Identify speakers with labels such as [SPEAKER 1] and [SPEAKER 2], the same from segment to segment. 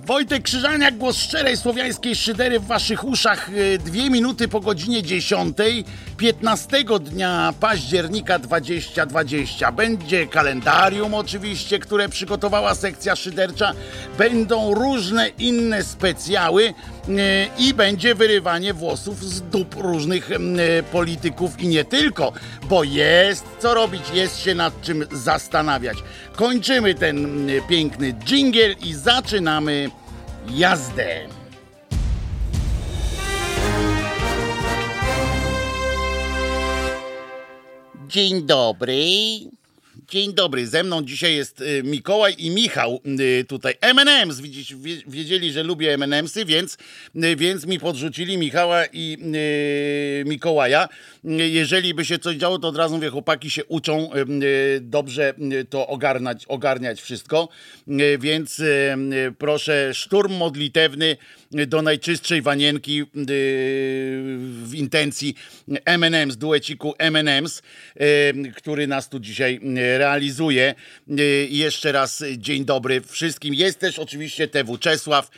[SPEAKER 1] Wojtek Krzyżaniak, głos szczerej słowiańskiej szydery w waszych uszach. 2 minuty po godzinie 10, 15 dnia października 2020. Będzie kalendarium oczywiście, które przygotowała sekcja szydercza. Będą różne inne specjały i będzie wyrywanie włosów z dup różnych polityków i nie tylko, bo jest co robić, jest się nad czym zastanawiać. Kończymy ten piękny dżingiel i zaczynamy jazdę. Dzień dobry. Dzień dobry, ze mną dzisiaj jest Mikołaj i Michał tutaj. M&M's, widzicie, wiedzieli, że lubię M&M'sy, więc mi podrzucili Michała i Mikołaja. Jeżeli by się coś działo, to od razu mówię, chłopaki się uczą dobrze to ogarniać wszystko, więc proszę, szturm modlitewny do najczystszej wanienki w intencji M&M's, dueciku M&M's, który nas tu dzisiaj realizuje. Jeszcze raz dzień dobry wszystkim. Jest też oczywiście TW Czesław,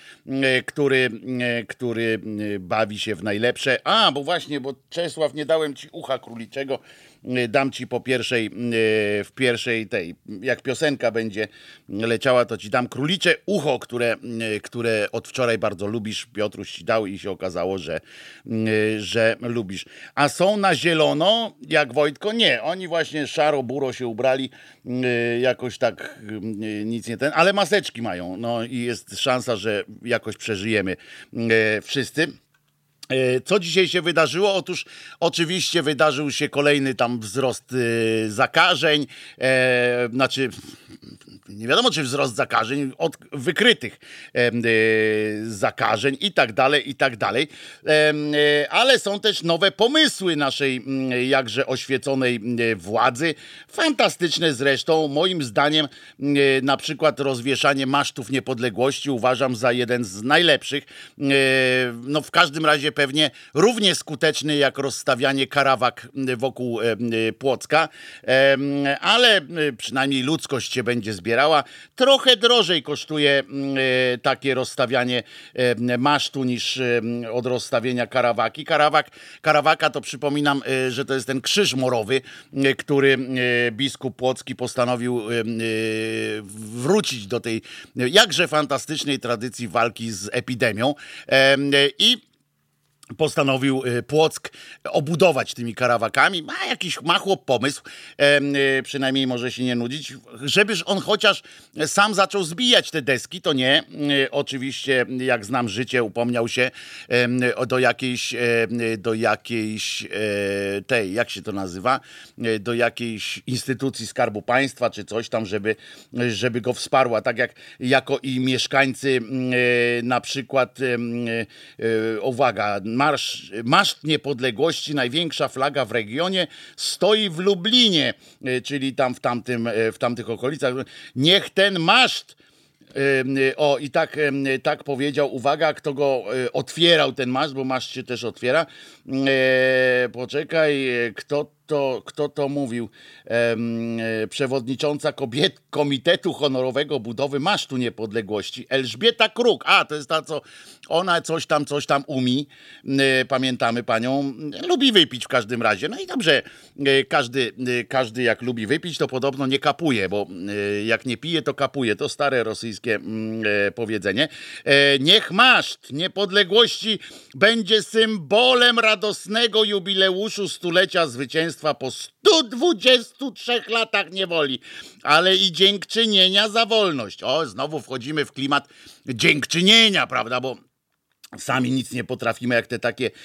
[SPEAKER 1] który bawi się w najlepsze. Bo właśnie, bo Czesław, nie dałem ci ucha króliczego. Dam ci w pierwszej tej, jak piosenka będzie leciała, to ci dam królicze ucho, które od wczoraj bardzo lubisz. Piotruś ci dał i się okazało, że lubisz. A są na zielono, jak Wojtko? Nie, oni właśnie szaro-buro się ubrali, jakoś tak nic nie ten, ale maseczki mają, no i jest szansa, że jakoś przeżyjemy wszyscy. Co dzisiaj się wydarzyło? Otóż oczywiście wydarzył się kolejny tam wzrost zakażeń, znaczy nie wiadomo czy wzrost zakażeń, od wykrytych zakażeń i tak dalej, ale są też nowe pomysły naszej jakże oświeconej władzy, fantastyczne zresztą, moim zdaniem na przykład rozwieszanie masztów niepodległości uważam za jeden z najlepszych, no w każdym razie pewnie równie skuteczny jak rozstawianie karawak wokół Płocka, ale przynajmniej ludzkość się będzie zbierała. Trochę drożej kosztuje takie rozstawianie masztu niż od rozstawienia karawaki. Karawaka to przypominam, że to jest ten krzyż morowy, który biskup Płocki postanowił wrócić do tej jakże fantastycznej tradycji walki z epidemią i postanowił Płock obudować tymi karawakami. Ma chłop pomysł, przynajmniej może się nie nudzić, żebyż on chociaż sam zaczął zbijać te deski, to nie. Oczywiście, jak znam życie, upomniał się do jakiejś tej, jak się to nazywa, do jakiejś instytucji Skarbu Państwa, czy coś tam, żeby go wsparła, tak jako i mieszkańcy na przykład, uwaga, Maszt Niepodległości, największa flaga w regionie, stoi w Lublinie, czyli tam w tamtych okolicach. Niech ten maszt, i tak powiedział, uwaga, kto go otwierał ten maszt, bo maszt się też otwiera. Poczekaj, kto to mówił? Przewodnicząca Komitetu Honorowego Budowy Masztu Niepodległości, Elżbieta Kruk. To jest ta, co ona coś tam umie. Pamiętamy panią. Lubi wypić w każdym razie. No i dobrze, każdy jak lubi wypić, to podobno nie kapuje, bo jak nie pije, to kapuje. To stare rosyjskie powiedzenie. Niech maszt niepodległości będzie symbolem radosnego jubileuszu stulecia zwycięstwa po 123 latach niewoli, ale i dziękczynienia za wolność. Znowu wchodzimy w klimat dziękczynienia, prawda, bo sami nic nie potrafimy, jak te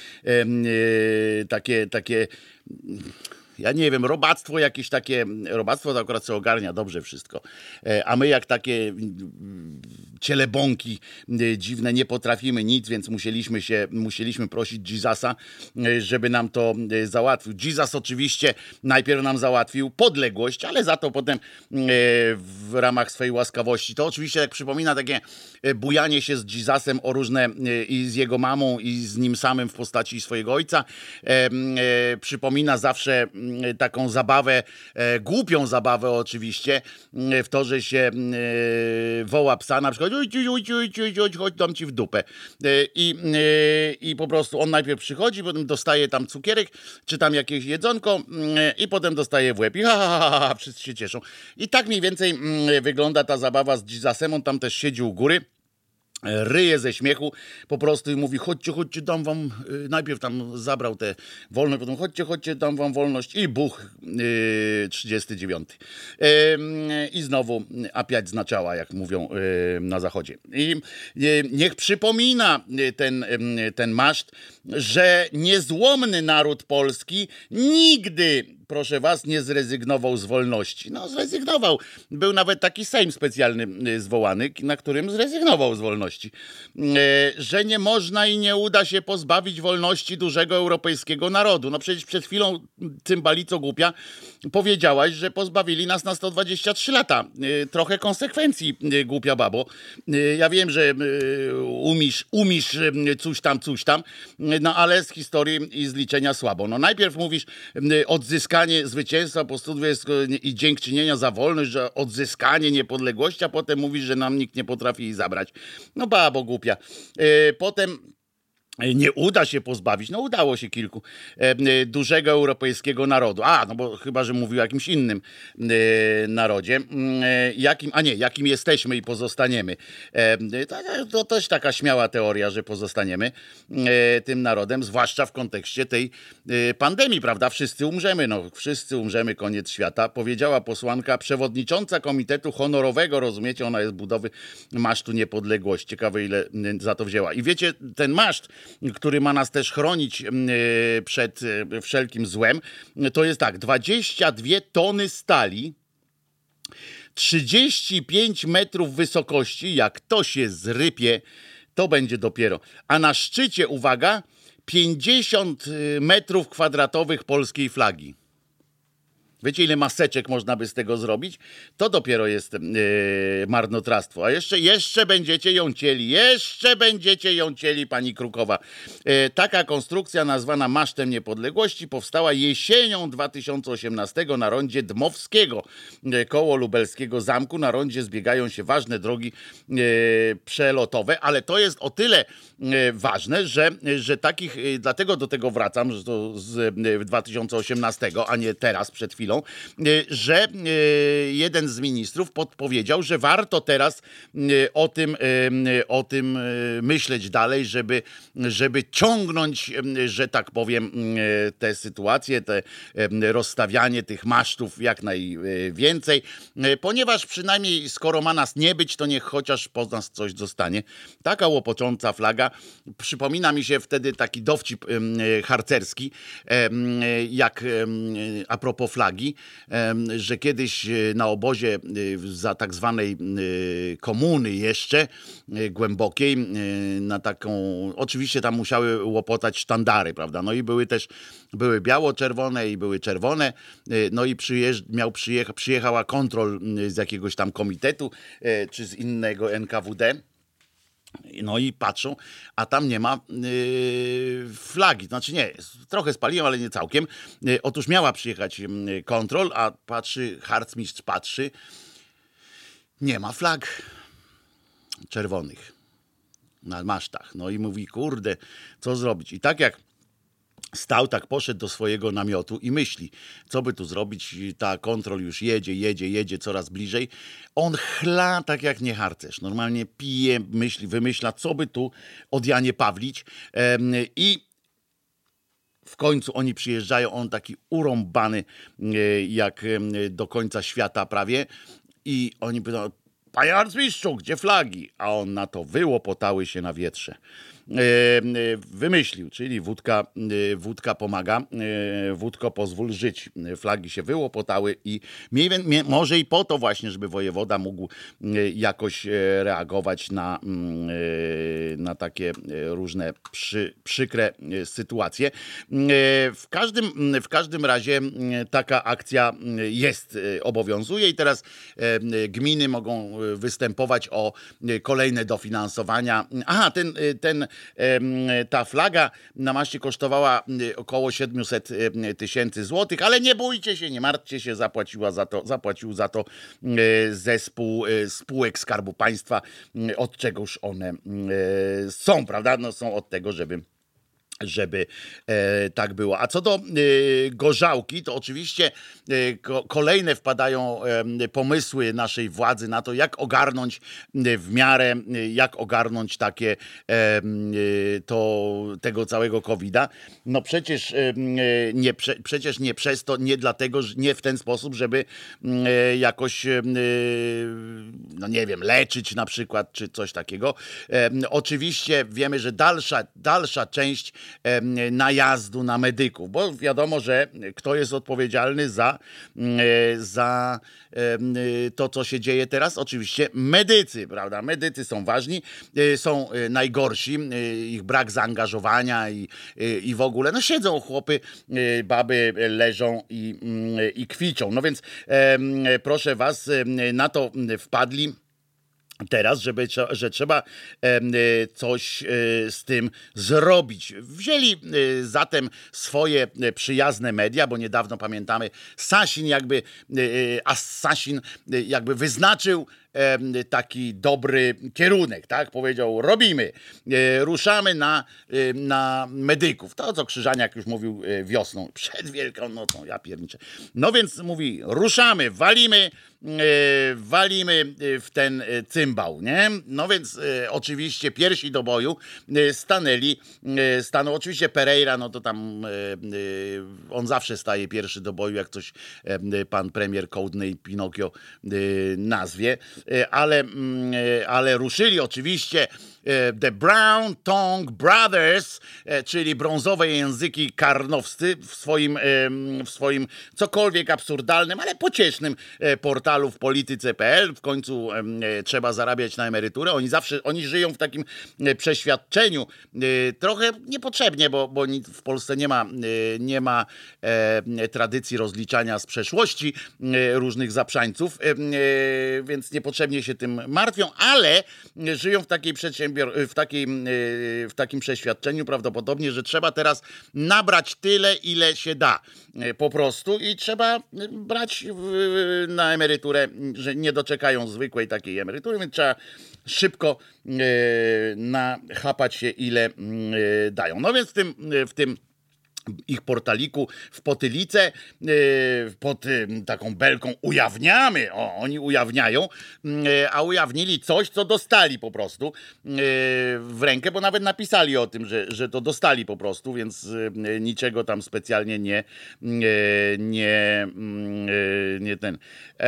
[SPEAKER 1] takie ja nie wiem, robactwo jakieś takie, robactwo to akurat sobie ogarnia dobrze wszystko, a my jak takie cielebąki dziwne nie potrafimy nic, więc musieliśmy prosić Jezusa, żeby nam to załatwił. Jesus oczywiście najpierw nam załatwił podległość, ale za to potem w ramach swojej łaskawości. To oczywiście, jak przypomina takie bujanie się z Jezusem o różne i z jego mamą i z nim samym w postaci swojego ojca, przypomina zawsze taką zabawę, głupią zabawę oczywiście, w to, że się woła psa, na przykład wyzywać, chodź, dam ci w dupę. I po prostu on najpierw przychodzi, potem dostaje tam cukierek, czy tam jakieś jedzonko i potem dostaje w łeb i wszyscy się cieszą. I tak mniej więcej wygląda ta zabawa z Jesus-em, on tam też siedzi u góry. Ryje ze śmiechu po prostu i mówi chodźcie, dam wam, najpierw tam zabrał tę wolność, potem chodźcie, dam wam wolność i buch 39. I znowu apiać znaczała, jak mówią na zachodzie. I niech przypomina ten maszt, że niezłomny naród polski nigdy, proszę was, nie zrezygnował z wolności. No zrezygnował. Był nawet taki sejm specjalny zwołany, na którym zrezygnował z wolności. Że nie można i nie uda się pozbawić wolności dużego europejskiego narodu. No przecież przed chwilą cymbalico głupia powiedziałaś, że pozbawili nas na 123 lata. Trochę konsekwencji, głupia babo. Ja wiem, że umisz coś tam, no ale z historii i z liczenia słabo. No najpierw mówisz odzyskanie zwycięstwa po 120 i dziękczynienia za wolność, że odzyskanie niepodległości, a potem mówisz, że nam nikt nie potrafi jej zabrać. No babo głupia. Potem nie uda się pozbawić, no udało się kilku, dużego europejskiego narodu. No bo chyba, że mówił o jakimś innym narodzie. Jakim jesteśmy i pozostaniemy. To też taka śmiała teoria, że pozostaniemy tym narodem, zwłaszcza w kontekście tej pandemii, prawda? Wszyscy umrzemy, wszyscy umrzemy, koniec świata. Powiedziała posłanka, przewodnicząca Komitetu Honorowego, rozumiecie, ona jest budowy Masztu Niepodległości. Ciekawe, ile za to wzięła. I wiecie, ten maszt, który ma nas też chronić przed wszelkim złem, to jest tak, 22 tony stali, 35 metrów wysokości, jak to się zrypie, to będzie dopiero. A na szczycie, uwaga, 50 metrów kwadratowych polskiej flagi. Wiecie, ile maseczek można by z tego zrobić? To dopiero jest marnotrawstwo. A jeszcze będziecie ją cieli, pani Krukowa. Taka konstrukcja nazwana Masztem Niepodległości powstała jesienią 2018 na rondzie Dmowskiego, koło lubelskiego zamku. Na rondzie zbiegają się ważne drogi przelotowe, ale to jest o tyle ważne, że takich, dlatego do tego wracam, że to z 2018, a nie teraz, przed chwilą, że jeden z ministrów podpowiedział, że warto teraz o tym myśleć dalej, żeby ciągnąć, że tak powiem, te sytuacje, te rozstawianie tych masztów jak najwięcej, ponieważ przynajmniej skoro ma nas nie być, to niech chociaż po nas coś zostanie. Taka łopocząca flaga. Przypomina mi się wtedy taki dowcip harcerski, jak a propos flagi, że kiedyś na obozie za tak zwanej komuny jeszcze głębokiej, na taką, oczywiście tam musiały łopotać sztandary, prawda, no i były biało-czerwone i były czerwone, no i przyjechała kontrol z jakiegoś tam komitetu, czy z innego NKWD. No i patrzą, a tam nie ma flagi. Znaczy nie, trochę spaliłem, ale nie całkiem. Otóż miała przyjechać kontrol, a harcmistrz patrzy, nie ma flag czerwonych na masztach. No i mówi, kurde, co zrobić? I tak jak stał, tak poszedł do swojego namiotu i myśli, co by tu zrobić, ta kontrol już jedzie coraz bliżej. On chla tak jak nie harcerz. Normalnie pije, myśli, wymyśla, co by tu od Janie Pawlić. I w końcu oni przyjeżdżają, on taki urąbany jak do końca świata prawie. I oni pytają, panie arcymistrzu, gdzie flagi? A on na to, wyłopotały się na wietrze. Wymyślił, czyli wódka pomaga, wódko pozwól żyć. Flagi się wyłopotały i może i po to właśnie, żeby wojewoda mógł jakoś reagować na takie różne przykre sytuacje. W każdym razie taka akcja obowiązuje i teraz gminy mogą występować o kolejne dofinansowania. Ten ta flaga na maście kosztowała około 700 tysięcy złotych, ale nie bójcie się, nie martwcie się, zapłacił za to zespół spółek Skarbu Państwa, od czegoż one są, prawda? No są od tego, żeby tak było. A co do gorzałki, to oczywiście kolejne wpadają pomysły naszej władzy na to, jak ogarnąć w miarę, jak ogarnąć takie tego całego COVID-a. No przecież nie przez to, nie dlatego, nie w ten sposób, żeby jakoś no nie wiem, leczyć na przykład, czy coś takiego. Oczywiście wiemy, że dalsza część najazdu na medyków, bo wiadomo, że kto jest odpowiedzialny za to, co się dzieje teraz? Oczywiście medycy, prawda? Medycy są ważni, są najgorsi, ich brak zaangażowania i w ogóle, no siedzą chłopy, baby leżą i kwiczą. No więc proszę was, na to wpadli teraz, że trzeba coś z tym zrobić. Wzięli zatem swoje przyjazne media, bo niedawno pamiętamy, Sasin jakby wyznaczył taki dobry kierunek, tak? Powiedział, robimy, ruszamy na medyków. To, co Krzyżaniak już mówił wiosną, przed Wielkanocą, ja pierniczę. No więc mówi, ruszamy, walimy w ten cymbał, nie? No więc oczywiście pierwsi do boju stanął oczywiście Pereira, no to tam on zawsze staje pierwszy do boju, jak coś pan premier Kołdny i Pinokio nazwie, ale ruszyli oczywiście The Brown Tongue Brothers, czyli brązowe języki karnowscy w swoim cokolwiek absurdalnym, ale pociesznym portalu w polityce.pl. W końcu trzeba zarabiać na emeryturę. Oni żyją w takim przeświadczeniu, trochę niepotrzebnie, bo w Polsce nie ma tradycji rozliczania z przeszłości różnych zaprzańców, więc niepotrzebnie się tym martwią, ale żyją w takim przeświadczeniu prawdopodobnie, że trzeba teraz nabrać tyle, ile się da po prostu i trzeba brać na emeryturę, że nie doczekają zwykłej takiej emerytury, więc trzeba szybko nachapać się, ile dają. No więc w tym ich portaliku w potylicę pod taką belką ujawniamy, oni ujawniają, a ujawnili coś, co dostali po prostu w rękę, bo nawet napisali o tym, że to dostali po prostu, więc niczego tam specjalnie nie ten...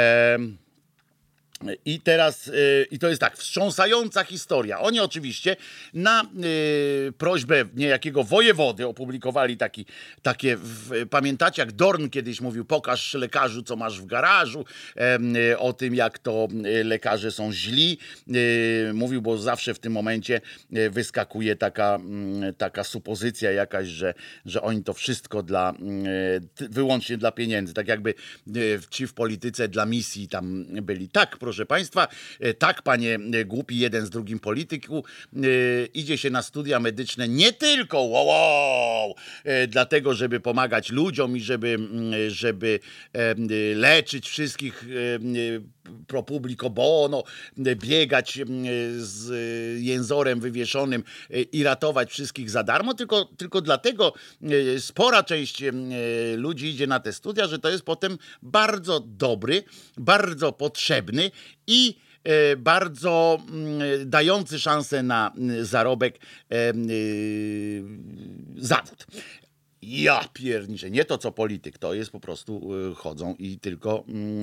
[SPEAKER 1] I teraz, i to jest tak, wstrząsająca historia. Oni oczywiście na prośbę niejakiego wojewody opublikowali pamiętacie, jak Dorn kiedyś mówił, pokaż lekarzu, co masz w garażu, o tym, jak to lekarze są źli. Mówił, bo zawsze w tym momencie wyskakuje taka supozycja jakaś, że oni to wszystko wyłącznie dla pieniędzy. Tak jakby ci w polityce dla misji tam byli. Tak, proszę państwa, tak, panie głupi jeden z drugim polityku, idzie się na studia medyczne nie tylko dlatego, żeby pomagać ludziom i żeby leczyć wszystkich pro publico bono, biegać z jęzorem wywieszonym i ratować wszystkich za darmo, tylko dlatego spora część ludzi idzie na te studia, że to jest potem bardzo dobry, bardzo potrzebny i bardzo dający szansę na zarobek zawód. Ja pierniczę, nie to co polityk, to jest po prostu chodzą i tylko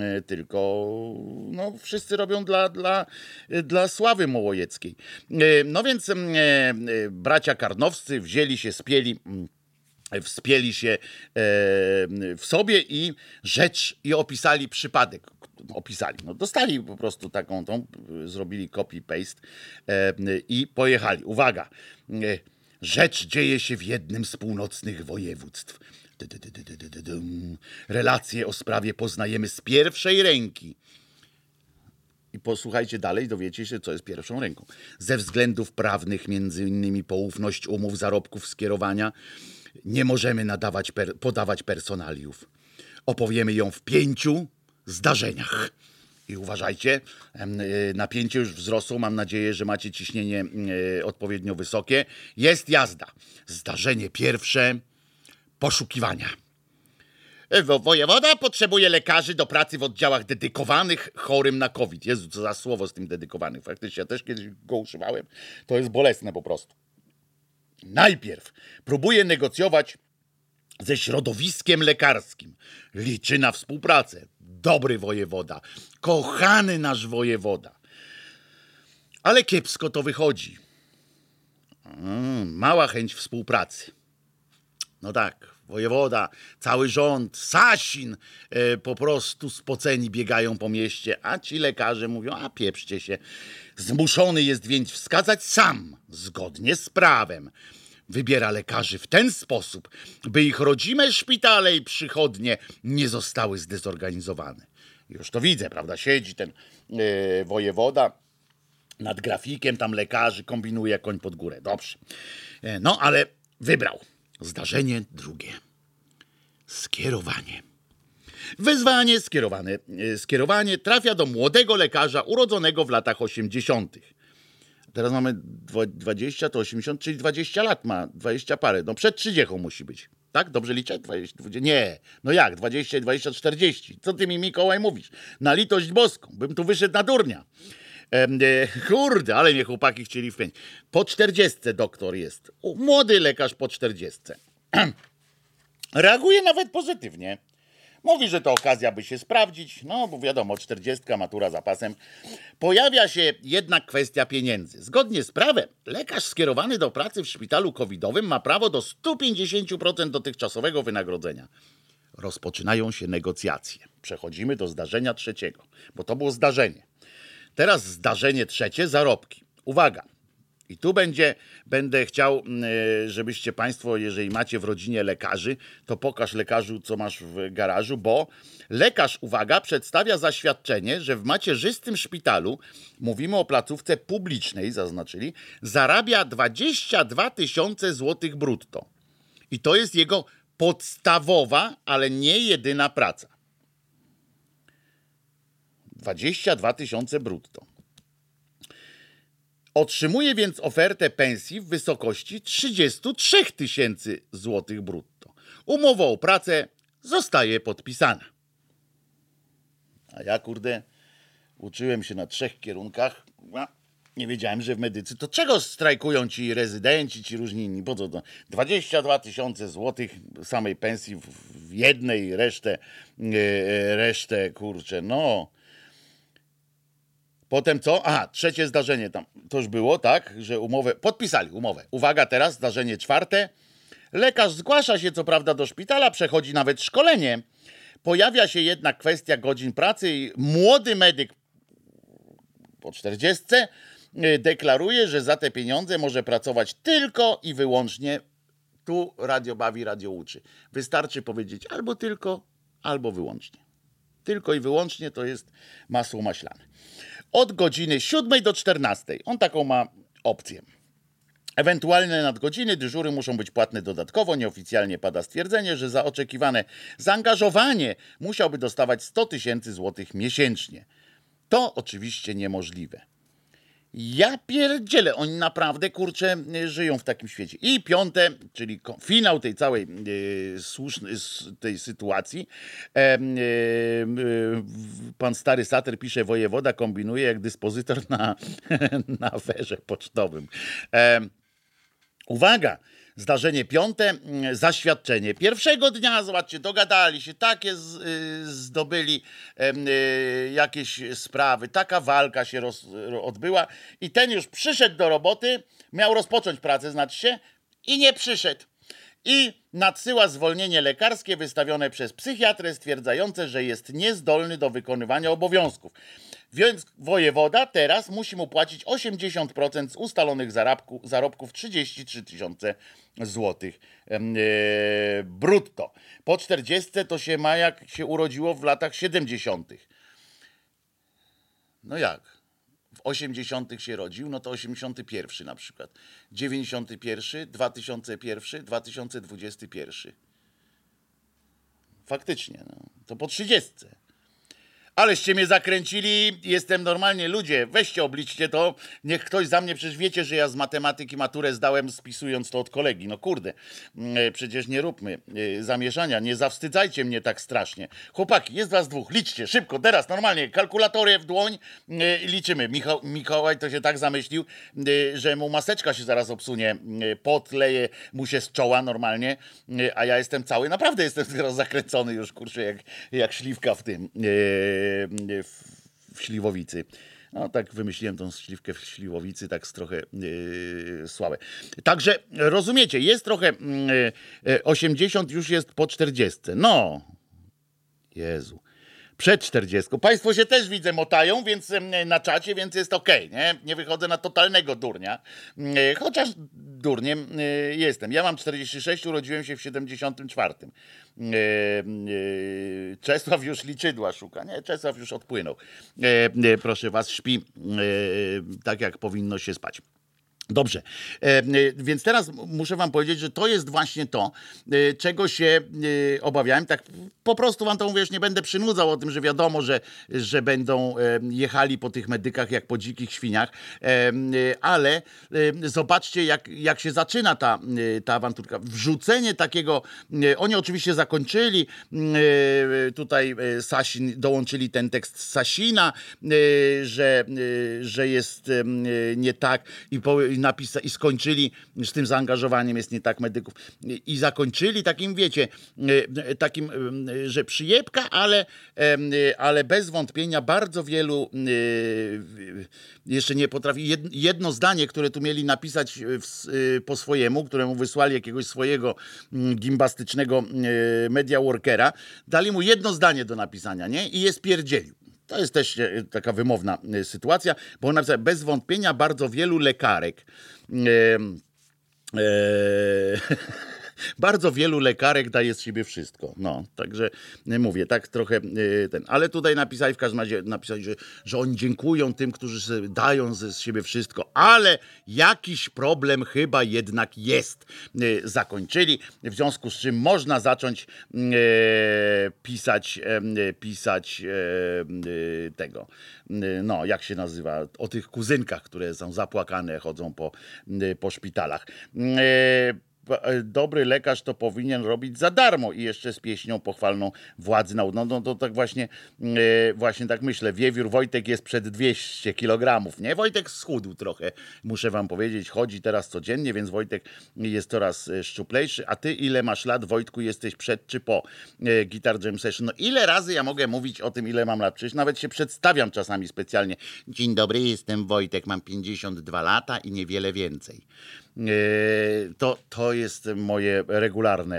[SPEAKER 1] no, wszyscy robią dla sławy mołojeckiej. No więc bracia karnowscy wzięli się, wspięli się w sobie i opisali przypadek. No dostali po prostu zrobili copy-paste i pojechali. Uwaga, rzecz dzieje się w jednym z północnych województw. Relacje o sprawie poznajemy z pierwszej ręki. I posłuchajcie dalej, dowiecie się, co jest pierwszą ręką. Ze względów prawnych, między innymi poufność umów, zarobków, skierowania, nie możemy podawać personaliów. Opowiemy ją w 5 zdarzeniach. I uważajcie, napięcie już wzrosło, mam nadzieję, że macie ciśnienie odpowiednio wysokie. Jest jazda. Zdarzenie pierwsze, poszukiwania. Wojewoda potrzebuje lekarzy do pracy w oddziałach dedykowanych chorym na COVID. Jezu, co za słowo z tym dedykowanych. Faktycznie ja też kiedyś go używałem. To jest bolesne po prostu. Najpierw próbuje negocjować ze środowiskiem lekarskim. Liczy na współpracę. Dobry wojewoda. Kochany nasz wojewoda. Ale kiepsko to wychodzi. Mała chęć współpracy. No tak, wojewoda, cały rząd, Sasin po prostu spoceni biegają po mieście, a ci lekarze mówią, a pieprzcie się. Zmuszony jest więc wskazać sam, zgodnie z prawem. Wybiera lekarzy w ten sposób, by ich rodzime szpitale i przychodnie nie zostały zdezorganizowane. Już to widzę, prawda, siedzi ten wojewoda nad grafikiem tam lekarzy, kombinuje jak koń pod górę. Dobrze. No, ale wybrał. Zdarzenie drugie. Skierowanie. Wezwanie skierowanie trafia do młodego lekarza urodzonego w latach 80. Teraz mamy 20, to 80, czyli 20 lat ma, 20 parę. No przed 30 musi być. Tak? Dobrze liczę? 20. Nie. No jak? 20, 20, 40. Co ty mi, Mikołaj, mówisz? Na litość boską. Bym tu wyszedł na durnia. Kurde, ale mnie chłopaki chcieli wpiąć. Po 40 doktor jest. Młody lekarz po 40. Reaguje nawet pozytywnie. Mówi, że to okazja, by się sprawdzić. No, bo wiadomo, 40, matura za pasem. Pojawia się jednak kwestia pieniędzy. Zgodnie z prawem, lekarz skierowany do pracy w szpitalu covidowym ma prawo do 150% dotychczasowego wynagrodzenia. Rozpoczynają się negocjacje. Przechodzimy do zdarzenia trzeciego, bo to było zdarzenie. Teraz zdarzenie trzecie, zarobki. Uwaga. I tu będę chciał, żebyście państwo, jeżeli macie w rodzinie lekarzy, to pokaż lekarzu, co masz w garażu, bo lekarz, uwaga, przedstawia zaświadczenie, że w macierzystym szpitalu, mówimy o placówce publicznej, zaznaczyli, zarabia 22 000 złotych brutto. I to jest jego podstawowa, ale nie jedyna praca. 22 000 brutto. Otrzymuje więc ofertę pensji w wysokości 33 000 złotych brutto. Umowa o pracę zostaje podpisana. A ja, kurde, uczyłem się na 3 kierunkach. Nie wiedziałem, że w medycynie. To czego strajkują ci rezydenci, ci różni inni? Po co to? 22 000 złotych samej pensji w jednej, resztę, kurczę, no. Potem co? Aha, trzecie zdarzenie tam. To już było, tak? Że podpisali umowę. Uwaga, teraz zdarzenie czwarte. Lekarz zgłasza się co prawda do szpitala, przechodzi nawet szkolenie. Pojawia się jednak kwestia godzin pracy i młody medyk po 40 deklaruje, że za te pieniądze może pracować tylko i wyłącznie, tu radio bawi, radio uczy. Wystarczy powiedzieć albo tylko, albo wyłącznie. Tylko i wyłącznie to jest masło maślane. Od godziny 7 do 14. On taką ma opcję. Ewentualne nadgodziny, dyżury muszą być płatne dodatkowo. Nieoficjalnie pada stwierdzenie, że za oczekiwane zaangażowanie musiałby dostawać 100 000 złotych miesięcznie. To oczywiście niemożliwe. Ja pierdzielę, oni naprawdę, kurczę, żyją w takim świecie. I piąte, czyli finał tej całej tej sytuacji. Pan stary satyr pisze, wojewoda kombinuje jak dyspozytor na aferze pocztowym. Uwaga! Zdarzenie piąte, zaświadczenie. Pierwszego dnia, zobaczcie, dogadali się, takie zdobyli jakieś sprawy, taka walka się odbyła i ten już przyszedł do roboty, miał rozpocząć pracę, znaczy się, i nie przyszedł. I nadsyła zwolnienie lekarskie wystawione przez psychiatrę stwierdzające, że jest niezdolny do wykonywania obowiązków. Więc wojewoda teraz musi mu płacić 80% z ustalonych zarobków 33 000 złotych brutto. Po 40 to się ma jak się urodziło w latach 70. No jak? 80. się rodził, no to 81 na przykład. 91, 2001, 2021. Faktycznie, no, to po 30. Aleście mnie zakręcili, jestem normalnie, ludzie, weźcie, obliczcie to, niech ktoś za mnie, przecież wiecie, że ja z matematyki maturę zdałem spisując to od kolegi, no kurde, przecież nie róbmy zamieszania, nie zawstydzajcie mnie tak strasznie. Chłopaki, jest was dwóch, liczcie, szybko, teraz, normalnie, kalkulatory w dłoń i liczymy. Mikołaj to się tak zamyślił, że mu maseczka się zaraz obsunie, pot leje mu się z czoła normalnie, a ja jestem cały, naprawdę jestem teraz zakręcony już, kurczę, jak śliwka w tym... w śliwowicy. No tak wymyśliłem tą śliwkę w śliwowicy, tak trochę słabe. Także rozumiecie, jest trochę 80 już jest po 40. No, Jezu. Przed 40. Państwo się też widzę motają, więc na czacie, więc jest okej, nie? Nie wychodzę na totalnego durnia. Chociaż durniem jestem. Ja mam 46, urodziłem się w 74. Czesław już liczydła szuka. Nie, Czesław już odpłynął. Proszę was, śpi tak, jak powinno się spać. Dobrze, więc teraz muszę wam powiedzieć, że to jest właśnie to, czego się obawiałem. Tak po prostu wam to mówię, już nie będę przynudzał o tym, że wiadomo, że będą jechali po tych medykach jak po dzikich świniach, ale zobaczcie, jak się zaczyna ta awanturka. Wrzucenie takiego, oni oczywiście zakończyli, tutaj Sasin, dołączyli ten tekst Sasina, że jest nie tak i skończyli z tym zaangażowaniem, jest nie tak medyków, i zakończyli takim, wiecie, takim, że przyjebka, ale bez wątpienia bardzo wielu jeszcze nie potrafi, jedno zdanie, które tu mieli napisać po swojemu, któremu wysłali jakiegoś swojego gimbastycznego media workera, dali mu jedno zdanie do napisania, nie? I je spierdzielił. To jest też taka wymowna sytuacja, bo on napisał, bez wątpienia bardzo wielu lekarek bardzo wielu lekarek daje z siebie wszystko. No, także mówię, tak trochę ten. Ale tutaj napisali, w każdym razie napisali, że oni dziękują tym, którzy dają z siebie wszystko, ale jakiś problem chyba jednak jest. Zakończyli, w związku z czym można zacząć pisać tego, no, jak się nazywa, o tych kuzynkach, które są zapłakane, chodzą po szpitalach. Dobry lekarz to powinien robić za darmo i jeszcze z pieśnią pochwalną władzy nauki. No to tak właśnie tak myślę. Wiewiór Wojtek jest przed 200 kg, nie? Wojtek schudł trochę, muszę wam powiedzieć. Chodzi teraz codziennie, więc Wojtek jest coraz szczuplejszy. A ty ile masz lat, Wojtku, jesteś przed czy po Guitar Jam Session? No ile razy ja mogę mówić o tym, ile mam lat? Przecież nawet się przedstawiam czasami specjalnie. Dzień dobry, jestem Wojtek, mam 52 lata i niewiele więcej. To jest moje regularne.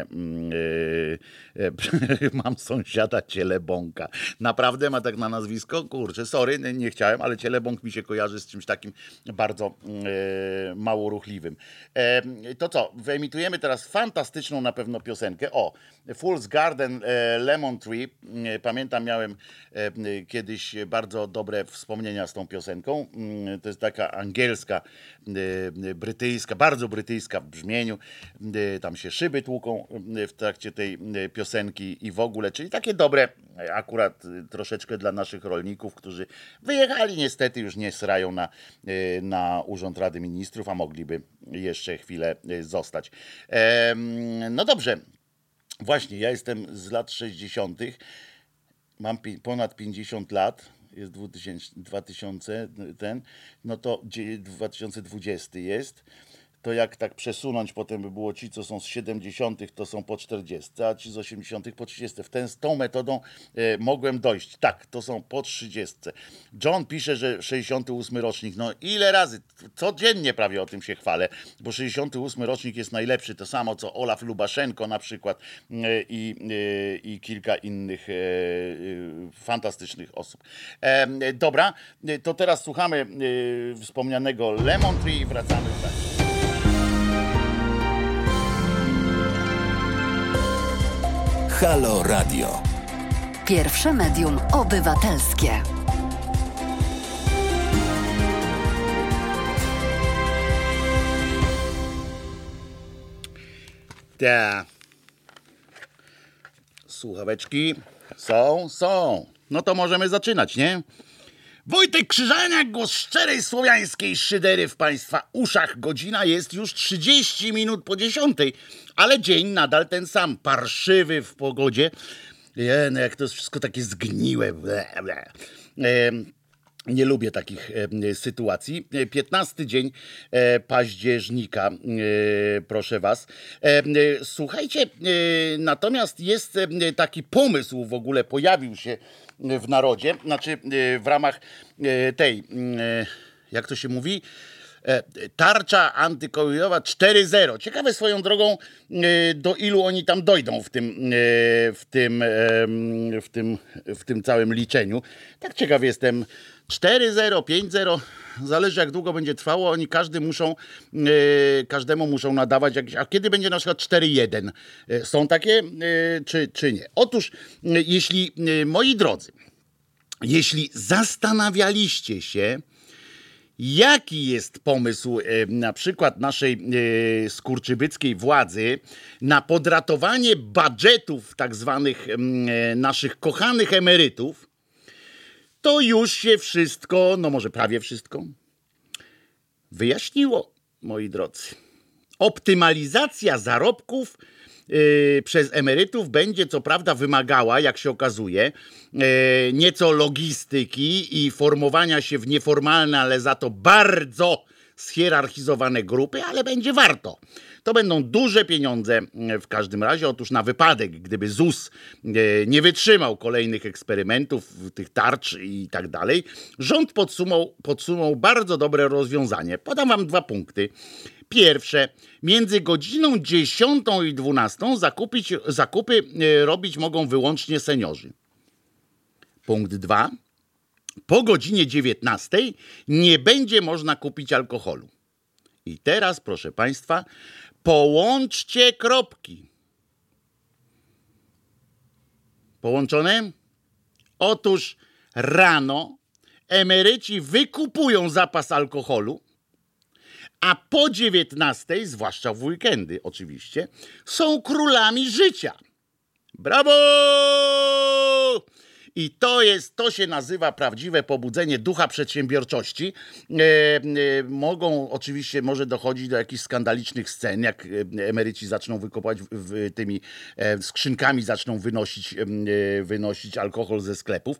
[SPEAKER 1] Mam sąsiada Cielebąka. Naprawdę ma tak na nazwisko? Kurczę, sorry, nie chciałem, ale Cielebąk mi się kojarzy z czymś takim bardzo mało ruchliwym. To co? Wyemitujemy teraz fantastyczną na pewno piosenkę. O, Fool's Garden, Lemon Tree. Pamiętam, miałem kiedyś bardzo dobre wspomnienia z tą piosenką. To jest taka angielska, brytyjska, bardzo brytyjska w brzmieniu, tam się szyby tłuką w trakcie tej piosenki i w ogóle, czyli takie dobre akurat troszeczkę dla naszych rolników, którzy wyjechali, niestety już nie srają na Urząd Rady Ministrów, a mogliby jeszcze chwilę zostać. No dobrze, właśnie, ja jestem z lat 60., mam ponad 50 lat, jest 2000 no to 2020 jest, to jak tak przesunąć, potem by było ci, co są z 70., to są po 40, a ci z 80. po 30. Tą metodą mogłem dojść. Tak, to są po 30. John pisze, że 68 rocznik. No ile razy, codziennie prawie o tym się chwalę, bo 68 rocznik jest najlepszy. To samo, co Olaf Lubaszenko na przykład i kilka innych fantastycznych osób. Dobra, to teraz słuchamy wspomnianego Lemon Tree i wracamy tak.
[SPEAKER 2] Halo Radio.
[SPEAKER 3] Pierwsze medium obywatelskie.
[SPEAKER 1] Te słuchaweczki są. No to możemy zaczynać, nie? Wojtek Krzyżaniak, głos szczerej słowiańskiej szydery w Państwa uszach. Godzina jest już 30 minut po 10, ale dzień nadal ten sam, parszywy w pogodzie. No jak to jest wszystko takie zgniłe. Nie lubię takich sytuacji. 15 dzień października, proszę was. Słuchajcie, natomiast jest taki pomysł w ogóle, pojawił się w narodzie, znaczy w ramach tej, jak to się mówi, tarcza antykowidowa 4.0. Ciekawe swoją drogą, do ilu oni tam dojdą w tym całym liczeniu. Tak ciekaw jestem. 4.0, 5.0, zależy jak długo będzie trwało, oni każdemu muszą nadawać jakieś, a kiedy będzie na przykład 4.1? Są takie, czy nie? Otóż, moi drodzy, jeśli zastanawialiście się, jaki jest pomysł na przykład naszej skurczybyckiej władzy na podratowanie budżetów tak zwanych naszych kochanych emerytów, to już się wszystko, no może prawie wszystko, wyjaśniło, moi drodzy. Optymalizacja zarobków przez emerytów będzie co prawda wymagała, jak się okazuje, nieco logistyki i formowania się w nieformalne, ale za to bardzo schierarchizowane grupy, ale będzie warto. To będą duże pieniądze w każdym razie. Otóż na wypadek, gdyby ZUS nie wytrzymał eksperymentów, tych tarcz i tak dalej, rząd podsunął bardzo dobre rozwiązanie. Podam wam 2 punkty. Pierwsze, między godziną 10 i 12 zakupy robić mogą wyłącznie seniorzy. Punkt 2. Po godzinie 19 nie będzie można kupić alkoholu. I teraz, proszę Państwa, połączcie kropki. Połączone? Otóż rano emeryci wykupują zapas alkoholu, a po 19, zwłaszcza w weekendy oczywiście, są królami życia. Brawo! I to się nazywa prawdziwe pobudzenie ducha przedsiębiorczości. Może dochodzić do jakichś skandalicznych scen, jak emeryci zaczną wykopać tymi skrzynkami, zaczną wynosić alkohol ze sklepów.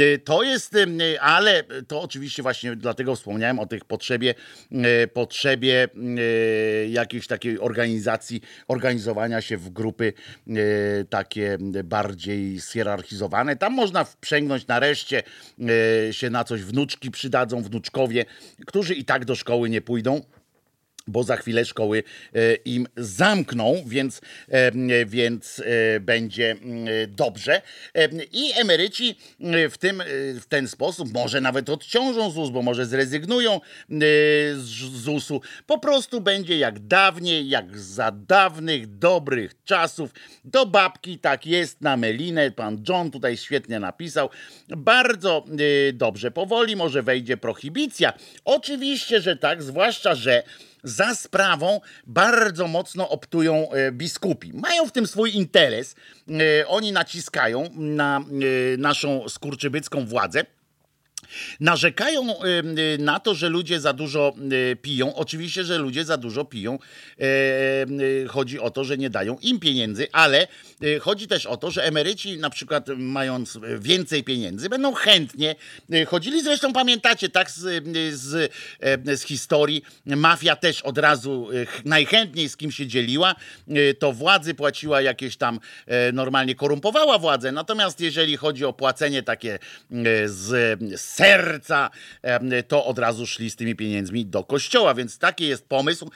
[SPEAKER 1] Ale to oczywiście właśnie dlatego wspomniałem o tych potrzebie jakiejś takiej organizowania się w grupy takie bardziej schierarchizowane. Tam można wprzęgnąć nareszcie się na coś, wnuczki przydadzą, wnuczkowie, którzy i tak do szkoły nie pójdą, bo za chwilę szkoły im zamkną, więc będzie dobrze. I emeryci w ten sposób może nawet odciążą ZUS, bo może zrezygnują z ZUS-u. Po prostu będzie jak dawniej, jak za dawnych, dobrych czasów. Do babki tak jest na melinę. Pan John tutaj świetnie napisał. Bardzo dobrze. Powoli może wejdzie prohibicja. Oczywiście, że tak, zwłaszcza, że za sprawą bardzo mocno optują biskupi. Mają w tym swój interes. Oni naciskają na naszą skurczybycką władzę. Narzekają na to, że ludzie za dużo piją. Oczywiście, że ludzie za dużo piją. Chodzi o to, że nie dają im pieniędzy, ale chodzi też o to, że emeryci na przykład mając więcej pieniędzy będą chętnie chodzili. Zresztą pamiętacie, tak z historii, mafia też od razu najchętniej z kim się dzieliła, to władzy płaciła jakieś tam, normalnie korumpowała władzę. Natomiast jeżeli chodzi o płacenie takie z serca, to od razu szli z tymi pieniędzmi do kościoła, więc taki jest pomysł,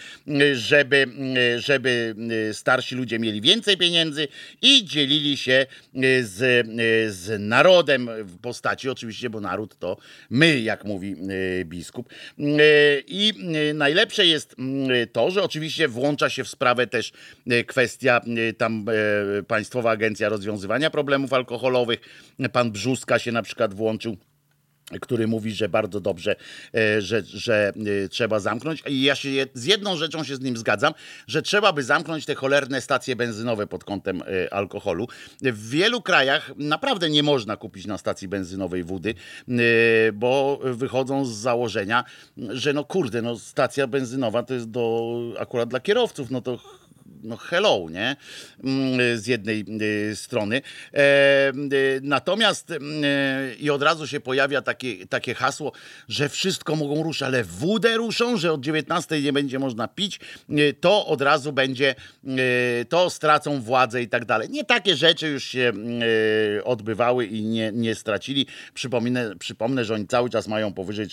[SPEAKER 1] żeby starsi ludzie mieli więcej pieniędzy i dzielili się z narodem w postaci, oczywiście, bo naród to my, jak mówi biskup. I najlepsze jest to, że oczywiście włącza się w sprawę też kwestia tam Państwowa Agencja Rozwiązywania Problemów Alkoholowych. Pan Brzuska się na przykład włączył. który mówi, że bardzo dobrze, że trzeba zamknąć. I ja się z jedną rzeczą się z nim zgadzam, że trzeba by zamknąć te cholerne stacje benzynowe pod kątem alkoholu. W wielu krajach naprawdę nie można kupić na stacji benzynowej wody, bo wychodzą z założenia, że no kurde, no stacja benzynowa to jest akurat dla kierowców, no to no hello, nie? Z jednej strony. Natomiast i od razu się pojawia takie hasło, że wszystko mogą ruszyć, ale wódę ruszą, że od 19 nie będzie można pić, to od razu będzie, to stracą władzę i tak dalej. Nie takie rzeczy już się odbywały i nie stracili. Przypomnę, że oni cały czas mają powyżej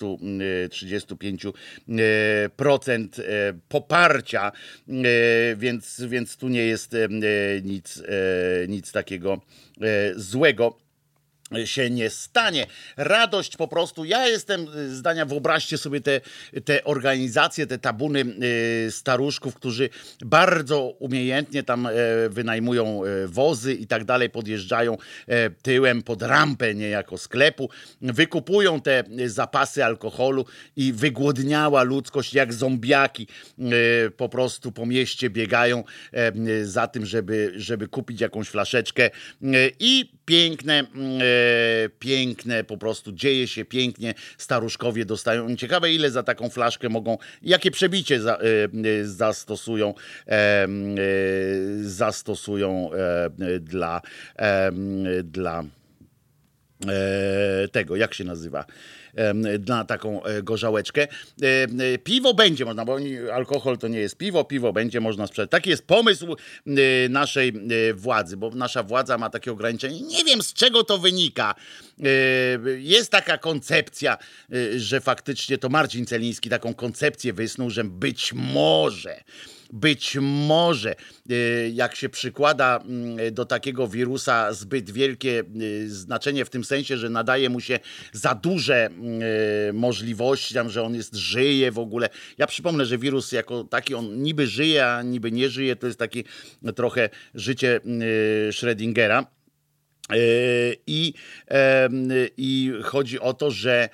[SPEAKER 1] 30-35% poparcia, więc tu nie jest nic takiego złego się nie stanie. Radość po prostu. Ja jestem zdania, wyobraźcie sobie te organizacje, te tabuny staruszków, którzy bardzo umiejętnie tam wynajmują wozy i tak dalej, podjeżdżają tyłem pod rampę niejako sklepu, wykupują te zapasy alkoholu i wygłodniała ludzkość jak zombiaki po prostu po mieście biegają za tym, żeby kupić jakąś flaszeczkę i piękne po prostu, dzieje się pięknie, staruszkowie dostają. Ciekawe, ile za taką flaszkę mogą, jakie przebicie zastosują dla tego, jak się nazywa, na taką gorzałeczkę. Piwo będzie można, bo alkohol to nie jest piwo będzie można sprzedać. Taki jest pomysł naszej władzy, bo nasza władza ma takie ograniczenie. Nie wiem, z czego to wynika. Jest taka koncepcja, że faktycznie to Marcin Celiński taką koncepcję wysnuł, że być może, jak się przykłada do takiego wirusa zbyt wielkie znaczenie w tym sensie, że nadaje mu się za duże możliwości, tam, że on żyje w ogóle. Ja przypomnę, że wirus jako taki, on niby żyje, a niby nie żyje. To jest taki trochę życie Schrödingera. I chodzi o to, że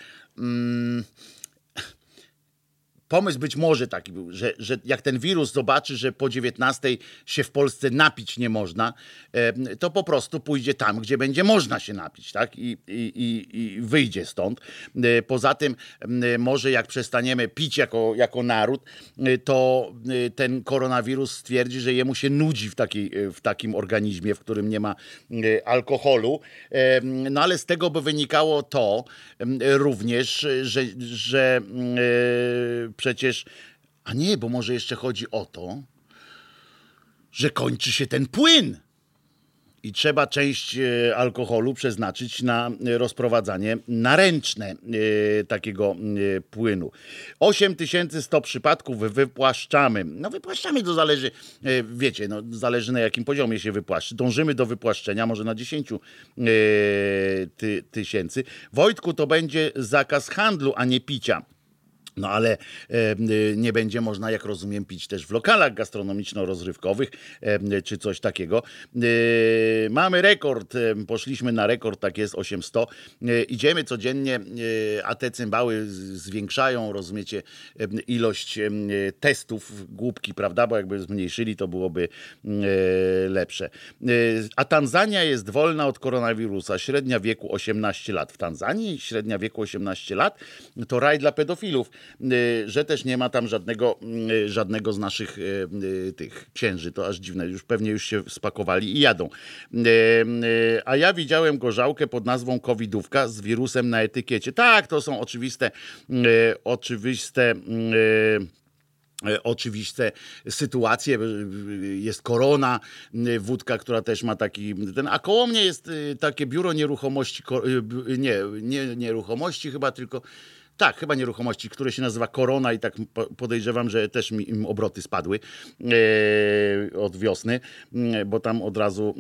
[SPEAKER 1] pomysł być może taki był, że jak ten wirus zobaczy, że po 19 się w Polsce napić nie można, to po prostu pójdzie tam, gdzie będzie można się napić, tak? I wyjdzie stąd. Poza tym, może jak przestaniemy pić jako naród, to ten koronawirus stwierdzi, że jemu się nudzi w takim organizmie, w którym nie ma alkoholu. No ale z tego by wynikało to również, że przecież, a nie, bo może jeszcze chodzi o to, że kończy się ten płyn i trzeba część alkoholu przeznaczyć na rozprowadzanie naręczne takiego płynu. 8100 przypadków wypłaszczamy. No wypłaszczamy, to zależy, wiecie, no zależy na jakim poziomie się wypłaszczy. Dążymy do wypłaszczenia może na 10 tysięcy. Wojtku, to będzie zakaz handlu, a nie picia. No ale nie będzie można, jak rozumiem, pić też w lokalach gastronomiczno-rozrywkowych czy coś takiego. Mamy rekord, poszliśmy na rekord, tak jest, 800. Idziemy codziennie, a te cymbały zwiększają, rozumiecie, ilość testów, głupki, prawda, bo jakby zmniejszyli, to byłoby lepsze. A Tanzania jest wolna od koronawirusa, średnia wieku 18 lat. W Tanzanii średnia wieku 18 lat to raj dla pedofilów, że też nie ma tam żadnego z naszych tych księży. To aż dziwne, pewnie już się spakowali i jadą. A ja widziałem gorzałkę pod nazwą covidówka z wirusem na etykiecie. Tak, to są oczywiste sytuacje. Jest Korona, wódka, która też ma taki a koło mnie jest takie biuro nieruchomości, nie nieruchomości chyba, tylko tak, chyba nieruchomości, które się nazywa Korona i tak podejrzewam, że też im obroty spadły od wiosny, bo tam od razu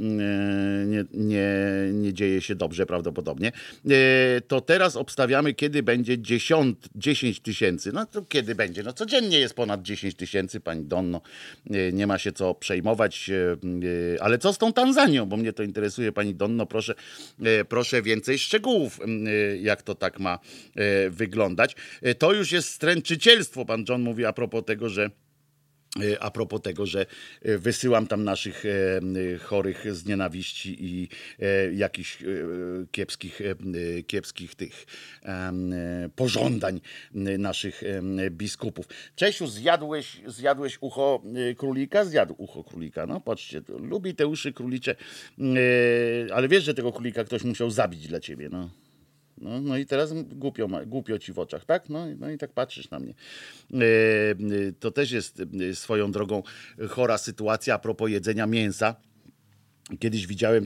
[SPEAKER 1] nie dzieje się dobrze prawdopodobnie. To teraz obstawiamy, kiedy będzie 10 tysięcy. No to kiedy będzie? No codziennie jest ponad 10 tysięcy, pani Donno. Nie ma się co przejmować. Ale co z tą Tanzanią? Bo mnie to interesuje, pani Donno. Proszę więcej szczegółów, jak to tak ma wyglądać. To już jest stręczycielstwo, pan John mówi a propos tego, że wysyłam tam naszych chorych z nienawiści i jakichś kiepskich tych pożądań naszych biskupów. Czesiu, zjadłeś ucho królika? Zjadł ucho królika. No patrzcie, lubi te uszy królicze, ale wiesz, że tego królika ktoś musiał zabić dla ciebie, no. No i teraz głupio ci w oczach, tak? No i tak patrzysz na mnie. To też jest swoją drogą chora sytuacja a propos jedzenia mięsa. Kiedyś widziałem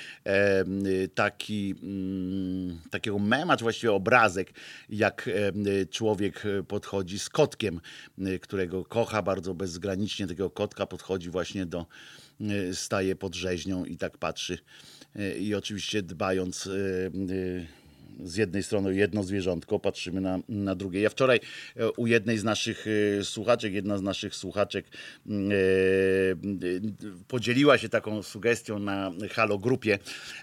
[SPEAKER 1] takiego mema, czy właściwie obrazek, jak człowiek podchodzi z kotkiem, którego kocha bardzo bezgranicznie. Takiego kotka podchodzi właśnie staje pod rzeźnią i tak patrzy. I oczywiście dbając z jednej strony jedno zwierzątko, patrzymy na drugie. Ja wczoraj u jednej z naszych słuchaczek, jedna z naszych słuchaczek podzieliła się taką sugestią na Halo grupie,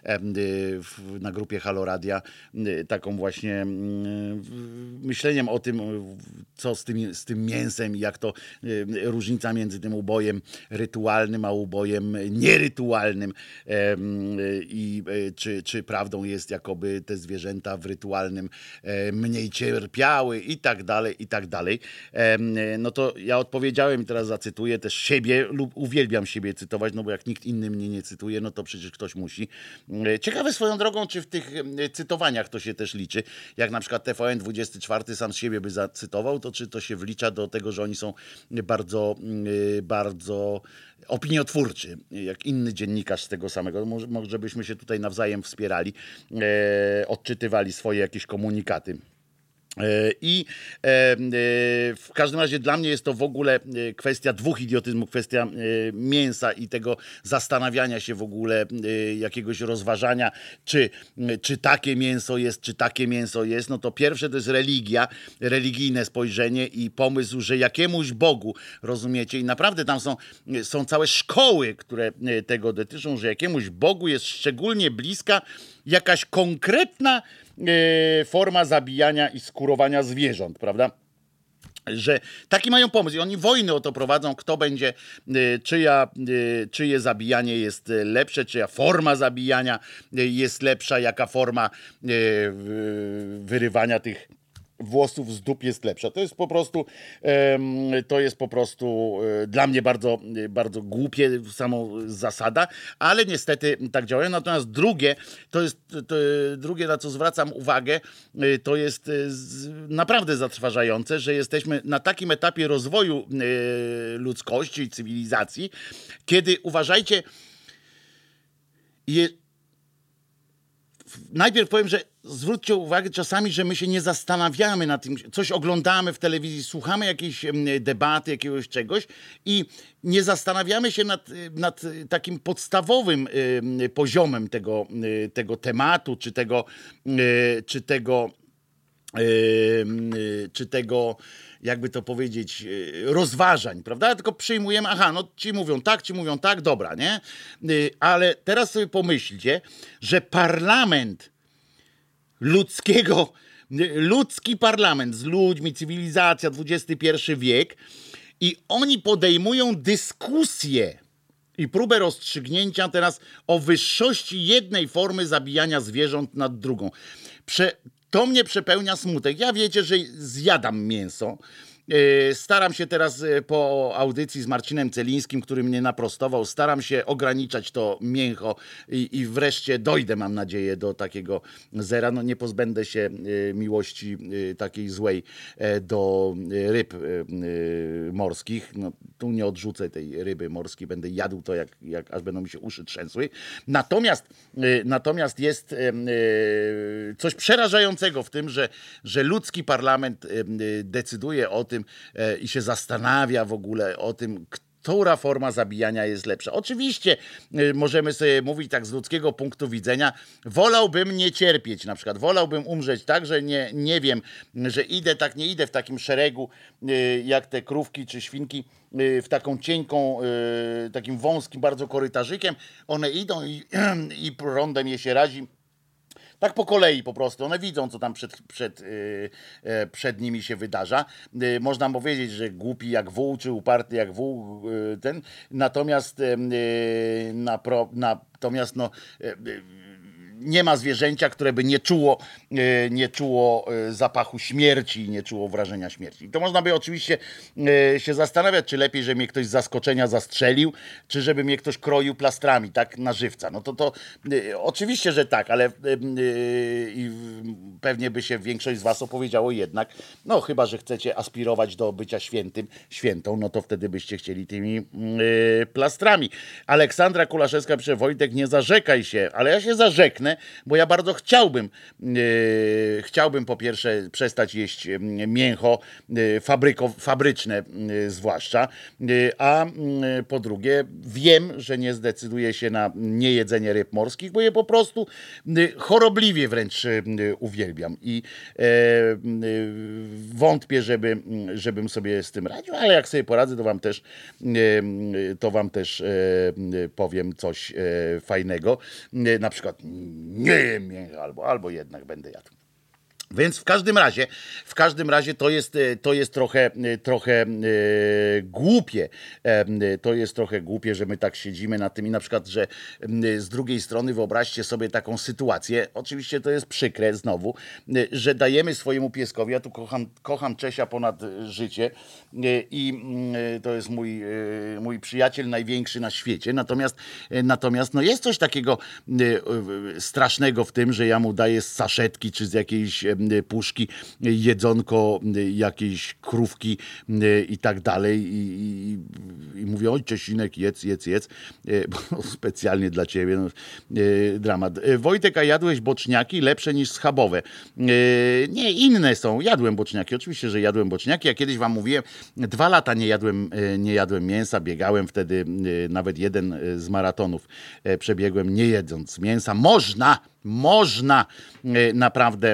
[SPEAKER 1] na grupie Halo Radia, taką właśnie myśleniem o tym, co z tym mięsem i jak to różnica między tym ubojem rytualnym a ubojem nierytualnym i czy prawdą jest, jakoby te zwierzęta w rytualnym mniej cierpiały i tak dalej, i tak dalej. No to ja odpowiedziałem i teraz zacytuję też siebie, lub uwielbiam siebie cytować, no bo jak nikt inny mnie nie cytuje, no to przecież ktoś musi. Ciekawe swoją drogą, czy w tych cytowaniach to się też liczy. Jak na przykład TVN24 sam z siebie by zacytował, to czy to się wlicza do tego, że oni są bardzo, bardzo opiniotwórczy, jak inny dziennikarz z tego samego. Może byśmy się tutaj nawzajem wspierali, odczytywali swoje jakieś komunikaty. I w każdym razie dla mnie jest to w ogóle kwestia dwóch idiotyzmów, kwestia mięsa i tego zastanawiania się w ogóle, jakiegoś rozważania, czy takie mięso jest, czy takie mięso jest. No to pierwsze to jest religia, religijne spojrzenie i pomysł, że jakiemuś Bogu, rozumiecie, i naprawdę tam są całe szkoły, które tego dotyczą, że jakiemuś Bogu jest szczególnie bliska jakaś konkretna forma zabijania i skurowania zwierząt, prawda? Że taki mają pomysł i oni wojny o to prowadzą, kto będzie, czyje zabijanie jest lepsze, czyja forma zabijania jest lepsza, jaka forma wyrywania tych włosów z dup jest lepsza. To jest po prostu dla mnie bardzo, bardzo głupie samo zasada, ale niestety tak działają. Natomiast drugie, drugie, na co zwracam uwagę, to jest naprawdę zatrważające, że jesteśmy na takim etapie rozwoju ludzkości i cywilizacji, kiedy uważajcie, najpierw powiem, że zwróćcie uwagę czasami, że my się nie zastanawiamy nad tym, coś oglądamy w telewizji, słuchamy jakiejś debaty, jakiegoś czegoś i nie zastanawiamy się nad takim podstawowym poziomem tego tematu, czy tego, jakby to powiedzieć, rozważań, prawda? Tylko przyjmujemy, no ci mówią tak, dobra, nie? Ale teraz sobie pomyślcie, że parlament ludzki parlament z ludźmi, cywilizacja, XXI wiek i oni podejmują dyskusję i próbę rozstrzygnięcia teraz o wyższości jednej formy zabijania zwierząt nad drugą. To mnie przepełnia smutek. Ja wiecie, że zjadam mięso Staram się teraz po audycji z Marcinem Celińskim, który mnie naprostował, staram się ograniczać to mięcho i wreszcie dojdę, mam nadzieję, do takiego zera. No nie pozbędę się miłości takiej złej do ryb morskich. No, tu nie odrzucę tej ryby morskiej, będę jadł to, jak aż będą mi się uszy trzęsły. Natomiast jest coś przerażającego w tym, że ludzki parlament decyduje o tym i się zastanawia w ogóle o tym, która forma zabijania jest lepsza. Oczywiście możemy sobie mówić tak z ludzkiego punktu widzenia, wolałbym nie cierpieć na przykład, wolałbym umrzeć tak, że nie wiem, że nie idę w takim szeregu jak te krówki czy świnki, w taką cienką, takim wąskim bardzo korytarzykiem, one idą i prądem je się razi. Tak po kolei po prostu. One widzą, co tam przed nimi się wydarza. Można powiedzieć, że głupi jak wół, czy uparty jak wół, ten. Natomiast nie ma zwierzęcia, które by nie czuło zapachu śmierci, nie czuło wrażenia śmierci. I to można by oczywiście się zastanawiać, czy lepiej, żeby mnie ktoś z zaskoczenia zastrzelił, czy żeby mnie ktoś kroił plastrami, tak, na żywca. No to oczywiście, że tak, ale pewnie by się większość z was opowiedziało jednak, no chyba, że chcecie aspirować do bycia świętą, no to wtedy byście chcieli tymi plastrami. Aleksandra Kulaszewska pisze: Wojtek, nie zarzekaj się, ale ja się zarzeknę, bo ja bardzo chciałbym po pierwsze przestać jeść mięcho fabryczne zwłaszcza, a po drugie wiem, że nie zdecyduję się na niejedzenie ryb morskich, bo je po prostu chorobliwie wręcz uwielbiam i wątpię, żebym sobie z tym radził, ale jak sobie poradzę, to wam też powiem coś fajnego. Na przykład nie jem mięcha, albo jednak będę jadł. Więc w każdym razie to jest trochę głupie. To jest trochę głupie, że my tak siedzimy na tym i na przykład, że z drugiej strony wyobraźcie sobie taką sytuację, oczywiście to jest przykre znowu, że dajemy swojemu pieskowi, ja tu kocham Czesia ponad życie i to jest mój przyjaciel największy na świecie, natomiast no jest coś takiego strasznego w tym, że ja mu daję z saszetki czy z jakiejś puszki jedzonko jakiejś krówki i tak dalej i mówię: oj Czesinek, jedz, bo specjalnie dla ciebie, no, dramat. Wojtek, a jadłeś boczniaki lepsze niż schabowe? Nie, inne są. Jadłem boczniaki, oczywiście, że jadłem boczniaki. Ja kiedyś wam mówiłem, 2 lata nie jadłem mięsa, biegałem wtedy, nawet jeden z maratonów przebiegłem nie jedząc mięsa. Można, naprawdę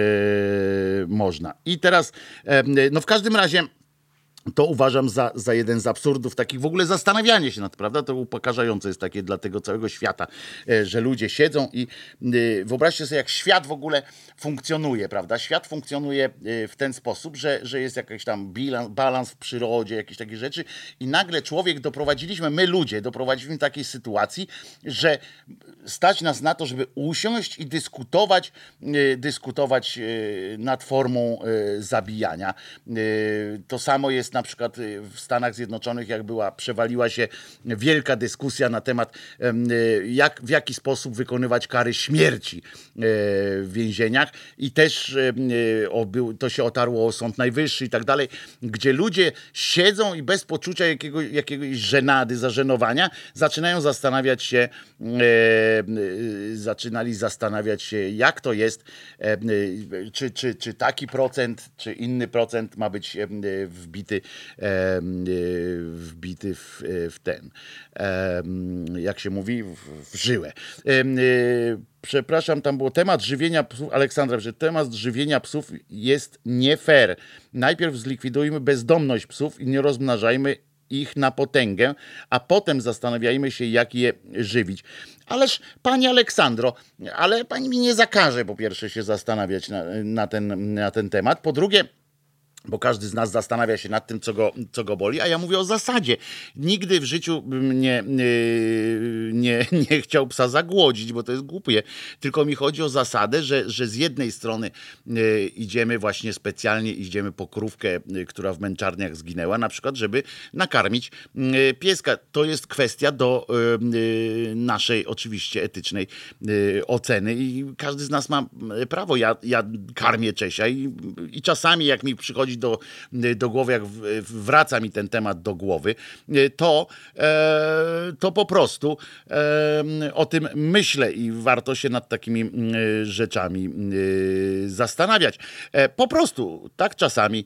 [SPEAKER 1] można. I teraz, no w każdym razie to uważam za jeden z absurdów, takich w ogóle zastanawianie się nad, prawda? To upokarzające jest takie dla tego całego świata, że ludzie siedzą i wyobraźcie sobie, jak świat w ogóle funkcjonuje, prawda? Świat funkcjonuje w ten sposób, że jest jakiś tam balans w przyrodzie, jakieś takie rzeczy i nagle my ludzie doprowadziliśmy do takiej sytuacji, że stać nas na to, żeby usiąść i dyskutować nad formą zabijania. To samo jest na przykład w Stanach Zjednoczonych, jak przewaliła się wielka dyskusja na temat, w jaki sposób wykonywać kary śmierci w więzieniach i też to się otarło o Sąd Najwyższy i tak dalej, gdzie ludzie siedzą i bez poczucia jakiegoś żenady, zażenowania zaczynali zastanawiać się, jak to jest, czy taki procent, czy inny procent ma być wbity w ten, jak się mówi, w żyłę. Przepraszam, tam było temat żywienia psów. Aleksandra, że temat żywienia psów jest nie fair. Najpierw zlikwidujmy bezdomność psów i nie rozmnażajmy ich na potęgę, a potem zastanawiajmy się, jak je żywić. Ależ pani Aleksandro, ale pani mi nie zakaże po pierwsze się zastanawiać na ten temat. Po drugie, bo każdy z nas zastanawia się nad tym, co go boli, a ja mówię o zasadzie. Nigdy w życiu bym nie chciał psa zagłodzić, bo to jest głupie. Tylko mi chodzi o zasadę, że z jednej strony idziemy właśnie specjalnie, idziemy po krówkę, która w męczarniach zginęła, na przykład, żeby nakarmić pieska. To jest kwestia do naszej oczywiście etycznej oceny i każdy z nas ma prawo. Ja karmię Czesia i czasami jak mi przychodzi do głowy, jak wraca mi ten temat do głowy, to po prostu o tym myślę i warto się nad takimi rzeczami zastanawiać. Po prostu, tak czasami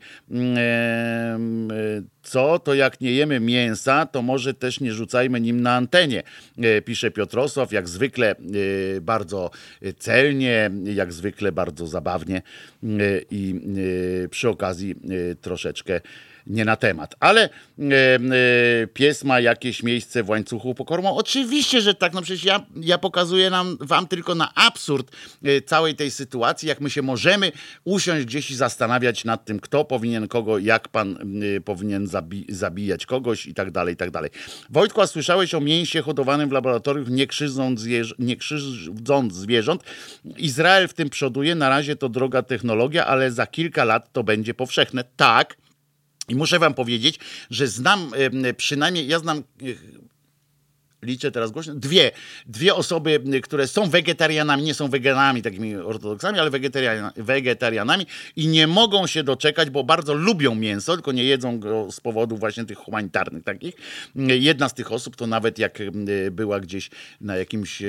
[SPEAKER 1] to jak nie jemy mięsa, to może też nie rzucajmy nim na antenie, pisze Piotrosław, jak zwykle bardzo celnie, jak zwykle bardzo zabawnie i przy okazji troszeczkę nie na temat. Ale pies ma jakieś miejsce w łańcuchu pokarmowym. Oczywiście, że tak. No przecież ja pokazuję wam tylko na absurd całej tej sytuacji, jak my się możemy usiąść gdzieś i zastanawiać nad tym, kto powinien kogo, jak pan powinien zabijać kogoś i tak dalej, i tak dalej. Wojtku, a słyszałeś o mięsie hodowanym w laboratorium, nie krzywdząc zwierząt? Izrael w tym przoduje. Na razie to droga technologia, ale za kilka lat to będzie powszechne. Tak. I muszę wam powiedzieć, że znam przynajmniej, ja znam, liczę teraz głośno, dwie osoby, które są wegetarianami, nie są weganami takimi ortodoksami, ale wegetarianami i nie mogą się doczekać, bo bardzo lubią mięso, tylko nie jedzą go z powodów właśnie tych humanitarnych takich. Jedna z tych osób to nawet jak była gdzieś na jakimś,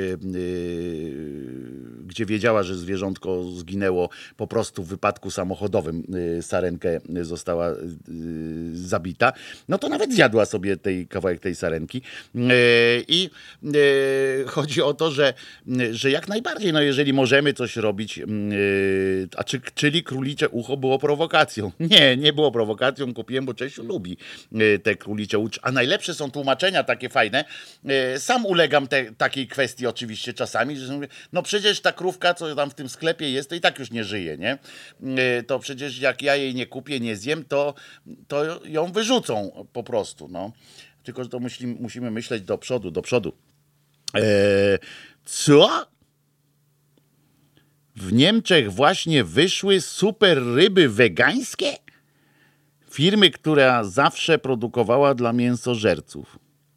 [SPEAKER 1] gdzie wiedziała, że zwierzątko zginęło po prostu w wypadku samochodowym, sarenkę została zabita, no to nawet zjadła sobie kawałek tej sarenki. I chodzi o to, że jak najbardziej, no jeżeli możemy coś robić, czyli królicze ucho było prowokacją. Nie było prowokacją, kupiłem, bo Czesiu lubi te królicze ucho, a najlepsze są tłumaczenia takie fajne. Sam ulegam takiej kwestii oczywiście czasami, że mówię, no przecież ta krówka, co tam w tym sklepie jest, to i tak już nie żyje, nie? To przecież jak ja jej nie kupię, nie zjem, to ją wyrzucą po prostu, no. Tylko, że to musimy myśleć do przodu. Co? W Niemczech właśnie wyszły super ryby wegańskie? Firmy, która zawsze produkowała dla mięsożerców.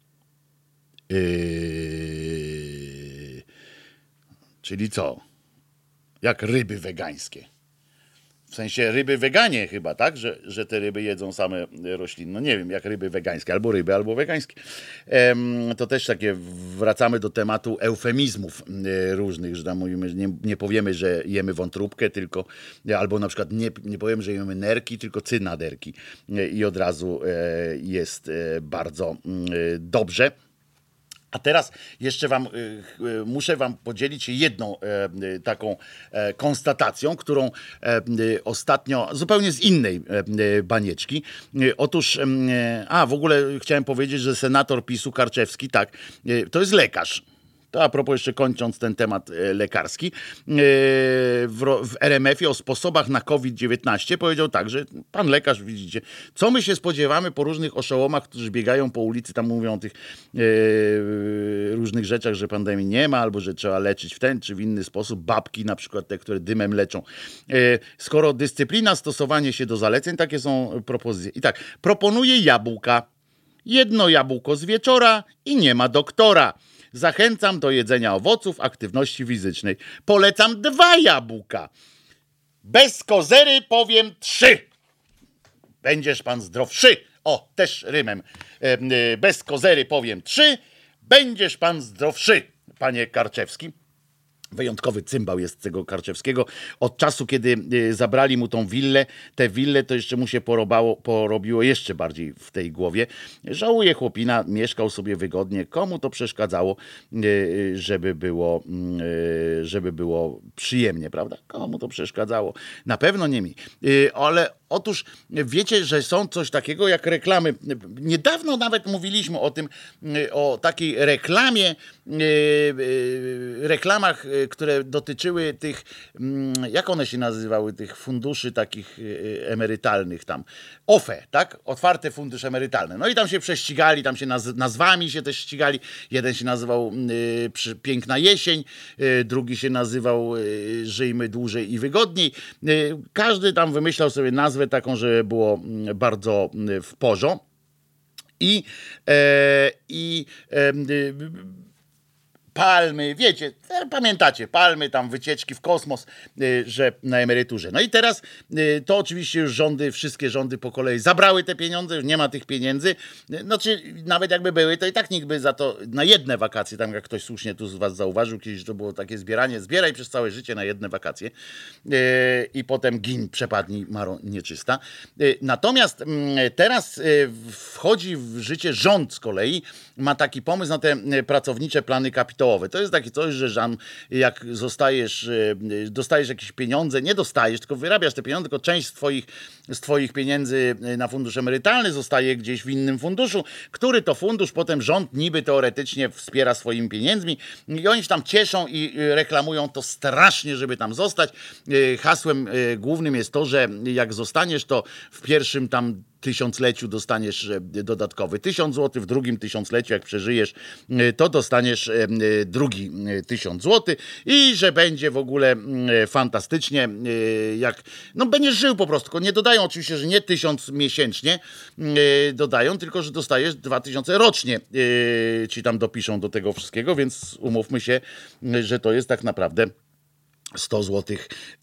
[SPEAKER 1] Czyli co? Jak ryby wegańskie? W sensie ryby weganie chyba, tak? Że te ryby jedzą same rośliny. No nie wiem, jak ryby wegańskie. Albo ryby, albo wegańskie. To też takie, wracamy do tematu eufemizmów różnych, że tam mówimy, że nie powiemy, że jemy wątróbkę, tylko, albo na przykład nie powiemy, że jemy nerki, tylko cynaderki. I od razu jest bardzo dobrze. A teraz jeszcze muszę wam podzielić się jedną taką konstatacją, którą ostatnio, zupełnie z innej banieczki. Otóż, w ogóle chciałem powiedzieć, że senator PiS-u Karczewski, tak, to jest lekarz. To a propos jeszcze kończąc ten temat lekarski, w RMF-ie o sposobach na COVID-19 powiedział tak, że pan lekarz, widzicie, co my się spodziewamy po różnych oszołomach, którzy biegają po ulicy, tam mówią o tych różnych rzeczach, że pandemii nie ma, albo że trzeba leczyć w ten czy w inny sposób, babki na przykład te, które dymem leczą. Skoro dyscyplina, stosowanie się do zaleceń, takie są propozycje. I tak, proponuję jabłka. Jedno jabłko z wieczora i nie ma doktora. Zachęcam do jedzenia owoców, aktywności fizycznej. Polecam 2 jabłka. Bez kozery powiem 3. Będziesz pan zdrowszy. O, też rymem. Bez kozery powiem 3. Będziesz pan zdrowszy, panie Karczewski. Wyjątkowy cymbał jest tego Karczewskiego. Od czasu, kiedy zabrali mu tą willę, te wille to jeszcze mu się porobiło jeszcze bardziej w tej głowie. Żałuje chłopina, mieszkał sobie wygodnie. Komu to przeszkadzało, żeby było przyjemnie, prawda? Komu to przeszkadzało? Na pewno nie mi. Ale Otóż wiecie, że są coś takiego jak reklamy. Niedawno nawet mówiliśmy o tym, o takiej reklamach, które dotyczyły tych, jak one się nazywały, tych funduszy takich emerytalnych tam. OFE, tak? Otwarte fundusze emerytalne. No i tam się prześcigali, tam się nazwami się też ścigali. Jeden się nazywał Piękna jesień, drugi się nazywał Żyjmy dłużej i wygodniej. Każdy tam wymyślał sobie nazwę taką, żeby było bardzo w porządku. Palmy, wiecie, pamiętacie, palmy, tam wycieczki w kosmos, że na emeryturze. No i teraz to oczywiście już wszystkie rządy po kolei zabrały te pieniądze, już nie ma tych pieniędzy. Znaczy, nawet jakby były, to i tak nikt by za to na jedne wakacje, tam jak ktoś słusznie tu z was zauważył, kiedyś to było takie zbieranie, zbieraj przez całe życie na jedne wakacje i potem gin, przepadnij, maro nieczysta. Natomiast teraz wchodzi w życie rząd z kolei, ma taki pomysł na te pracownicze plany kapitałowe. To jest takie coś, że jak dostajesz jakieś pieniądze, nie dostajesz, tylko wyrabiasz te pieniądze, tylko część z twoich pieniędzy na fundusz emerytalny zostaje gdzieś w innym funduszu, który to fundusz potem rząd niby teoretycznie wspiera swoimi pieniędzmi i oni się tam cieszą i reklamują to strasznie, żeby tam zostać. Hasłem głównym jest to, że jak zostaniesz, to w pierwszym tam tysiącleciu dostaniesz dodatkowy 1000 zł, w drugim tysiącleciu jak przeżyjesz, to dostaniesz drugi 1000 zł i że będzie w ogóle fantastycznie, jak no będziesz żył po prostu, tylko nie dodają oczywiście, że nie 1000 miesięcznie dodają, tylko że dostajesz 2000 rocznie, ci tam dopiszą do tego wszystkiego, więc umówmy się, że to jest tak naprawdę 100 zł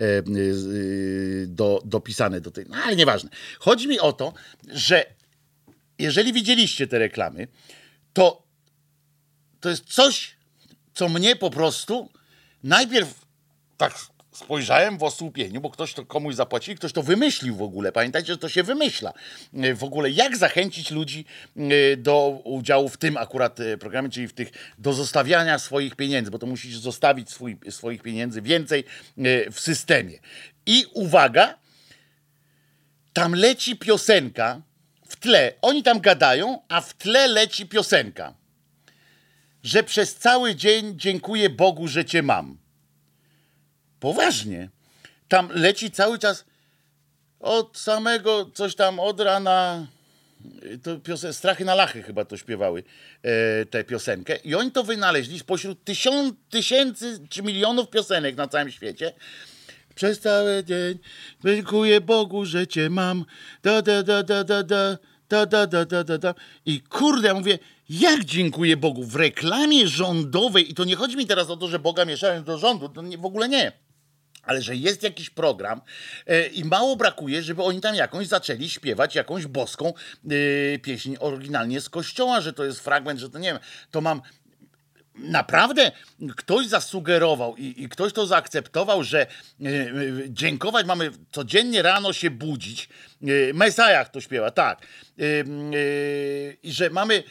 [SPEAKER 1] dopisane do tej. No ale nieważne. Chodzi mi o to, że jeżeli widzieliście te reklamy, to jest coś, co mnie po prostu najpierw tak spojrzałem w osłupieniu, bo ktoś to komuś zapłacił, ktoś to wymyślił w ogóle. Pamiętajcie, że to się wymyśla. W ogóle jak zachęcić ludzi do udziału w tym akurat programie, czyli do zostawiania swoich pieniędzy, bo to musisz zostawić swoich pieniędzy więcej w systemie. I uwaga, tam leci piosenka w tle. Oni tam gadają, a w tle leci piosenka. Że przez cały dzień dziękuję Bogu, że cię mam. Poważnie. Tam leci cały czas od samego coś tam od rana. To Strachy na Lachy chyba to śpiewały tę piosenkę. I oni to wynaleźli spośród tysięcy czy milionów piosenek na całym świecie. Przez cały dzień dziękuję Bogu, że cię mam. Da, da, da, da, da, da. Da, da, da, da, da, da. I kurde, ja mówię, jak dziękuję Bogu? W reklamie rządowej, i to nie chodzi mi teraz o to, że Boga mieszałem do rządu, to w ogóle nie. Ale że jest jakiś program i mało brakuje, żeby oni tam jakąś zaczęli śpiewać jakąś boską pieśń oryginalnie z kościoła, że to jest fragment, że to nie wiem, to mam naprawdę ktoś zasugerował i ktoś to zaakceptował, że dziękować mamy codziennie rano się budzić. Mesajach to śpiewa, tak. I że mamy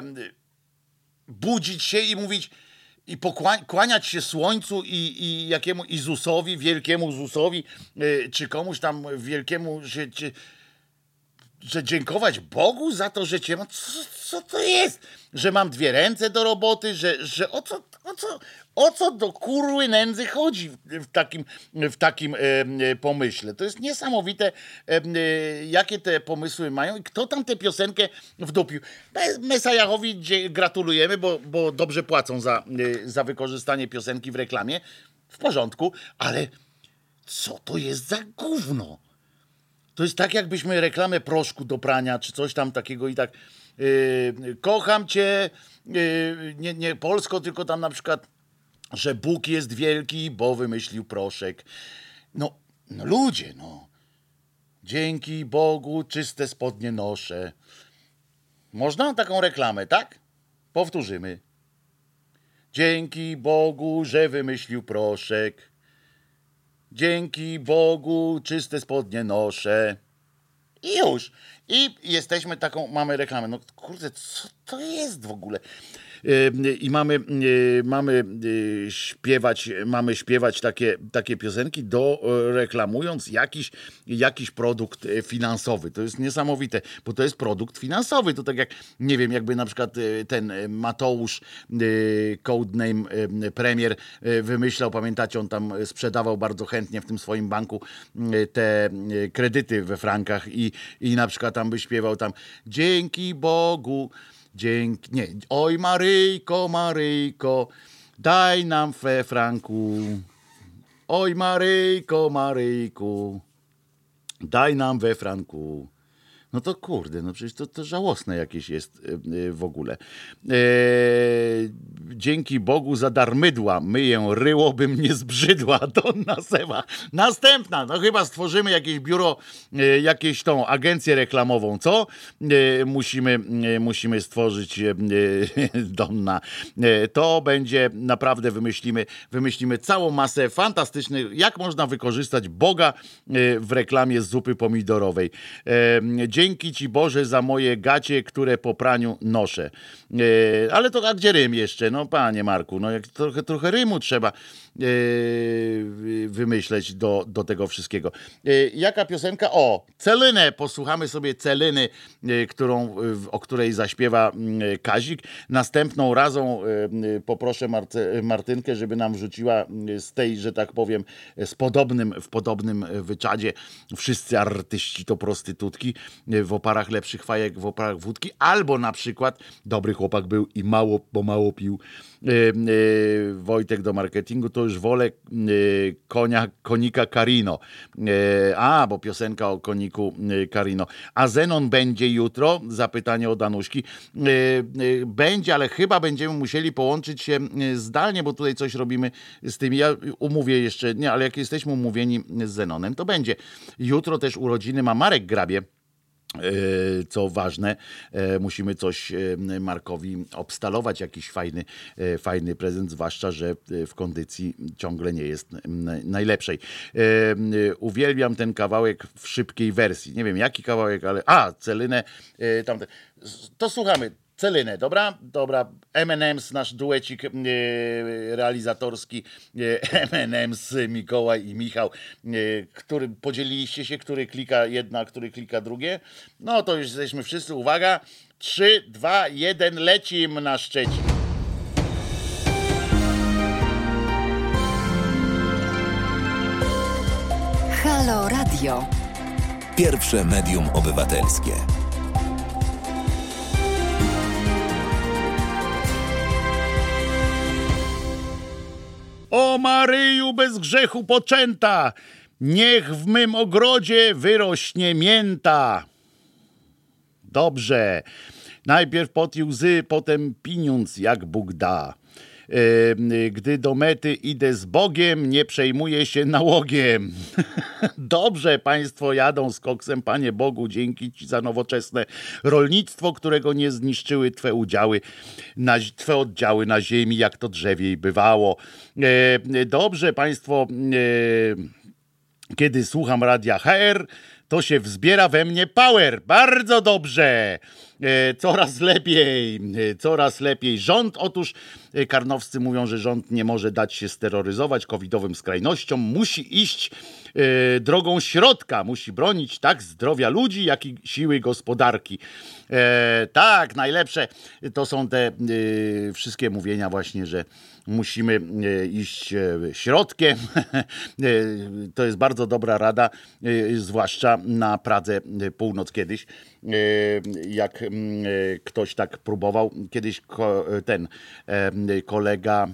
[SPEAKER 1] budzić się i mówić i kłaniać się słońcu i jakiemu Izusowi, wielkiemu Zusowi, czy komuś tam wielkiemu, że dziękować Bogu za to, że cię ma. Co to jest? Że mam 2 ręce do roboty, że o co do kurły nędzy chodzi w takim pomyśle. To jest niesamowite, jakie te pomysły mają i kto tam tę piosenkę wdupił. Mesajachowi gratulujemy, bo dobrze płacą za wykorzystanie piosenki w reklamie. W porządku, ale co to jest za gówno? To jest tak, jakbyśmy reklamę proszku do prania, czy coś tam takiego i tak kocham cię, nie Polsko, tylko tam na przykład, że Bóg jest wielki, bo wymyślił proszek. No ludzie, no. Dzięki Bogu czyste spodnie noszę. Można taką reklamę, tak? Powtórzymy. Dzięki Bogu, że wymyślił proszek. Dzięki Bogu czyste spodnie noszę. I już. I jesteśmy mamy reklamę. No kurde, co to jest w ogóle? I mamy śpiewać takie piosenki, reklamując jakiś produkt finansowy. To jest niesamowite, bo to jest produkt finansowy. To tak jak, nie wiem, jakby na przykład ten Mateusz, codename premier, wymyślał, pamiętacie, on tam sprzedawał bardzo chętnie w tym swoim banku te kredyty we frankach i na przykład tam by śpiewał tam dzięki Bogu, oj Maryjko, Maryjko, daj nam we franku, oj Maryjko, Maryjku, daj nam we franku. No to kurde, no przecież to żałosne jakieś jest w ogóle. Dzięki Bogu za darmydła, myję ryło, bym nie zbrzydła. Donna Sewa. Następna, no chyba stworzymy jakieś biuro, jakieś tą agencję reklamową, co? Musimy stworzyć, Donna. To będzie, naprawdę wymyślimy całą masę fantastycznych, jak można wykorzystać Boga w reklamie zupy pomidorowej. Dzięki Ci Boże za moje gacie, które po praniu noszę. Ale to, a gdzie rym jeszcze? No panie Marku, no jak trochę rymu trzeba wymyśleć do tego wszystkiego. Jaka piosenka? O, Celynę. Posłuchamy sobie Celyny, o której zaśpiewa Kazik. Następną razą poproszę Martynkę, żeby nam wrzuciła z tej, że tak powiem, w podobnym wyczadzie wszyscy artyści to prostytutki w oparach lepszych fajek, w oparach wódki, albo na przykład dobry chłopak był i mało pił. Wojtek do marketingu, to już wolę konika Carino. Bo piosenka o koniku Carino. A Zenon będzie jutro? Zapytanie od Danuszki. Będzie, ale chyba będziemy musieli połączyć się zdalnie, bo tutaj coś robimy z tym. Ja umówię jeszcze, nie, ale jak jesteśmy umówieni z Zenonem, to będzie. Jutro też urodziny ma Marek Grabie. Co ważne, musimy coś Markowi obstalować, jakiś fajny prezent, zwłaszcza, że w kondycji ciągle nie jest najlepszej. Uwielbiam ten kawałek w szybkiej wersji. Nie wiem jaki kawałek, ale... Celynę, tamte. To słuchamy. Celynę, dobra? Dobra. M&M's, nasz duecik realizatorski, M&M's, Mikołaj i Michał, który podzieliliście się, który klika jedna, a który klika drugie. No to już jesteśmy wszyscy. Uwaga. 3, 2, 1, lecim na Szczecin.
[SPEAKER 2] Halo Radio.
[SPEAKER 3] Pierwsze medium obywatelskie.
[SPEAKER 1] O Maryju bez grzechu poczęta, niech w mym ogrodzie wyrośnie mięta. Dobrze. Najpierw pot i łzy, potem pieniądz, jak Bóg da. Gdy do mety idę z Bogiem, nie przejmuję się nałogiem. Dobrze, państwo jadą z koksem, Panie Bogu, dzięki Ci za nowoczesne rolnictwo, którego nie zniszczyły Twe oddziały na ziemi, jak to drzewiej bywało. Dobrze, państwo, kiedy słucham radia HR, to się wzbiera we mnie power. Bardzo dobrze. Coraz lepiej. Rząd, otóż karnowscy mówią, że rząd nie może dać się steroryzować covidowym skrajnościom, musi iść drogą środka, musi bronić tak zdrowia ludzi, jak i siły gospodarki. Tak, najlepsze to są te wszystkie mówienia właśnie, że musimy iść środkiem. To jest bardzo dobra rada, zwłaszcza na Pradze Północ kiedyś, jak ktoś tak próbował. Kiedyś ten kolega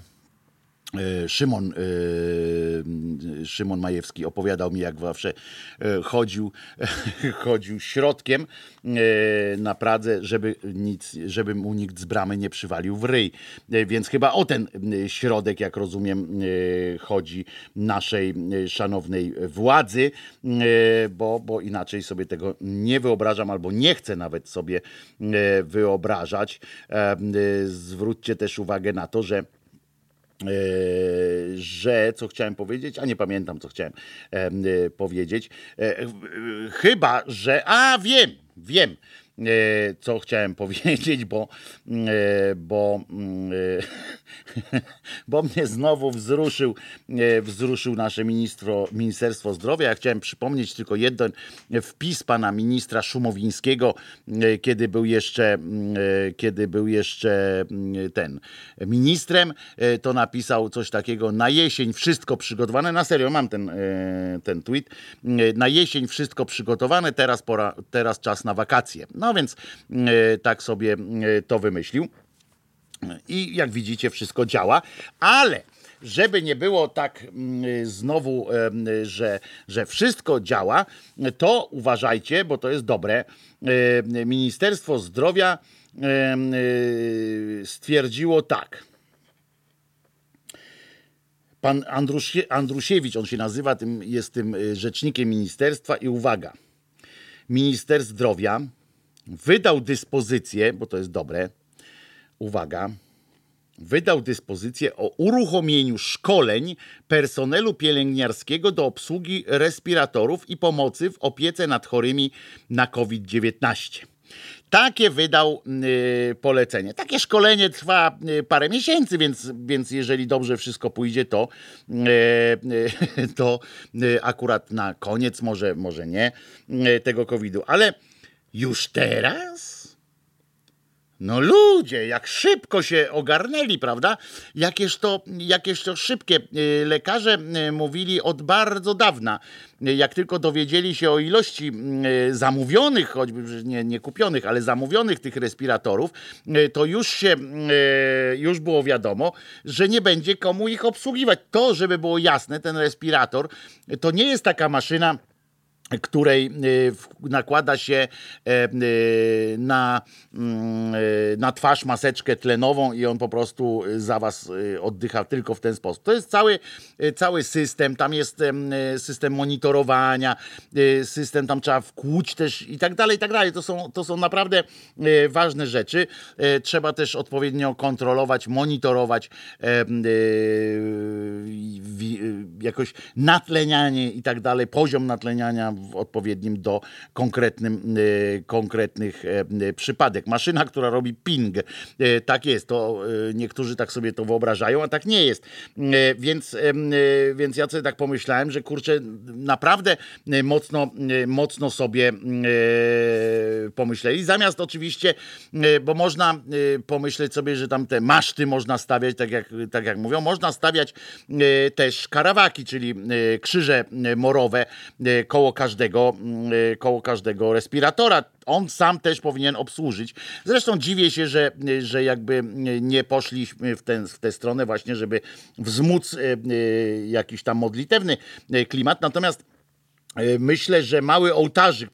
[SPEAKER 1] Szymon Majewski opowiadał mi, jak zawsze chodził środkiem na Pradze, żeby mu nikt z bramy nie przywalił w ryj. Więc chyba o ten środek, jak rozumiem, chodzi naszej szanownej władzy, bo inaczej sobie tego nie wyobrażam, albo nie chcę nawet sobie wyobrażać. Zwróćcie też uwagę na to, że co chciałem powiedzieć, a nie pamiętam, co chciałem powiedzieć. Chyba, że... wiem. co chciałem powiedzieć, bo mnie znowu wzruszył nasze Ministerstwo Zdrowia. Ja chciałem przypomnieć tylko jeden wpis pana ministra Szumowińskiego, kiedy był jeszcze ten ministrem, to napisał coś takiego: na jesień wszystko przygotowane. Na serio, mam ten tweet. Na jesień wszystko przygotowane, teraz czas na wakacje. No więc tak sobie to wymyślił. I jak widzicie, wszystko działa, ale żeby nie było tak znowu, że wszystko działa, to uważajcie, bo to jest dobre. Ministerstwo Zdrowia stwierdziło tak. Pan Andrusiewicz, on się nazywa, jest tym rzecznikiem ministerstwa i uwaga, minister zdrowia wydał dyspozycję, bo to jest dobre, uwaga, wydał dyspozycję o uruchomieniu szkoleń personelu pielęgniarskiego do obsługi respiratorów i pomocy w opiece nad chorymi na COVID-19. Takie wydał polecenie. Takie szkolenie trwa parę miesięcy, więc jeżeli dobrze wszystko pójdzie, to akurat na koniec, może nie, tego COVID-u. Ale już teraz? No ludzie, jak szybko się ogarnęli, prawda? Jakież to szybkie. Lekarze mówili od bardzo dawna. Jak tylko dowiedzieli się o ilości zamówionych, choćby nie kupionych, ale zamówionych tych respiratorów, to już było wiadomo, że nie będzie komu ich obsługiwać. To, żeby było jasne, ten respirator to nie jest taka maszyna, której nakłada się na twarz maseczkę tlenową i on po prostu za was oddycha tylko w ten sposób. To jest cały system, tam jest system monitorowania, system, tam trzeba wkłuć też i tak dalej, i tak dalej. To są naprawdę ważne rzeczy. Trzeba też odpowiednio kontrolować, monitorować jakoś natlenianie i tak dalej, poziom natleniania odpowiednim do konkretnych przypadek. Maszyna, która robi ping. Tak jest. To niektórzy tak sobie to wyobrażają, a tak nie jest. Więc ja sobie tak pomyślałem, że kurczę, naprawdę mocno sobie pomyśleli. Zamiast oczywiście, bo można pomyśleć sobie, że tam te maszty można stawiać, tak jak mówią, można stawiać też karawaki, czyli krzyże morowe koło każdego respiratora. On sam też powinien obsłużyć. Zresztą dziwię się, że jakby nie poszliśmy w tę stronę właśnie, żeby wzmóc jakiś tam modlitewny klimat. Natomiast myślę, że mały ołtarzyk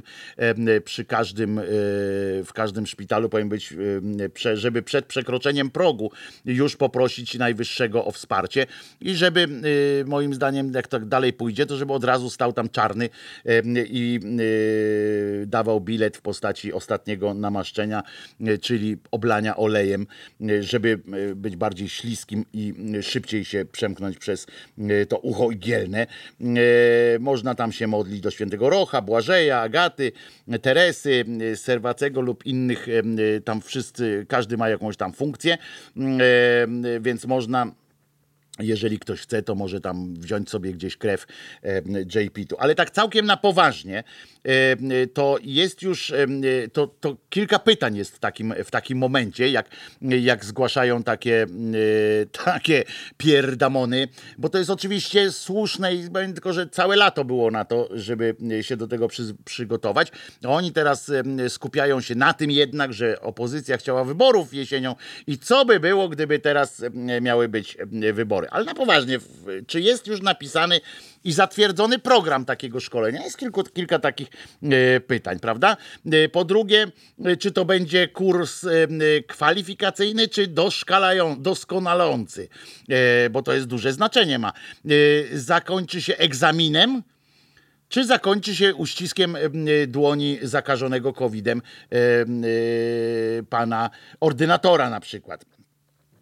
[SPEAKER 1] w każdym szpitalu powinien być, żeby przed przekroczeniem progu już poprosić Najwyższego o wsparcie i żeby, moim zdaniem, jak tak dalej pójdzie, to żeby od razu stał tam czarny i dawał bilet w postaci ostatniego namaszczenia, czyli oblania olejem, żeby być bardziej śliskim i szybciej się przemknąć przez to ucho igielne. Można tam się modlić do świętego Rocha, Błażeja, Agaty, Teresy, Serwacego lub innych, tam wszyscy, każdy ma jakąś tam funkcję, więc można, jeżeli ktoś chce, to może tam wziąć sobie gdzieś krew JP-tu. Ale tak całkiem na poważnie, to jest już, to kilka pytań jest w takim momencie, jak zgłaszają takie pierdamony, bo to jest oczywiście słuszne, tylko że całe lato było na to, żeby się do tego przygotować. Oni teraz skupiają się na tym jednak, że opozycja chciała wyborów jesienią i co by było, gdyby teraz miały być wybory. Ale na poważnie, czy jest już napisany i zatwierdzony program takiego szkolenia? Jest kilka takich pytań, prawda? Po drugie, czy to będzie kurs kwalifikacyjny, czy doskonalący? Bo to jest duże znaczenie ma. Zakończy się egzaminem, czy zakończy się uściskiem dłoni zakażonego COVID-em pana ordynatora na przykład?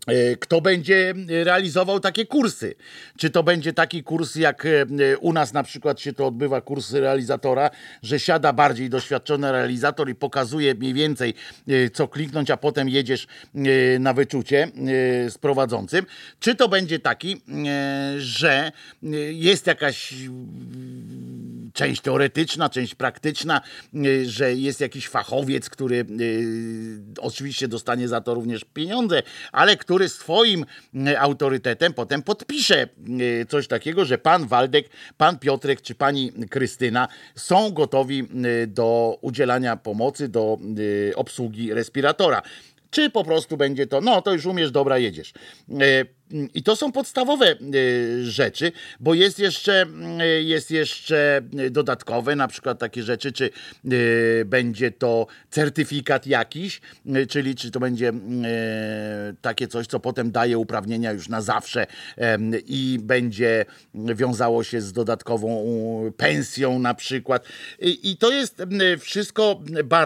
[SPEAKER 1] Kto będzie realizował takie kursy? Czy to będzie taki kurs, jak u nas na przykład się to odbywa, kurs realizatora, że siada bardziej doświadczony realizator i pokazuje mniej więcej, co kliknąć, a potem jedziesz na wyczucie z prowadzącym? Czy to będzie taki, że jest jakaś część teoretyczna, część praktyczna, że jest jakiś fachowiec, który oczywiście dostanie za to również pieniądze, ale który swoim autorytetem potem podpisze coś takiego, że pan Waldek, pan Piotrek czy pani Krystyna są gotowi do udzielania pomocy, do obsługi respiratora. Czy po prostu będzie to, no to już umiesz, dobra, jedziesz. I to są podstawowe rzeczy, bo jest jeszcze dodatkowe, na przykład takie rzeczy, czy będzie to certyfikat jakiś, czyli czy to będzie takie coś, co potem daje uprawnienia już na zawsze i będzie wiązało się z dodatkową pensją na przykład. I to jest wszystko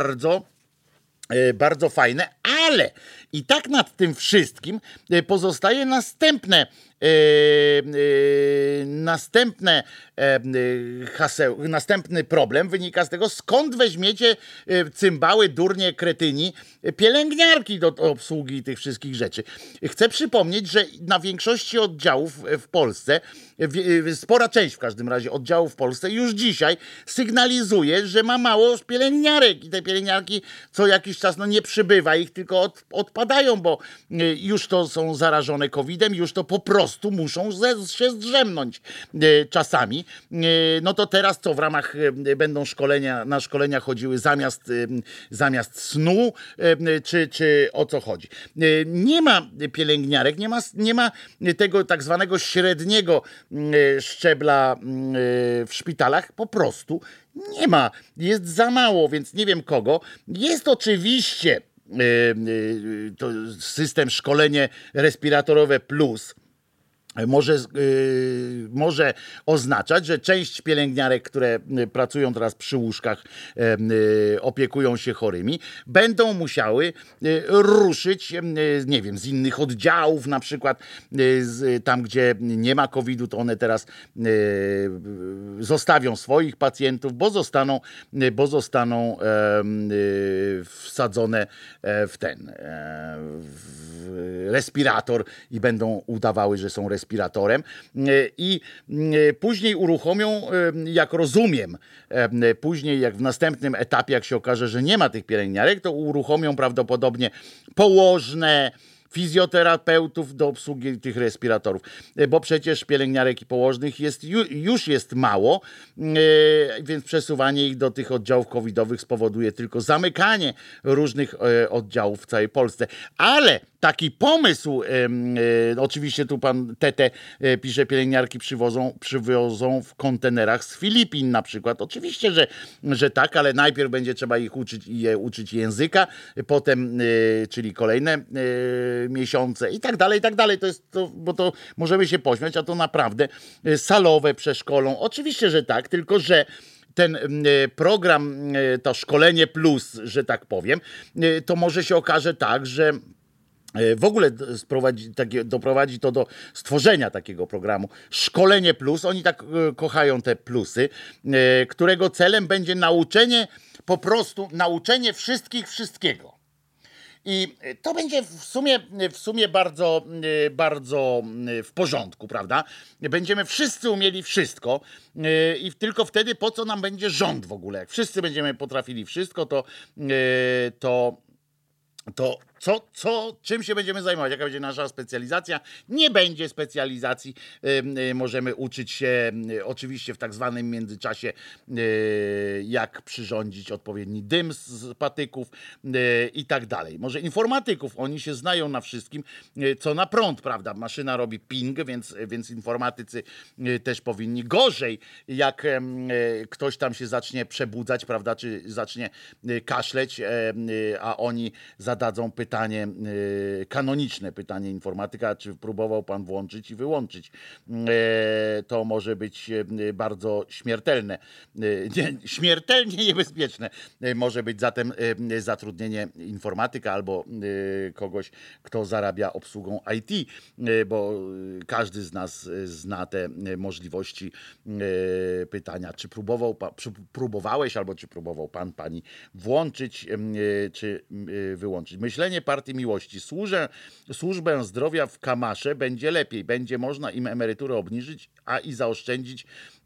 [SPEAKER 1] bardzo fajne, ale i tak nad tym wszystkim pozostaje następny problem wynika z tego, skąd weźmiecie cymbały, durnie, kretyni, pielęgniarki do obsługi tych wszystkich rzeczy. Chcę przypomnieć, że na większości oddziałów w Polsce, spora część w każdym razie oddziałów w Polsce już dzisiaj sygnalizuje, że ma mało pielęgniarek i te pielęgniarki co jakiś czas nie przybywa ich, tylko odpadają, bo już to są zarażone COVID-em, już to po prostu muszą się zdrzemnąć czasami. No to teraz co w ramach będą na szkolenia chodziły zamiast snu, czy o co chodzi? Nie ma pielęgniarek, nie ma tego tak zwanego średniego szczebla w szpitalach, po prostu nie ma. Jest za mało, więc nie wiem kogo. Jest oczywiście to system szkolenie respiratorowe plus. Może oznaczać, że część pielęgniarek, które pracują teraz przy łóżkach, opiekują się chorymi, będą musiały ruszyć, nie wiem, z innych oddziałów, na przykład tam, gdzie nie ma COVID-u, to one teraz zostawią swoich pacjentów, bo zostaną wsadzone w respirator i będą udawały, że są respiratorem i później uruchomią, jak rozumiem, później jak w następnym etapie, jak się okaże, że nie ma tych pielęgniarek, to uruchomią prawdopodobnie położne, fizjoterapeutów do obsługi tych respiratorów, bo przecież pielęgniarek i położnych już jest mało, więc przesuwanie ich do tych oddziałów covidowych spowoduje tylko zamykanie różnych oddziałów w całej Polsce. Ale taki pomysł, oczywiście tu pan Tete pisze, pielęgniarki przywiozą w kontenerach z Filipin na przykład. Oczywiście, że tak, ale najpierw będzie trzeba ich uczyć języka, potem, czyli kolejne miesiące i tak dalej. To jest bo to możemy się pośmiać, a to naprawdę salowe przeszkolą. Oczywiście, że tak, tylko że ten program, to szkolenie plus, że tak powiem, to może się okaże tak, że w ogóle doprowadzi to do stworzenia takiego programu Szkolenie Plus. Oni tak kochają te plusy, którego celem będzie nauczenie wszystkich wszystkiego. I to będzie w sumie bardzo, bardzo w porządku, prawda? Będziemy wszyscy umieli wszystko i tylko wtedy po co nam będzie rząd w ogóle? Jak wszyscy będziemy potrafili wszystko, to czym się będziemy zajmować? Jaka będzie nasza specjalizacja? Nie będzie specjalizacji. Możemy uczyć się oczywiście w tak zwanym międzyczasie, jak przyrządzić odpowiedni dym z patyków i tak dalej. Może informatyków, oni się znają na wszystkim, co na prąd, prawda? Maszyna robi ping, więc informatycy też powinni. Gorzej, jak ktoś tam się zacznie przebudzać, prawda? Czy zacznie kaszleć, a oni zadadzą pytanie, pytanie, kanoniczne pytanie informatyka, czy próbował pan włączyć i wyłączyć. To może być bardzo śmiertelne, śmiertelnie niebezpieczne. Może być zatem zatrudnienie informatyka albo kogoś, kto zarabia obsługą IT, bo każdy z nas zna te możliwości pytania, czy próbowałeś albo czy próbował pan, pani włączyć czy wyłączyć. Myślenie Partii Miłości. Służbę zdrowia w kamasze będzie lepiej. Będzie można im emeryturę obniżyć, a i zaoszczędzić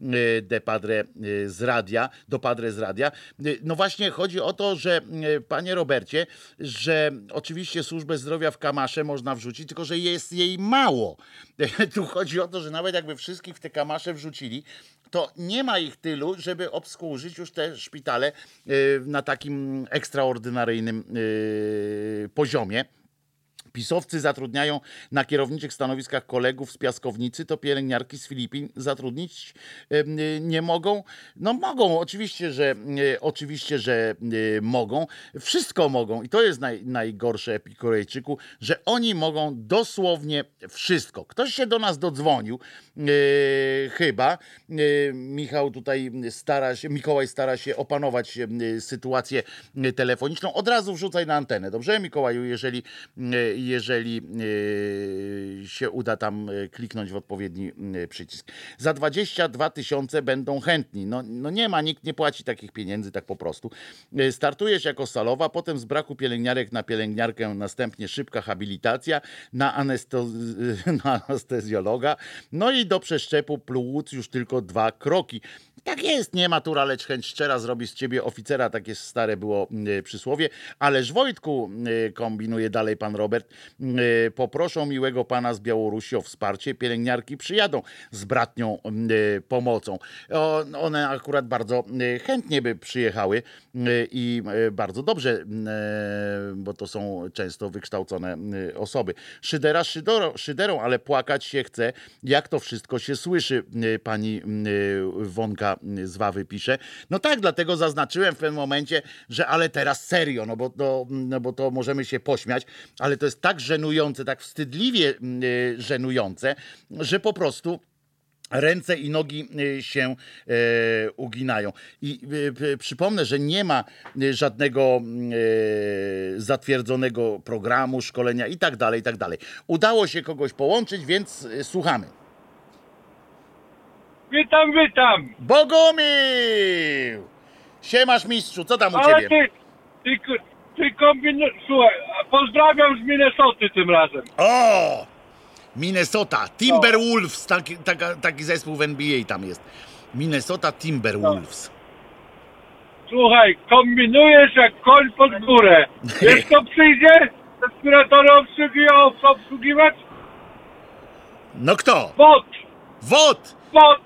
[SPEAKER 1] dopadre z radia. No właśnie chodzi o to, że panie Robercie, że oczywiście służbę zdrowia w kamasze można wrzucić, tylko że jest jej mało. Tu chodzi o to, że nawet jakby wszystkich w te kamasze wrzucili, to nie ma ich tylu, żeby obsłużyć już te szpitale na takim ekstraordynaryjnym poziomie. PiS-owcy zatrudniają na kierowniczych stanowiskach kolegów z piaskownicy, to pielęgniarki z Filipin zatrudnić nie mogą? No mogą, oczywiście, że mogą. Wszystko mogą i to jest najgorsze, Epikurejczyku, że oni mogą dosłownie wszystko. Ktoś się do nas dodzwonił, chyba. Mikołaj stara się opanować sytuację telefoniczną. Od razu wrzucaj na antenę, dobrze, Mikołaju, jeżeli się uda tam kliknąć w odpowiedni przycisk. Za 22 000 będą chętni. No nie ma, nikt nie płaci takich pieniędzy tak po prostu. Startujesz jako salowa, potem z braku pielęgniarek na pielęgniarkę, następnie szybka habilitacja na anestezjologa, no i do przeszczepu płuc już tylko 2 kroki. Tak jest, nie matura, lecz chęć szczera zrobi z ciebie oficera, takie stare było przysłowie. Ależ Wojtku, kombinuje dalej pan Robert, poproszą miłego pana z Białorusi o wsparcie, pielęgniarki przyjadą z bratnią pomocą. One akurat bardzo chętnie by przyjechały i bardzo dobrze, bo to są często wykształcone osoby. Szydera szyderą, ale płakać się chce, jak to wszystko się słyszy, pani Wonka z Wawy pisze. No tak, dlatego zaznaczyłem w pewnym momencie, że ale teraz serio, bo to możemy się pośmiać, ale to jest tak żenujące, tak wstydliwie żenujące, że po prostu ręce i nogi się uginają. I przypomnę, że nie ma żadnego zatwierdzonego programu, szkolenia i tak dalej, i tak dalej. Udało się kogoś połączyć, więc słuchamy.
[SPEAKER 4] Witam.
[SPEAKER 1] Bogumił! Siemasz, mistrzu, co tam u
[SPEAKER 4] Ale
[SPEAKER 1] ciebie?
[SPEAKER 4] ty słuchaj, pozdrawiam z Minnesoty tym razem.
[SPEAKER 1] O! Minnesota, Timberwolves, taki zespół w NBA tam jest. Minnesota Timberwolves.
[SPEAKER 4] Słuchaj, kombinujesz jak koń pod górę. Wiesz kto przyjdzie? Respiratory obsługiwać?
[SPEAKER 1] No kto? WOT!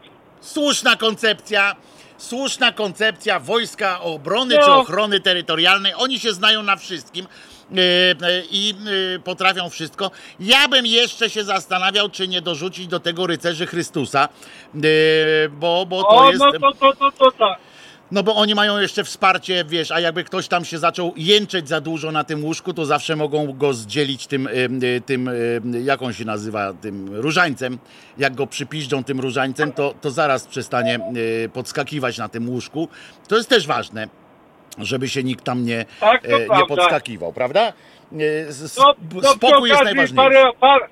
[SPEAKER 1] Słuszna koncepcja Wojska Obrony czy Ochrony Terytorialnej. Oni się znają na wszystkim i potrafią wszystko. Ja bym jeszcze się zastanawiał, czy nie dorzucić do tego rycerzy Chrystusa, bo to jest...
[SPEAKER 4] To tak.
[SPEAKER 1] No bo oni mają jeszcze wsparcie, wiesz, a jakby ktoś tam się zaczął jęczeć za dużo na tym łóżku, to zawsze mogą go zdzielić tym jak on się nazywa, tym różańcem. Jak go przypiżdżą tym różańcem, to zaraz przestanie podskakiwać na tym łóżku. To jest też ważne, żeby się nikt tam nie podskakiwał, prawda? Spokój jest najważniejszy.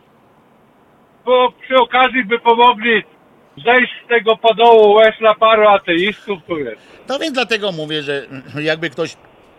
[SPEAKER 4] Bo przy okazji by pomogli zejść z tego podołu łez na paru ateistów, to wiesz.
[SPEAKER 1] No więc dlatego mówię, że jakby ktoś...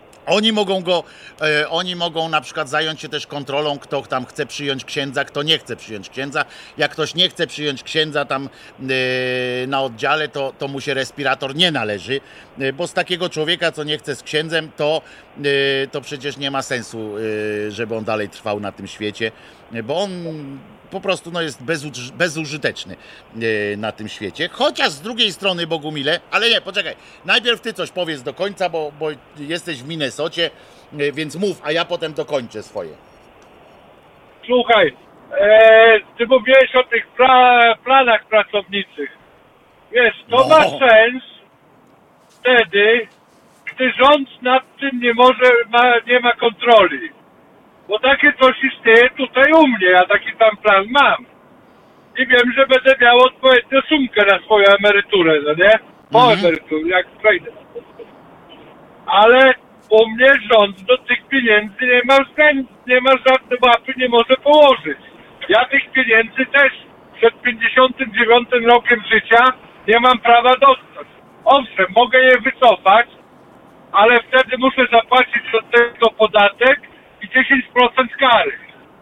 [SPEAKER 1] Oni mogą na przykład zająć się też kontrolą, kto tam chce przyjąć księdza, kto nie chce przyjąć księdza. Jak ktoś nie chce przyjąć księdza tam na oddziale, to mu się respirator nie należy, bo z takiego człowieka, co nie chce z księdzem, to przecież nie ma sensu, żeby on dalej trwał na tym świecie, bo on po prostu jest bezużyteczny na tym świecie. Chociaż z drugiej strony, Bogumile, ale nie, poczekaj, najpierw ty coś powiedz do końca, bo jesteś w Minnesocie, więc mów, a ja potem dokończę swoje.
[SPEAKER 4] Słuchaj, ty mówiłeś o tych planach pracowniczych. Wiesz, to ma sens wtedy, gdy rząd nad tym nie ma kontroli. Bo takie coś istnieje tutaj u mnie, ja taki tam plan mam. I wiem, że będę miał odpowiednią sumkę na swoją emeryturę, no nie? Po emeryturze, jak przejdę. Ale u mnie rząd do tych pieniędzy nie ma żadnej łapy, nie może położyć. Ja tych pieniędzy też przed 59 rokiem życia nie mam prawa dostać. Owszem, mogę je wycofać, ale wtedy muszę zapłacić od tego podatek i 10% kary.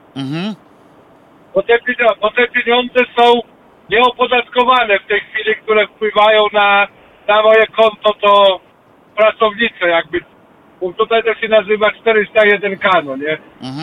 [SPEAKER 4] Bo te pieniądze są nieopodatkowane w tej chwili, które wpływają na moje konto, to pracownicze jakby. Bo tutaj to się nazywa 401k, no nie?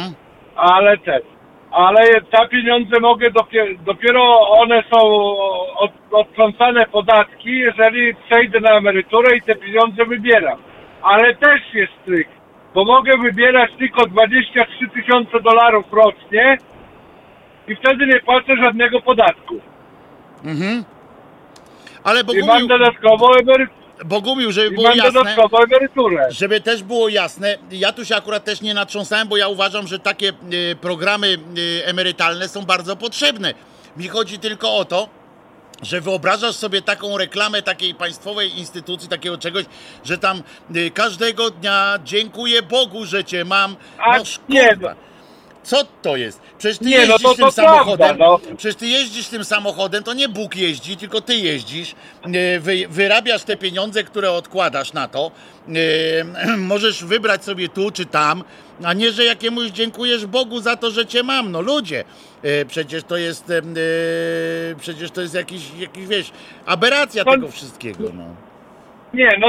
[SPEAKER 4] Ale te pieniądze mogę dopiero one są odtrącane podatki, jeżeli przejdę na emeryturę i te pieniądze wybieram. Ale też jest tryk, bo mogę wybierać tylko 23 tysiące dolarów rocznie i wtedy nie płacę żadnego podatku.
[SPEAKER 1] Ale
[SPEAKER 4] I mam dodatkową
[SPEAKER 1] Bogumił, żeby było jasne,
[SPEAKER 4] emeryturę.
[SPEAKER 1] żeby też było jasne, ja tu się akurat też nie natrząsałem, bo ja uważam, że takie programy emerytalne są bardzo potrzebne. Mi chodzi tylko o to, że wyobrażasz sobie taką reklamę takiej państwowej instytucji, takiego czegoś, że tam każdego dnia dziękuję Bogu, że cię mam. Co to jest? Przecież ty jeździsz tym samochodem. Przecież ty jeździsz tym samochodem, to nie Bóg jeździ, tylko ty jeździsz. Wyrabiasz te pieniądze, które odkładasz na to. Możesz wybrać sobie tu czy tam, a nie, że jakiemuś dziękujesz Bogu za to, że cię mam. No ludzie, przecież to jest jakiś wiesz, aberracja tego wszystkiego. No.
[SPEAKER 4] Nie, no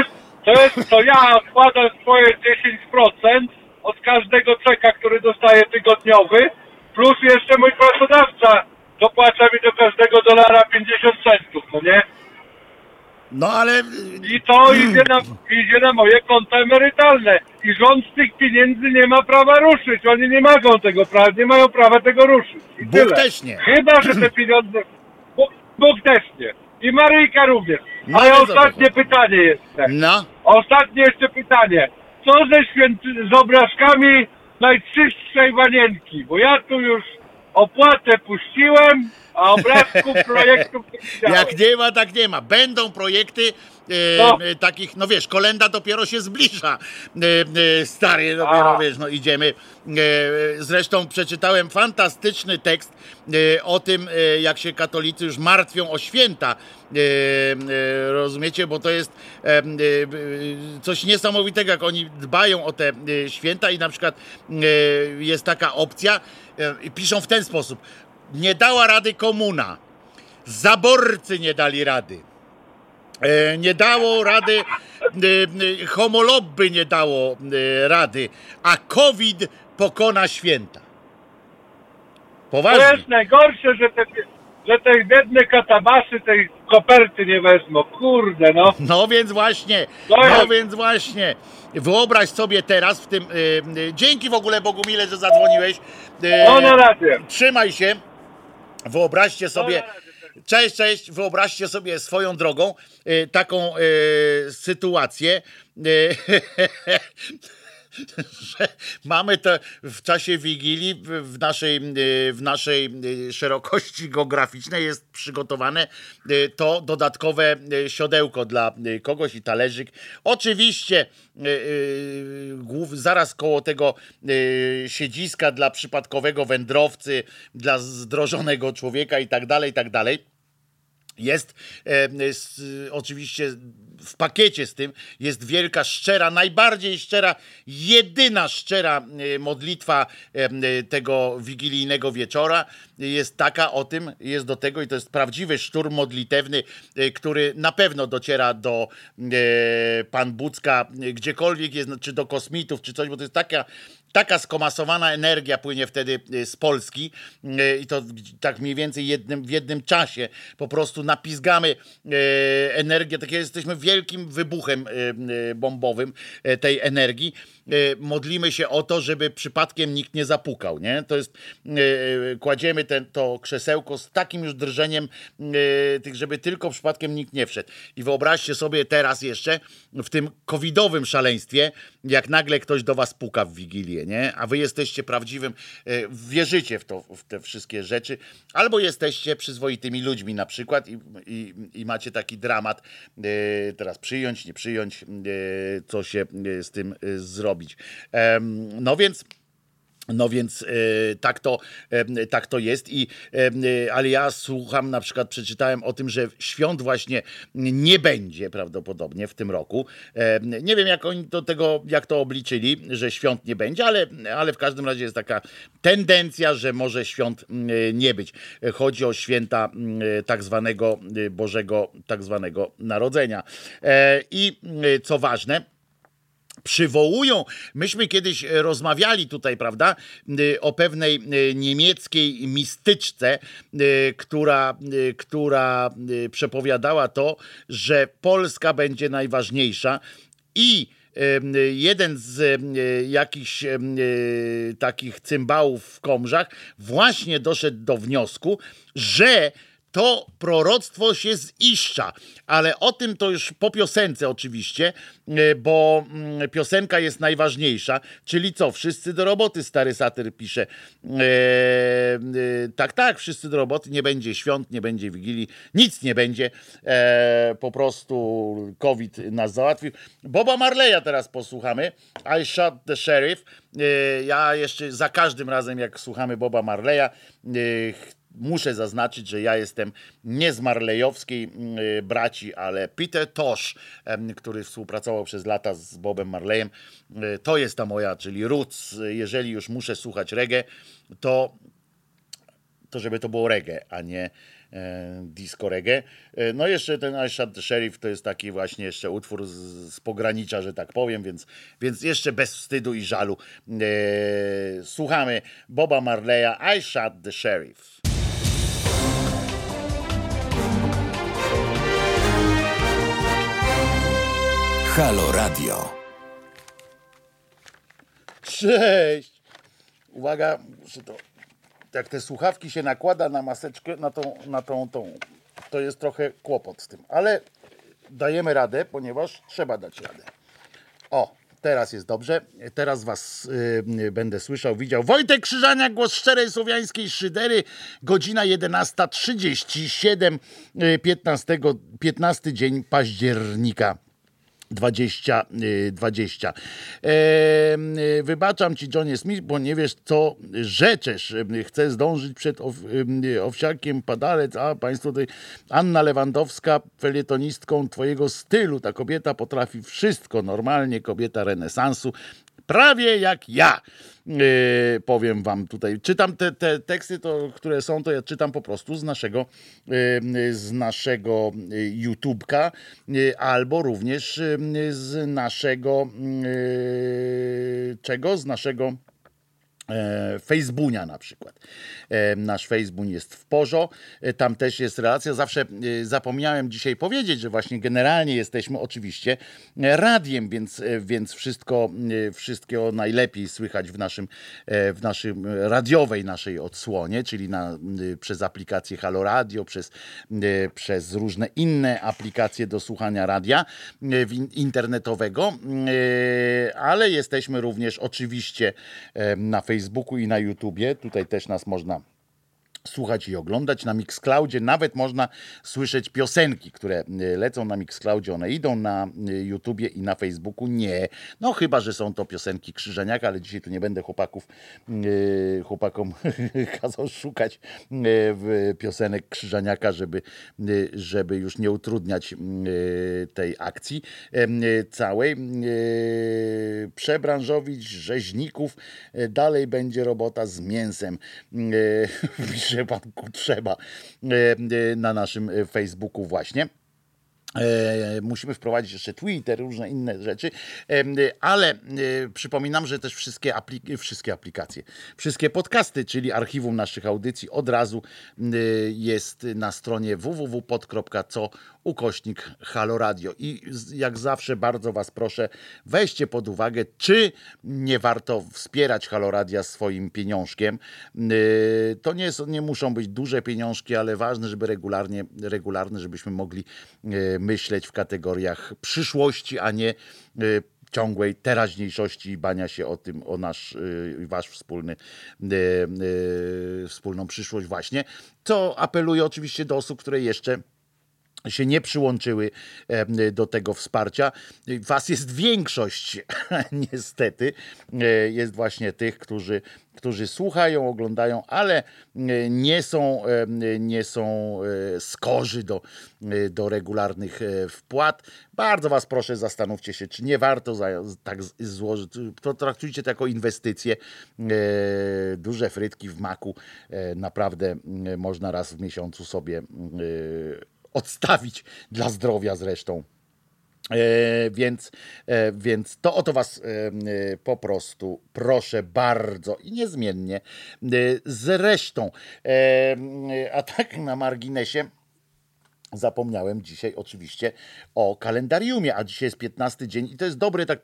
[SPEAKER 4] to ja odkładam swoje 10% od każdego czeka, który dostaję tygodniowy, plus jeszcze mój pracodawca dopłaca mi do każdego dolara 50 centów, no nie?
[SPEAKER 1] No ale...
[SPEAKER 4] I to idzie na moje konto emerytalne. I rząd z tych pieniędzy nie ma prawa ruszyć. Oni nie mają prawa tego ruszyć. I
[SPEAKER 1] Bóg
[SPEAKER 4] tyle.
[SPEAKER 1] też nie.
[SPEAKER 4] Chyba, że te pieniądze... Bóg też nie. I Maryjka również.
[SPEAKER 1] No,
[SPEAKER 4] ale ostatnie pytanie jeszcze.
[SPEAKER 1] No.
[SPEAKER 4] Ostatnie jeszcze pytanie. Co z obrazkami najczystszej wanienki? Bo ja tu już opłatę puściłem, a obrazków projektów nie widziałem.
[SPEAKER 1] Jak nie ma, tak nie ma. Będą projekty takich, no wiesz, kolenda dopiero się zbliża. Stary, dopiero wiesz, no idziemy. Zresztą przeczytałem fantastyczny tekst o tym, jak się katolicy już martwią o święta. Rozumiecie, bo to jest coś niesamowitego, jak oni dbają o te święta i na przykład jest taka opcja i piszą w ten sposób: nie dała rady komuna, zaborcy nie dali rady, nie dało rady, homolobby nie dało rady, a COVID pokona święta. Poważnie.
[SPEAKER 4] To jest najgorsze, że te biedne katabasy tej koperty nie wezmą. Kurde, no.
[SPEAKER 1] No więc właśnie. Wyobraź sobie teraz w tym... dzięki w ogóle Bogumile, że zadzwoniłeś.
[SPEAKER 4] No na razie.
[SPEAKER 1] Trzymaj się. Wyobraźcie sobie... Cześć. Wyobraźcie sobie swoją drogą taką sytuację, że mamy to w czasie Wigilii w naszej szerokości geograficznej jest przygotowane to dodatkowe siodełko dla kogoś i talerzyk. Oczywiście zaraz koło tego siedziska dla przypadkowego wędrowcy, dla zdrożonego człowieka i tak dalej. Jest oczywiście w pakiecie z tym jest wielka, szczera, najbardziej szczera, jedyna szczera modlitwa tego wigilijnego wieczora. Jest taka o tym, jest do tego i to jest prawdziwy szturm modlitewny, który na pewno dociera do Pan Bucka, gdziekolwiek jest, czy do kosmitów, czy coś, bo to jest taka skomasowana energia płynie wtedy z Polski i to tak mniej więcej w jednym czasie po prostu napizgamy energię, takie jesteśmy wielkim wybuchem bombowym tej energii. Modlimy się o to, żeby przypadkiem nikt nie zapukał, nie? To jest, kładziemy to krzesełko z takim już drżeniem, żeby tylko przypadkiem nikt nie wszedł. I wyobraźcie sobie teraz jeszcze w tym covidowym szaleństwie, jak nagle ktoś do was puka w Wigilię, nie? A wy jesteście prawdziwym, wierzycie w te wszystkie rzeczy, albo jesteście przyzwoitymi ludźmi na przykład i macie taki dramat, teraz przyjąć, nie przyjąć, co się z tym zrobić. No więc tak to jest, ale ja słucham, na przykład przeczytałem o tym, że świąt właśnie nie będzie prawdopodobnie w tym roku. Nie wiem, jak oni jak to obliczyli, że świąt nie będzie, ale w każdym razie jest taka tendencja, że może świąt nie być. Chodzi o święta tak zwanego Bożego, tak zwanego Narodzenia. I co ważne, myśmy kiedyś rozmawiali tutaj, o pewnej niemieckiej mistyczce, która przepowiadała to, że Polska będzie najważniejsza i jeden z jakichś takich cymbałów w Komrzach właśnie doszedł do wniosku, że to proroctwo się ziszcza, ale o tym to już po piosence oczywiście, bo piosenka jest najważniejsza, czyli co, wszyscy do roboty, stary satyr pisze. Tak, wszyscy do roboty, nie będzie świąt, nie będzie Wigilii, nic nie będzie, po prostu COVID nas załatwił. Boba Marleya teraz posłuchamy, I Shot the Sheriff. Ja jeszcze za każdym razem, jak słuchamy Boba Marleya, muszę zaznaczyć, że ja jestem nie z marleyowskiej braci, ale Peter Tosh, który współpracował przez lata z Bobem Marleyem, to jest ta moja, czyli roots. Jeżeli już muszę słuchać reggae, to żeby to było reggae, a nie disco reggae. No jeszcze ten I Shot the Sheriff to jest taki właśnie jeszcze utwór z pogranicza, że tak powiem, więc jeszcze bez wstydu i żalu słuchamy Boba Marleya, I Shot the Sheriff.
[SPEAKER 3] Halo Radio.
[SPEAKER 1] Cześć! Uwaga, muszę jak te słuchawki się nakłada na maseczkę, na tą, to jest trochę kłopot z tym, ale dajemy radę, ponieważ trzeba dać radę. O, teraz jest dobrze, teraz was będę słyszał, widział. Wojtek Krzyżaniak, głos szczerej słowiańskiej szydery, godzina 11:37, 15 dzień października 2020. Wybaczam ci, Johnie Smith, bo nie wiesz, co rzeczesz. Chcę zdążyć przed owsiakiem padalec, a państwo tutaj Anna Lewandowska, felietonistką twojego stylu. Ta kobieta potrafi wszystko. Normalnie kobieta renesansu. Prawie jak ja. Powiem wam tutaj. Czytam te teksty, które są, to ja czytam po prostu z naszego YouTubka, albo również z naszego z naszego Facebooka na przykład. Nasz Facebook jest w porzo, tam też jest relacja. Zawsze zapomniałem dzisiaj powiedzieć, że właśnie generalnie jesteśmy oczywiście radiem, więc wszystkiego najlepiej słychać w naszym radiowej naszej odsłonie, czyli przez aplikację Halo Radio, przez różne inne aplikacje do słuchania radia internetowego, ale jesteśmy również oczywiście na Facebooku i na YouTubie. Tutaj też nas można słuchać i oglądać. Na Mixcloudzie nawet można słyszeć piosenki, które lecą na Mixcloudzie. One idą na YouTubie i na Facebooku nie. No chyba, że są to piosenki Krzyżaniaka, ale dzisiaj tu nie będę chłopakom kazał szukać piosenek Krzyżaniaka, żeby już nie utrudniać tej akcji całej. Przebranżowić rzeźników. Dalej będzie robota z mięsem. Pisze pan Kutrzeba na naszym Facebooku właśnie. Musimy wprowadzić jeszcze Twitter, różne inne rzeczy, ale przypominam, że też wszystkie aplikacje, wszystkie podcasty, czyli archiwum naszych audycji od razu jest na stronie www.pod.co/Halo Radio. I jak zawsze bardzo was proszę, weźcie pod uwagę, czy nie warto wspierać Halo Radia swoim pieniążkiem. To nie muszą być duże pieniążki, ale ważne, żeby regularne, żebyśmy mogli myśleć w kategoriach przyszłości, a nie ciągłej teraźniejszości i bania się o tym, o wasz wspólną przyszłość właśnie, co apeluję oczywiście do osób, które jeszcze się nie przyłączyły do tego wsparcia. Was jest większość, niestety. Jest właśnie tych, którzy słuchają, oglądają, ale nie są skorzy do regularnych wpłat. Bardzo was proszę, zastanówcie się, czy nie warto tak złożyć. To traktujcie to jako inwestycję. Duże frytki w maku naprawdę można raz w miesiącu sobie odstawić dla zdrowia zresztą. Więc to o to was po prostu proszę bardzo i niezmiennie. Zresztą, a tak na marginesie, zapomniałem dzisiaj oczywiście o kalendariumie, a dzisiaj jest 15 dzień i to jest dobre tak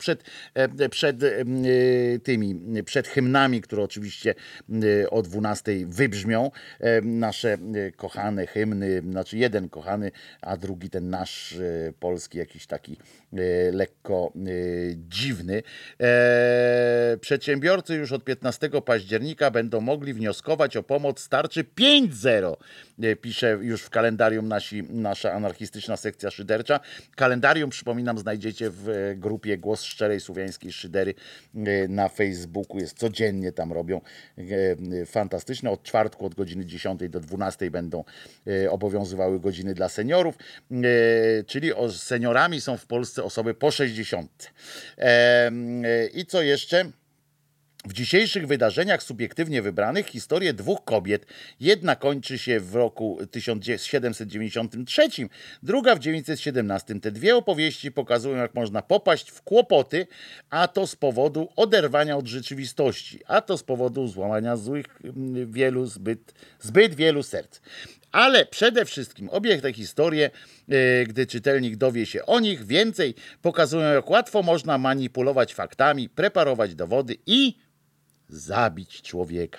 [SPEAKER 1] przed hymnami, które oczywiście o 12 wybrzmią. Nasze kochane hymny, znaczy jeden kochany, a drugi ten nasz polski, jakiś taki lekko dziwny. Przedsiębiorcy już od 15 października będą mogli wnioskować o pomoc z tarczy 5.0. Pisze już w kalendarium nasza anarchistyczna sekcja szydercza. Kalendarium, przypominam, znajdziecie w grupie Głos Szczerej Słowiańskiej Szydery na Facebooku. Jest codziennie, tam robią fantastyczne. Od czwartku od godziny 10 do 12 będą obowiązywały godziny dla seniorów, czyli seniorami są w Polsce osoby po 60. I co jeszcze? W dzisiejszych wydarzeniach subiektywnie wybranych historię dwóch kobiet. Jedna kończy się w roku 1793, druga w 917. Te dwie opowieści pokazują, jak można popaść w kłopoty, a to z powodu oderwania od rzeczywistości, a to z powodu złamania zbyt wielu serc. Ale przede wszystkim obie te historie, gdy czytelnik dowie się o nich więcej, pokazują, jak łatwo można manipulować faktami, preparować dowody i zabić człowieka.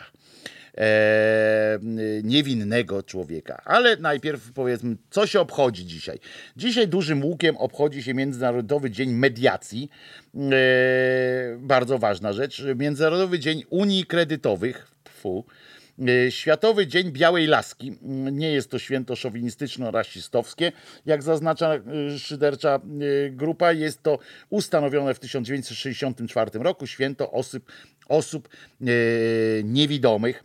[SPEAKER 1] Niewinnego człowieka. Ale najpierw powiedzmy, co się obchodzi dzisiaj. Dzisiaj dużym łukiem obchodzi się Międzynarodowy Dzień Mediacji. Bardzo ważna rzecz. Międzynarodowy Dzień Unii Kredytowych. Światowy Dzień Białej Laski. Nie jest to święto szowinistyczno-rasistowskie, jak zaznacza szydercza grupa. Jest to ustanowione w 1964 roku święto osób niewidomych.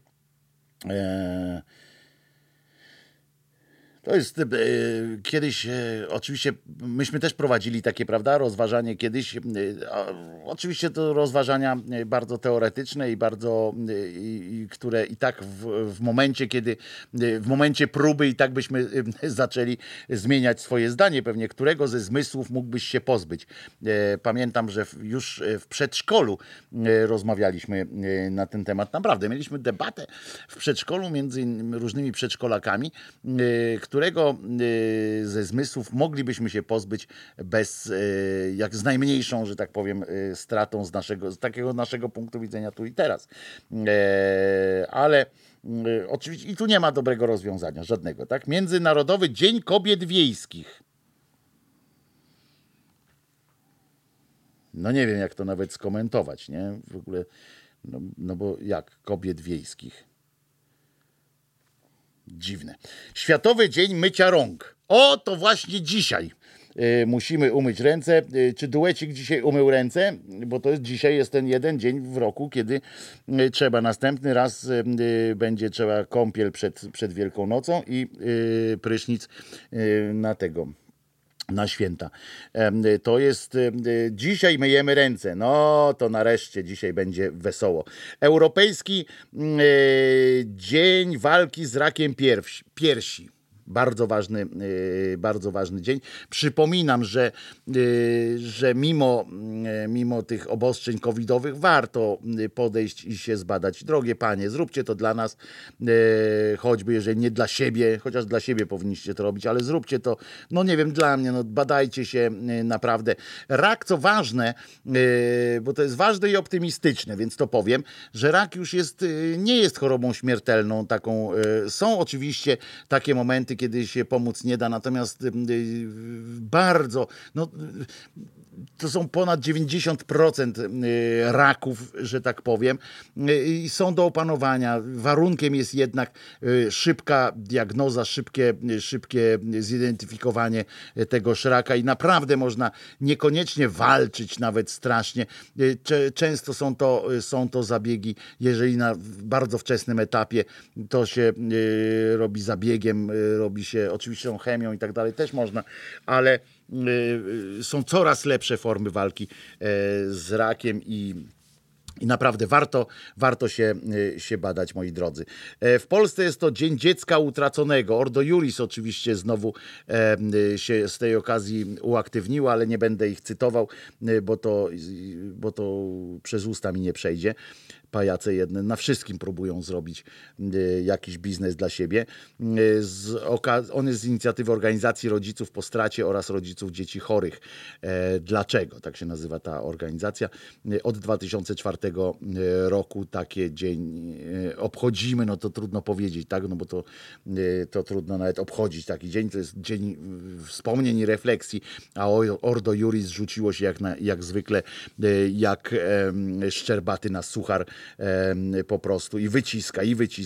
[SPEAKER 1] To jest kiedyś, oczywiście myśmy też prowadzili takie, prawda, rozważanie kiedyś, oczywiście to rozważania bardzo teoretyczne i bardzo, które i tak w momencie próby i tak byśmy zaczęli zmieniać swoje zdanie, pewnie którego ze zmysłów mógłbyś się pozbyć. Pamiętam, że już w przedszkolu rozmawialiśmy na ten temat, naprawdę, mieliśmy debatę w przedszkolu między różnymi przedszkolakami, którego ze zmysłów moglibyśmy się pozbyć jak z najmniejszą, że tak powiem, stratą z takiego naszego punktu widzenia tu i teraz. Ale oczywiście i tu nie ma dobrego rozwiązania, żadnego, tak? Międzynarodowy Dzień Kobiet Wiejskich. No nie wiem, jak to nawet skomentować, nie? W ogóle, no bo jak kobiet wiejskich? Dziwne. Światowy Dzień Mycia Rąk. O, to właśnie dzisiaj musimy umyć ręce. Czy duecik dzisiaj umył ręce? Bo dzisiaj jest ten jeden dzień w roku, kiedy trzeba. Następny raz będzie trzeba kąpiel przed Wielką Nocą i prysznic na święta. To jest dzisiaj myjemy ręce. No to nareszcie dzisiaj będzie wesoło. Europejski Dzień Walki z Rakiem Piersi. Bardzo ważny dzień. Przypominam, że mimo tych obostrzeń covidowych warto podejść i się zbadać. Drogie panie, zróbcie to dla nas, choćby jeżeli nie dla siebie, chociaż dla siebie powinniście to robić, ale zróbcie to, no nie wiem, dla mnie, no badajcie się naprawdę. Rak, co ważne, bo to jest ważne i optymistyczne, więc to powiem, że rak już nie jest chorobą śmiertelną taką. Są oczywiście takie momenty, momenty, kiedy się pomóc nie da, natomiast bardzo, no to są ponad 90% raków, że tak powiem, i są do opanowania. Warunkiem jest jednak szybka diagnoza, szybkie zidentyfikowanie tegoż raka i naprawdę można niekoniecznie walczyć nawet strasznie. Często są to zabiegi, jeżeli na bardzo wczesnym etapie to się robi zabiegiem, robi się oczywiście chemią i tak dalej, też można, ale są coraz lepsze formy walki z rakiem i naprawdę warto się badać, moi drodzy. W Polsce jest to Dzień Dziecka Utraconego. Ordo Iuris oczywiście znowu się z tej okazji uaktywniła, ale nie będę ich cytował, bo to przez usta mi nie przejdzie. Pajace jedne na wszystkim próbują zrobić jakiś biznes dla siebie. On jest z inicjatywy Organizacji Rodziców po Stracie oraz Rodziców Dzieci Chorych. Dlaczego? Tak się nazywa ta organizacja. Od 2004 roku taki dzień obchodzimy, no to trudno powiedzieć, tak? No bo to trudno nawet obchodzić taki dzień. To jest dzień wspomnień i refleksji, a Ordo Iuris rzuciło się jak zwykle, jak szczerbaty na suchar po prostu i wyciska.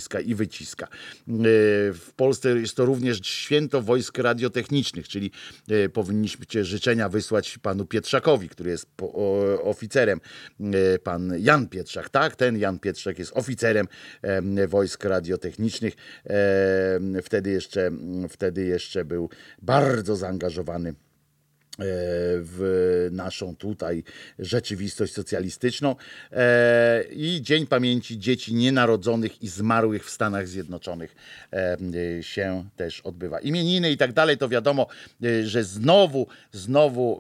[SPEAKER 1] W Polsce jest to również święto wojsk radiotechnicznych, czyli powinniśmy życzenia wysłać panu Pietrzakowi, który jest oficerem, pan Jan Pietrzak, tak? Ten Jan Pietrzak jest oficerem wojsk radiotechnicznych. Wtedy jeszcze był bardzo zaangażowany w naszą tutaj rzeczywistość socjalistyczną i Dzień Pamięci Dzieci Nienarodzonych i Zmarłych w Stanach Zjednoczonych się też odbywa. Imieniny i tak dalej, to wiadomo, że znowu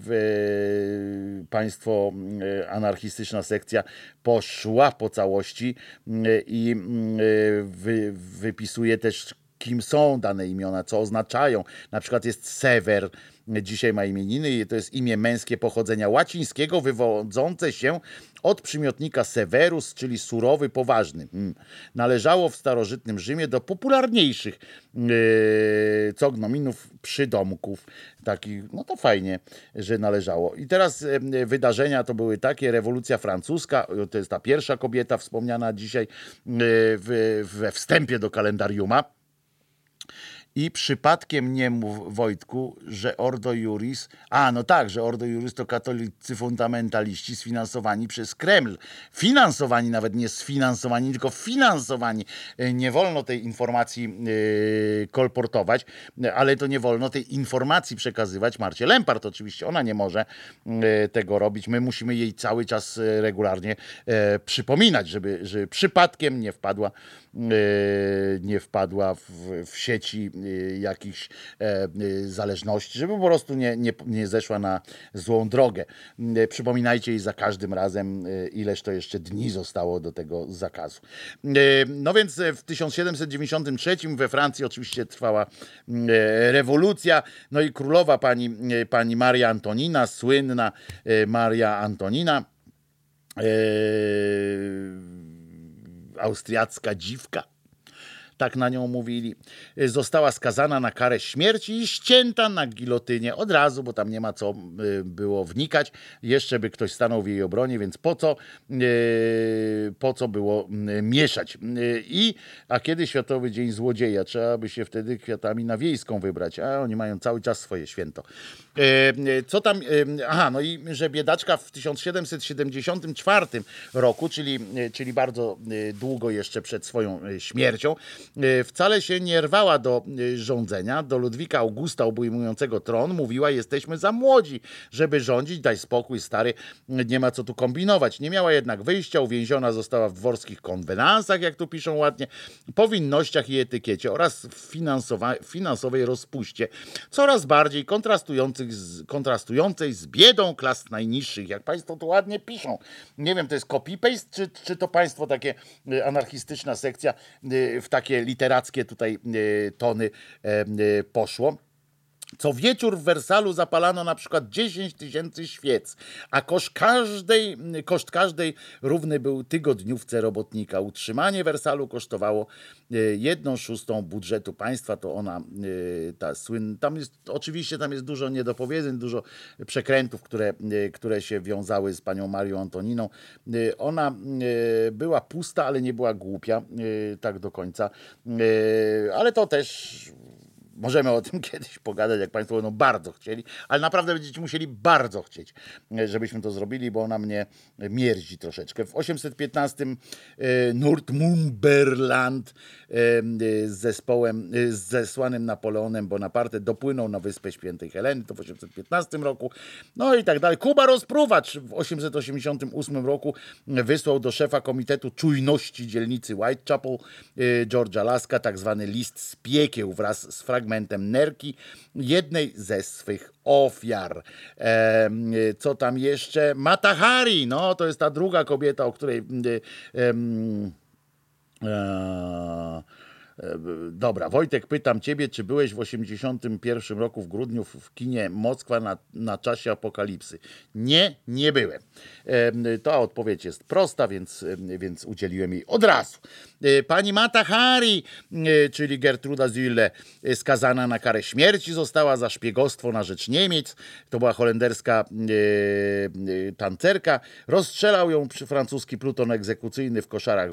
[SPEAKER 1] państwo anarchistyczna sekcja poszła po całości i wypisuje też, kim są dane imiona, co oznaczają. Na przykład jest Sewer, dzisiaj ma imieniny i to jest imię męskie pochodzenia łacińskiego, wywodzące się od przymiotnika severus, czyli surowy, poważny. Należało w starożytnym Rzymie do popularniejszych cognominów przydomków. Takich, no to fajnie, że należało. I teraz wydarzenia to były takie: rewolucja francuska, to jest ta pierwsza kobieta wspomniana dzisiaj we wstępie do kalendariuma. I przypadkiem nie mów, Wojtku, że Ordo Iuris, że Ordo Iuris to katolicy fundamentaliści sfinansowani przez Kreml. Finansowani, nawet nie sfinansowani, tylko finansowani. Nie wolno tej informacji kolportować, ale to nie wolno tej informacji przekazywać Marcie Lempart oczywiście. Ona nie może tego robić. My musimy jej cały czas regularnie przypominać, żeby przypadkiem nie wpadła w sieci jakichś zależności, żeby po prostu nie zeszła na złą drogę. Przypominajcie jej za każdym razem, ileż to jeszcze dni zostało do tego zakazu. No więc w 1793 we Francji oczywiście trwała rewolucja, no i królowa pani Maria Antonina, słynna Maria Antonina, austriacka dziwka, tak na nią mówili, została skazana na karę śmierci i ścięta na gilotynie od razu, bo tam nie ma co było wnikać. Jeszcze by ktoś stanął w jej obronie, więc po co było mieszać. A kiedy Światowy Dzień Złodzieja? Trzeba by się wtedy kwiatami na Wiejską wybrać, a oni mają cały czas swoje święto. Co tam? No i że biedaczka w 1774 roku, czyli bardzo długo jeszcze przed swoją śmiercią, wcale się nie rwała do rządzenia. Do Ludwika Augusta obejmującego tron mówiła: jesteśmy za młodzi, żeby rządzić, daj spokój, stary, nie ma co tu kombinować. Nie miała jednak wyjścia, uwięziona została w dworskich konwenansach, jak tu piszą ładnie, powinnościach i etykiecie oraz w finansowej rozpuście, coraz bardziej kontrastującej z biedą klas najniższych, jak państwo tu ładnie piszą. Nie wiem, to jest copy-paste, czy to państwo takie anarchistyczna sekcja w takie literackie tutaj tony poszło. Co wieczór w Wersalu zapalano na przykład 10 000 świec, a koszt każdej równy był tygodniówce robotnika. Utrzymanie Wersalu kosztowało 1/6 budżetu państwa, to ona, ta słynna, oczywiście tam jest dużo niedopowiedzeń, dużo przekrętów, które się wiązały z panią Marią Antoniną. Ona była pusta, ale nie była głupia, tak do końca, ale to też możemy o tym kiedyś pogadać, jak państwo będą bardzo chcieli, ale naprawdę będziecie musieli bardzo chcieć, żebyśmy to zrobili, bo ona mnie mierzi troszeczkę. W 815 Nordmumberland z zespołem, z zesłanym Napoleonem Bonaparte dopłynął na wyspę Świętej Heleny, to w 815 roku. No i tak dalej. Kuba Rozpruwacz w 888 roku wysłał do szefa Komitetu Czujności dzielnicy Whitechapel George'a Laska tak zwany list z piekieł wraz z fragmentem nerki jednej ze swych ofiar. Co tam jeszcze? Mata Hari, no to jest ta druga kobieta, o której dobra, Wojtek, pytam ciebie, czy byłeś w 81 roku w grudniu w kinie Moskwa na czasie apokalipsy? Nie byłem. Ta odpowiedź jest prosta, więc udzieliłem jej od razu. Pani Mata Hari, czyli Gertruda Zille, skazana na karę śmierci została za szpiegostwo na rzecz Niemiec. To była holenderska tancerka. Rozstrzelał ją francuski pluton egzekucyjny w koszarach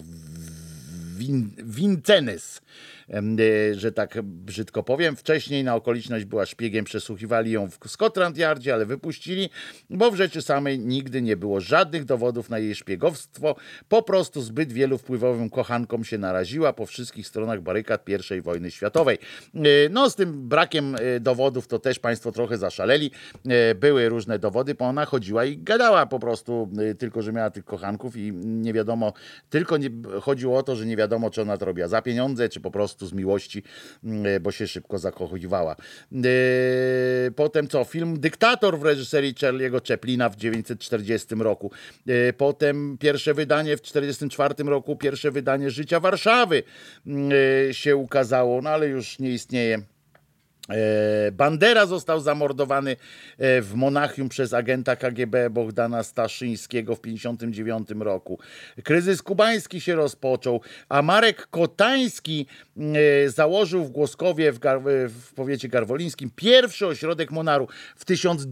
[SPEAKER 1] Vincennes, że tak brzydko powiem. Wcześniej na okoliczność była szpiegiem, przesłuchiwali ją w Scotland Yardzie, ale wypuścili, bo w rzeczy samej nigdy nie było żadnych dowodów na jej szpiegowstwo. Po prostu zbyt wielu wpływowym kochankom się naraziła po wszystkich stronach barykad I wojny światowej. No z tym brakiem dowodów to też państwo trochę zaszaleli. Były różne dowody, bo ona chodziła i gadała po prostu, tylko że miała tych kochanków i nie wiadomo, chodziło o to, że nie wiadomo, czy ona to robiła za pieniądze, czy po prostu z miłości, bo się szybko zakochiwała. Potem co? Film Dyktator w reżyserii Charlie'ego Chaplina w 1940 roku. Potem pierwsze wydanie w 1944 roku, pierwsze wydanie Życia Warszawy się ukazało, no ale już nie istnieje. Bandera został zamordowany w Monachium przez agenta KGB Bohdana Staszyńskiego w 1959 roku. Kryzys kubański się rozpoczął, a Marek Kotański założył w Głoskowie w powiecie garwolińskim pierwszy ośrodek Monaru. W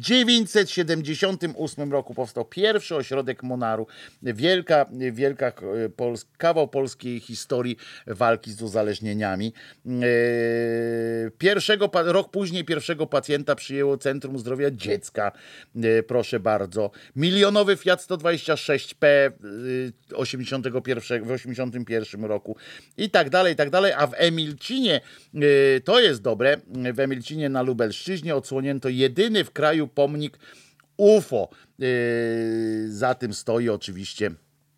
[SPEAKER 1] 1978 roku powstał pierwszy ośrodek Monaru. Wielka kawał polskiej historii walki z uzależnieniami. Rok później pierwszego pacjenta przyjęło Centrum Zdrowia Dziecka. Proszę bardzo. Milionowy Fiat 126P w 81 roku. I tak dalej, i tak dalej. A w Emilcinie, to jest dobre, w Emilcinie na Lubelszczyźnie odsłonięto jedyny w kraju pomnik UFO. Za tym stoi oczywiście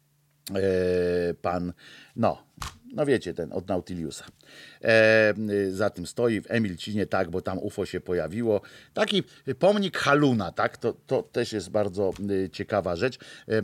[SPEAKER 1] pan, no wiecie, ten od Nautiliusa. Za tym stoi w Emilcinie, tak, bo tam UFO się pojawiło. Taki pomnik Haluna, tak, to też jest bardzo ciekawa rzecz.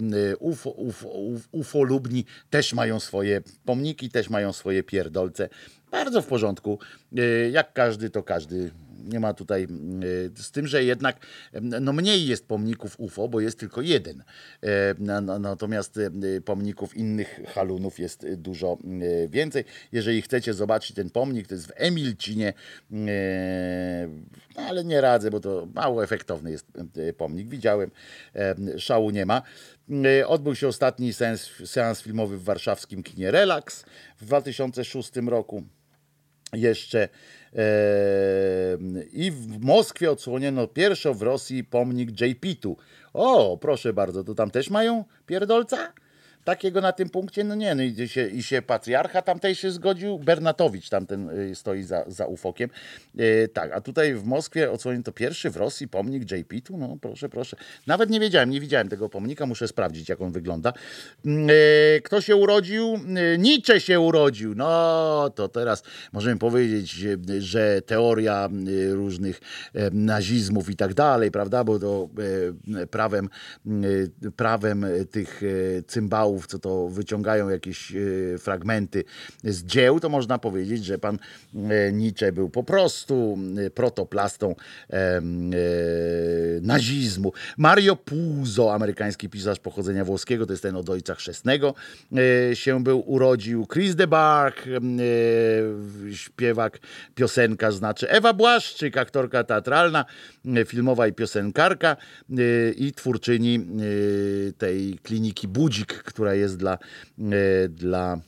[SPEAKER 1] UFO-lubni też mają swoje pomniki, też mają swoje pierdolce. Bardzo w porządku. Jak każdy, to każdy. Nie ma tutaj, z tym, że jednak mniej jest pomników UFO, bo jest tylko jeden. Natomiast pomników innych halunów jest dużo więcej. Jeżeli chcecie zobaczyć ten pomnik, to jest w Emilcinie, ale nie radzę, bo to mało efektowny jest pomnik. Widziałem, szału nie ma. Odbył się ostatni seans filmowy w warszawskim kinie Relax w 2006 roku. Jeszcze i w Moskwie odsłoniono pierwszy w Rosji pomnik JP-tu. O, proszę bardzo, to tam też mają pierdolca? Takiego na tym punkcie? No nie, no i się patriarcha tamtejszy zgodził, Bernatowicz tamten stoi za ufokiem. Tak, a tutaj w Moskwie odsłonięto pierwszy w Rosji pomnik JP-tu, no proszę. Nawet nie widziałem tego pomnika, muszę sprawdzić, jak on wygląda. Kto się urodził? Nietzsche się urodził. No, to teraz możemy powiedzieć, że teoria różnych nazizmów i tak dalej, prawda, bo to prawem tych cymbałów kryminałów, co to wyciągają jakieś fragmenty z dzieł, to można powiedzieć, że pan Nietzsche był po prostu protoplastą nazizmu. Mario Puzo, amerykański pisarz pochodzenia włoskiego, to jest ten od Ojca Chrzestnego, się urodził. Chris de Barg, śpiewak, piosenkarz, znaczy Ewa Błaszczyk, aktorka teatralna, filmowa i piosenkarka i twórczyni tej kliniki Budzik, która jest dla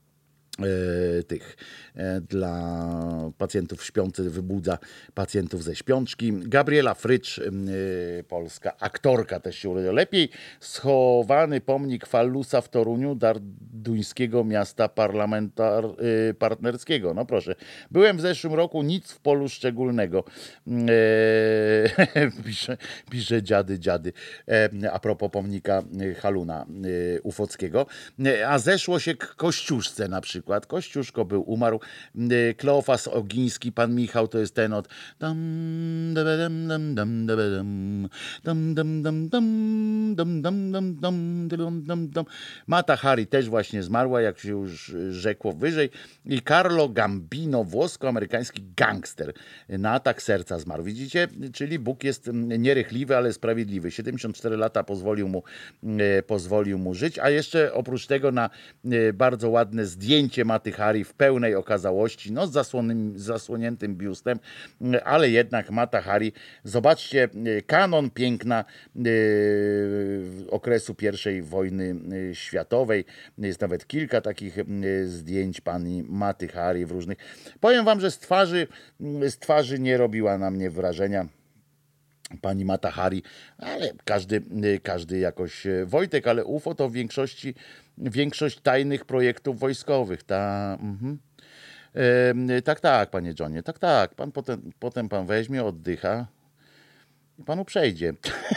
[SPEAKER 1] pacjentów śpiących, wybudza pacjentów ze śpiączki. Gabriela Frycz, polska aktorka, też się urodziła. Lepiej schowany pomnik Fallusa w Toruniu, darduńskiego miasta partnerskiego. No proszę. Byłem w zeszłym roku, nic w polu szczególnego. Pisze dziady. A propos pomnika Haluna Ufockiego. A zeszło się k Kościuszce na przykład. Kościuszko umarł. Kleofas Ogiński, pan Michał, to jest ten od Mata Hari też właśnie zmarła, jak się już rzekło wyżej. I Carlo Gambino, włosko-amerykański gangster, na atak serca zmarł. Widzicie? Czyli Bóg jest nierychliwy, ale sprawiedliwy. 74 lata pozwolił mu żyć, a jeszcze oprócz tego na bardzo ładne zdjęcie Maty Hari w pełnej okazałości, no z zasłoniętym biustem, ale jednak Mata Hari, zobaczcie, kanon piękna okresu I wojny światowej. Jest nawet kilka takich zdjęć pani Maty Hari w różnych. Powiem wam, że z twarzy nie robiła na mnie wrażenia pani Mata Hari, ale każdy jakoś. Wojtek, ale UFO to w większość tajnych projektów wojskowych. Tak, panie Johnie, tak. Pan potem pan weźmie, oddycha i panu przejdzie.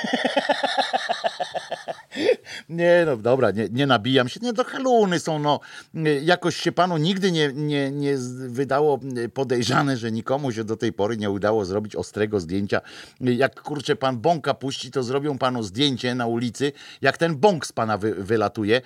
[SPEAKER 1] Nie, no dobra, nie nabijam się. Nie, to haluny są, no. Jakoś się panu nigdy nie wydało podejrzane, że nikomu się do tej pory nie udało zrobić ostrego zdjęcia. Jak kurczę pan bąka puści, to zrobią panu zdjęcie na ulicy, jak ten bąk z pana wylatuje.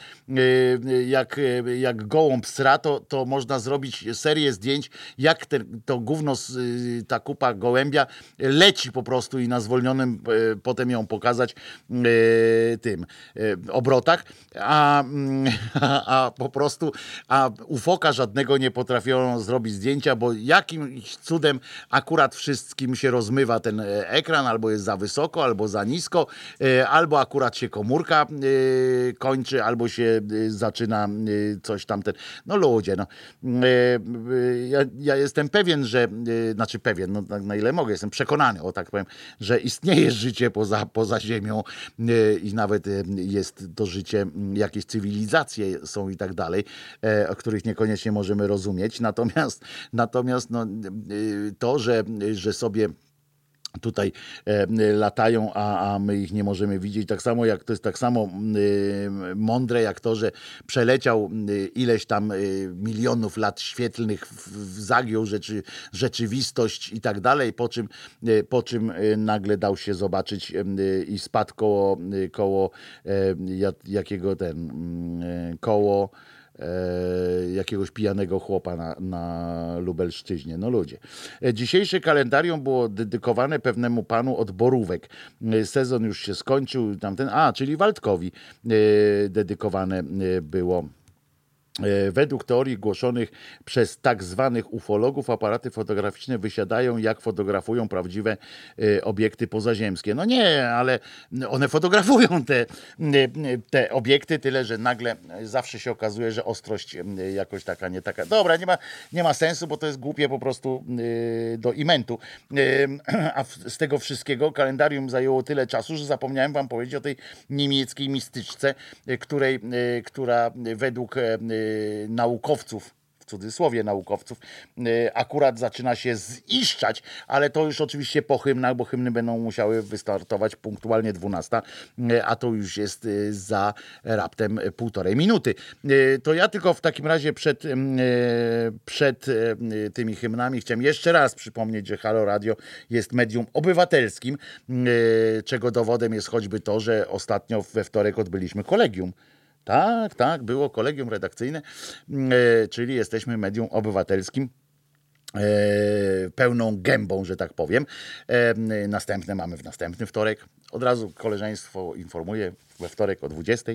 [SPEAKER 1] Jak gołąb sra, to można zrobić serię zdjęć, jak to gówno, ta kupa gołębia leci po prostu i na zwolnionym potem ją pokazać tym obrotach, a po prostu ufoka żadnego nie potrafią zrobić zdjęcia, bo jakimś cudem akurat wszystkim się rozmywa ten ekran, albo jest za wysoko, albo za nisko, albo akurat się komórka kończy, albo się zaczyna coś tamten. No ludzie, no. Ja jestem pewien, że, znaczy pewien, no na ile mogę, jestem przekonany, o tak powiem, że istnieje życie poza ziemią i nawet jest to życie, jakieś cywilizacje są i tak dalej, o których niekoniecznie możemy rozumieć. Natomiast no, to, że sobie tutaj latają, a my ich nie możemy widzieć. Tak samo jak to jest tak samo mądre jak to, że przeleciał ileś tam milionów lat świetlnych, zagiął rzeczywistość i tak dalej, po czym nagle dał się zobaczyć i spadł koło jakiegoś pijanego chłopa na Lubelszczyźnie. No ludzie. Dzisiejsze kalendarium było dedykowane pewnemu panu od Borówek. Sezon już się skończył, czyli Waldkowi dedykowane było. Według teorii głoszonych przez tak zwanych ufologów aparaty fotograficzne wysiadają, jak fotografują prawdziwe obiekty pozaziemskie. No nie, ale one fotografują te obiekty, tyle że nagle zawsze się okazuje, że ostrość jakoś taka, nie taka. Dobra, nie ma sensu, bo to jest głupie po prostu do imentu. A z tego wszystkiego kalendarium zajęło tyle czasu, że zapomniałem wam powiedzieć o tej niemieckiej mistyczce, która według naukowców, w cudzysłowie naukowców, akurat zaczyna się ziszczać, ale to już oczywiście po hymnach, bo hymny będą musiały wystartować punktualnie 12, a to już jest za raptem 1,5 minuty. To ja tylko w takim razie przed tymi hymnami chciałem jeszcze raz przypomnieć, że Halo Radio jest medium obywatelskim, czego dowodem jest choćby to, że ostatnio we wtorek odbyliśmy kolegium. Tak, było kolegium redakcyjne, czyli jesteśmy medium obywatelskim. Pełną gębą, że tak powiem. Następne mamy w następny wtorek. Od razu koleżeństwo informuje we wtorek o 20.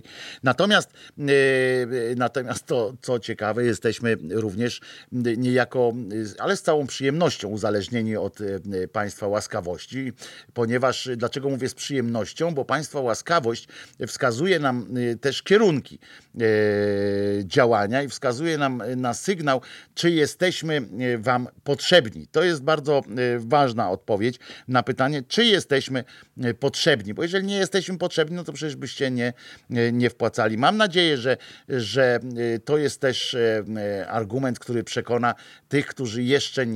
[SPEAKER 1] Natomiast to, co ciekawe, jesteśmy również niejako, ale z całą przyjemnością uzależnieni od państwa łaskawości, ponieważ, dlaczego mówię z przyjemnością? Bo państwa łaskawość wskazuje nam też kierunki działania i wskazuje nam na sygnał, czy jesteśmy wam potrzebni. To jest bardzo ważna odpowiedź na pytanie, czy jesteśmy potrzebni, bo jeżeli nie jesteśmy potrzebni, no to przecież byście nie wpłacali. Mam nadzieję, że to jest też argument, który przekona tych, którzy jeszcze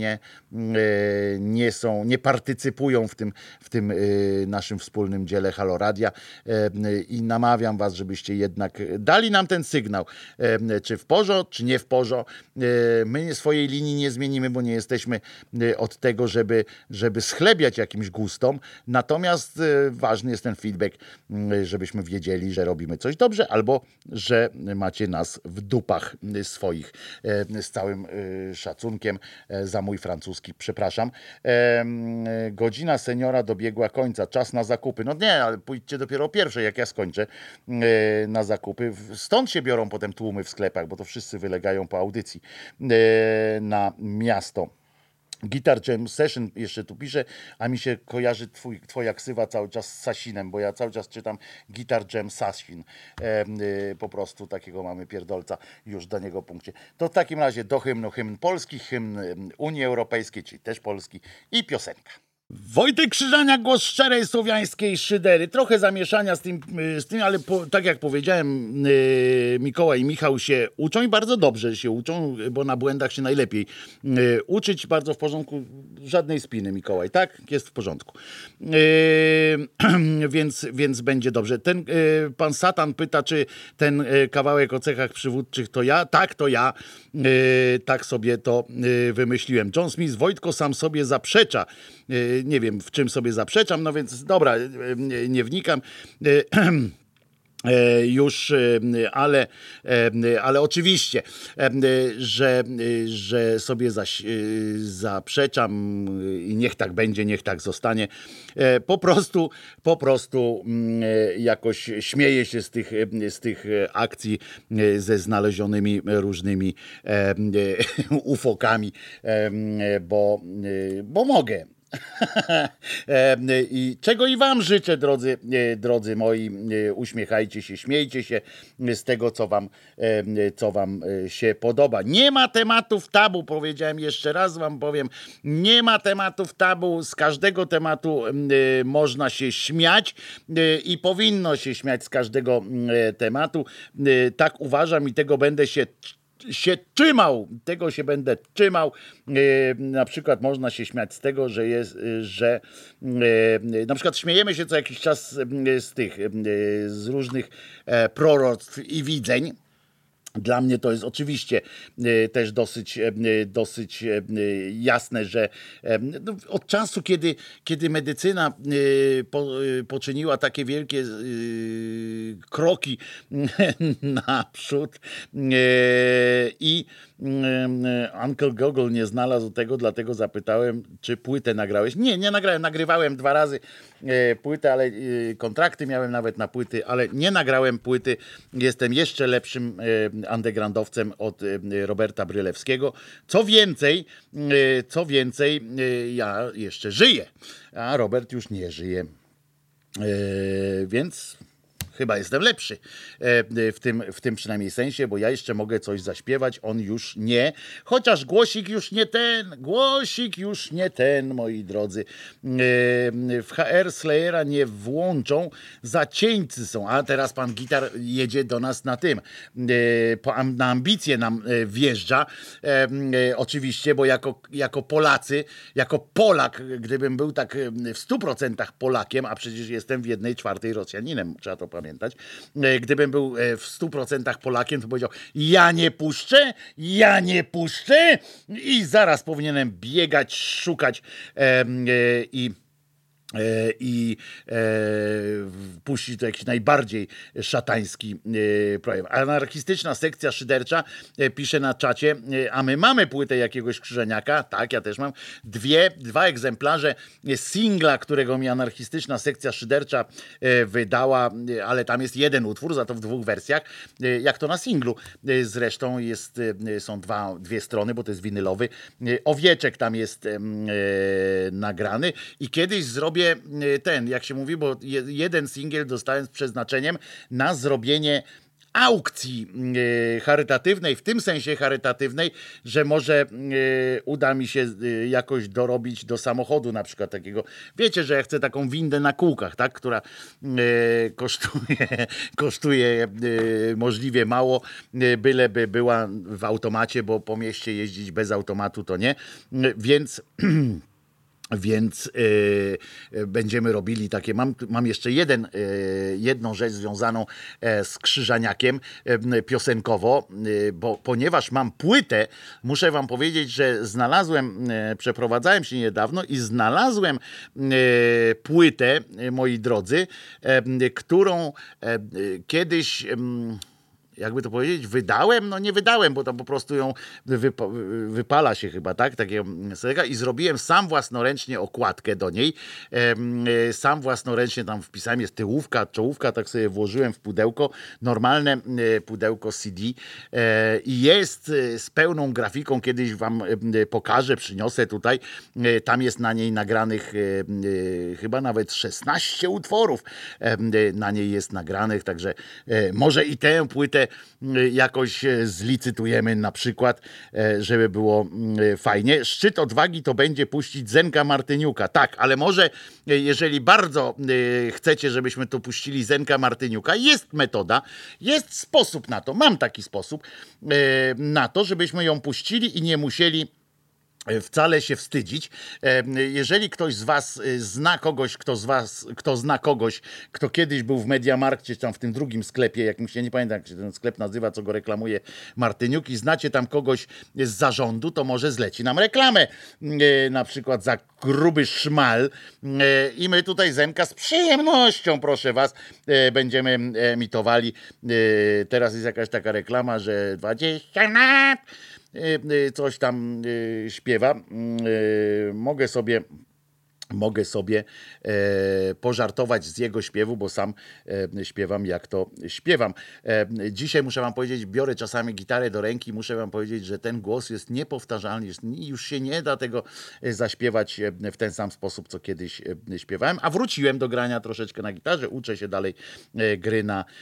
[SPEAKER 1] nie partycypują w tym naszym wspólnym dziele Halo Radia i namawiam was, żebyście jednak dali nam ten sygnał, czy w porzo, czy nie w porzo. My swojej linii nie zmienimy, bo nie jesteśmy od tego, żeby schlebiać jakimś gustom, natomiast ważny jest ten feedback, żebyśmy wiedzieli, że robimy coś dobrze, albo że macie nas w dupach swoich. Z całym szacunkiem za mój francuski, przepraszam. Godzina seniora dobiegła końca, czas na zakupy. No nie, ale pójdźcie dopiero o pierwszej, jak ja skończę na zakupy. Stąd się biorą potem tłumy w sklepach, bo to wszyscy wylegają po audycji na miasto. Guitar Jam Session jeszcze tu pisze, a mi się kojarzy twoja ksywa cały czas z Sasinem, bo ja cały czas czytam Guitar Jam Sasin. Po prostu takiego mamy pierdolca już do niego punkcie. To w takim razie do hymnu, hymn polski, hymn Unii Europejskiej, czyli też polski i piosenka. Wojtek Krzyżania, głos szczerej słowiańskiej szydery. Trochę zamieszania z tym ale tak jak powiedziałem, Mikołaj i Michał się uczą i bardzo dobrze się uczą, bo na błędach się najlepiej uczyć. Bardzo w porządku, żadnej spiny, Mikołaj, tak? Jest w porządku. Więc będzie dobrze. Pan Satan pyta, czy ten kawałek o cechach przywódczych to ja? Tak, to ja. Tak sobie to wymyśliłem. John Smith, Wojtko sam sobie zaprzecza. Nie wiem, w czym sobie zaprzeczam, no więc dobra, nie wnikam. Już, ale oczywiście, że sobie zaprzeczam i niech tak będzie, niech tak zostanie. Po prostu jakoś śmieję się z tych akcji ze znalezionymi różnymi ufokami, bo mogę. I czego i wam życzę, drodzy moi, uśmiechajcie się, śmiejcie się z tego, co wam się podoba. Nie ma tematów tabu, powiedziałem, jeszcze raz wam powiem, nie ma tematów tabu, z każdego tematu można się śmiać i powinno się śmiać z każdego tematu. Tak uważam i tego będę się trzymał, tego się będę trzymał. Na przykład można się śmiać z tego, że na przykład śmiejemy się co jakiś czas z różnych proroctw i widzeń. Dla mnie to jest oczywiście też dosyć jasne, że od czasu, kiedy medycyna poczyniła takie wielkie kroki naprzód i Uncle Gogol nie znalazł tego, dlatego zapytałem, czy płytę nagrałeś. Nie nagrałem, nagrywałem 2 razy płytę, ale kontrakty miałem nawet na płyty, ale nie nagrałem płyty. Jestem jeszcze lepszym undergroundowcem od Roberta Brylewskiego. Co więcej, ja jeszcze żyję, a Robert już nie żyje. Więc chyba jestem lepszy w tym przynajmniej sensie, bo ja jeszcze mogę coś zaśpiewać, on już nie. Chociaż głosik już nie ten, moi drodzy. W HR Slayera nie włączą, zacieńcy są. A teraz pan Gitar jedzie do nas na tym. Na ambicje nam wjeżdża. Oczywiście, bo jako Polacy, jako Polak, gdybym był tak w 100% Polakiem, a przecież jestem w 1/4 Rosjaninem, trzeba to pamiętać. Gdybym był w 100% Polakiem, to powiedział, ja nie puszczę i zaraz powinienem biegać, szukać i i puścić to jakiś najbardziej szatański program. Anarchistyczna sekcja szydercza pisze na czacie, a my mamy płytę jakiegoś krzyżeniaka, tak, ja też mam, dwa egzemplarze singla, którego mi anarchistyczna sekcja szydercza wydała, ale tam jest jeden utwór, za to w 2 wersjach, jak to na singlu. Zresztą są dwie strony, bo to jest winylowy. Owieczek tam jest nagrany i kiedyś zrobię jak się mówi, bo jeden singiel dostałem z przeznaczeniem na zrobienie aukcji charytatywnej, w tym sensie charytatywnej, że może uda mi się jakoś dorobić do samochodu na przykład takiego. Wiecie, że ja chcę taką windę na kółkach, tak, która kosztuje możliwie mało, byleby była w automacie, bo po mieście jeździć bez automatu to nie, więc będziemy robili takie, mam jeszcze jedną rzecz związaną z Krzyżaniakiem piosenkowo, bo ponieważ mam płytę, muszę wam powiedzieć, że przeprowadzałem się niedawno i znalazłem płytę, moi drodzy, którą kiedyś... jakby to powiedzieć, wydałem? No nie wydałem, bo tam po prostu ją wypala się chyba, tak? Takiego i zrobiłem sam własnoręcznie okładkę do niej. Sam własnoręcznie tam wpisałem, jest tyłówka, czołówka, tak sobie włożyłem w pudełko, normalne pudełko CD i jest z pełną grafiką, kiedyś wam pokażę, przyniosę tutaj. Tam jest na niej nagranych chyba nawet 16 utworów na niej jest nagranych, także może i tę płytę jakoś zlicytujemy na przykład, żeby było fajnie. Szczyt odwagi to będzie puścić Zenka Martyniuka. Tak, ale może jeżeli bardzo chcecie, żebyśmy tu puścili Zenka Martyniuka, jest metoda, jest sposób na to, mam taki sposób na to, żebyśmy ją puścili i nie musieli wcale się wstydzić. Jeżeli ktoś z was zna kogoś, kto zna kogoś, kto kiedyś był w Mediamarkcie, czy tam w tym drugim sklepie, jakimś, ja nie pamiętam, jak się ten sklep nazywa, co go reklamuje Martyniuk, i znacie tam kogoś z zarządu, to może zleci nam reklamę, na przykład za gruby szmal, i my tutaj Zenka z przyjemnością, proszę was, będziemy emitowali. Teraz jest jakaś taka reklama, że 20 lat coś tam śpiewa. Mogę sobie pożartować z jego śpiewu, bo sam śpiewam, jak to śpiewam. Dzisiaj muszę wam powiedzieć, biorę czasami gitarę do ręki, muszę wam powiedzieć, że ten głos jest niepowtarzalny, już się nie da tego zaśpiewać w ten sam sposób, co kiedyś śpiewałem, a wróciłem do grania troszeczkę na gitarze, uczę się dalej gry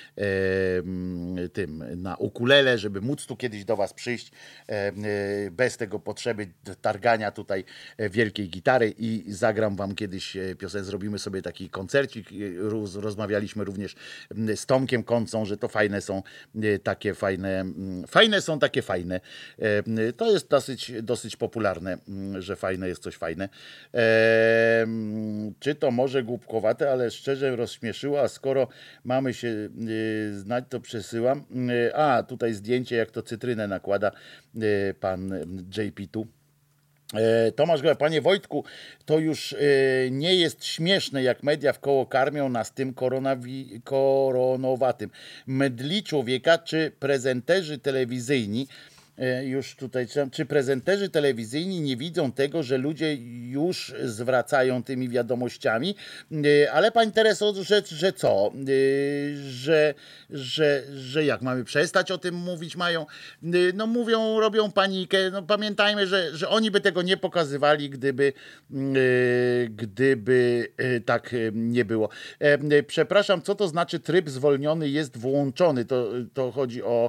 [SPEAKER 1] na ukulele, żeby móc tu kiedyś do was przyjść bez tego potrzeby targania tutaj wielkiej gitary i zagram wam kiedyś piosenkę, zrobimy sobie taki koncercik. Rozmawialiśmy również z Tomkiem Koncą, że to fajne są takie fajne są takie fajne. To jest dosyć popularne, że fajne jest coś fajne. Czy to może głupkowate, ale szczerze rozśmieszyło, a skoro mamy się znać, to przesyłam. A, tutaj zdjęcie, jak to cytrynę nakłada pan JP tu. Tomasz Goła, panie Wojtku, to już nie jest śmieszne, jak media w koło karmią nas tym koronowatym. Mdli człowieka, czy prezenterzy telewizyjni, już tutaj, czy prezenterzy telewizyjni nie widzą tego, że ludzie już zwracają tymi wiadomościami, ale pani Tereso, że co? Że jak mamy przestać o tym mówić, mają, no mówią, robią panikę, no pamiętajmy, że oni by tego nie pokazywali, gdyby tak nie było. Przepraszam, co to znaczy tryb zwolniony jest włączony? To chodzi o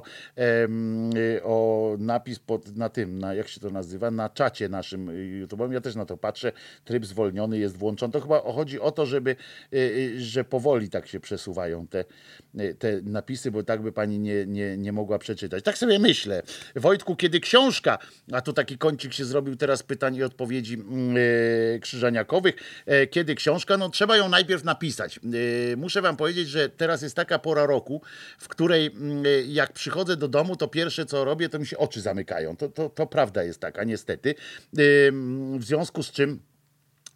[SPEAKER 1] napis jak się to nazywa, na czacie naszym YouTube'owym. Ja też na to patrzę. Tryb zwolniony jest włączony. To chyba chodzi o to, że powoli tak się przesuwają te napisy, bo tak by pani nie mogła przeczytać. Tak sobie myślę. Wojtku, kiedy książka, a tu taki kącik się zrobił teraz pytań i odpowiedzi krzyżaniakowych, kiedy książka, no trzeba ją najpierw napisać. Muszę wam powiedzieć, że teraz jest taka pora roku, w której jak przychodzę do domu, to pierwsze co robię, to mi się oczy zamykają. To prawda jest taka, niestety. W związku z czym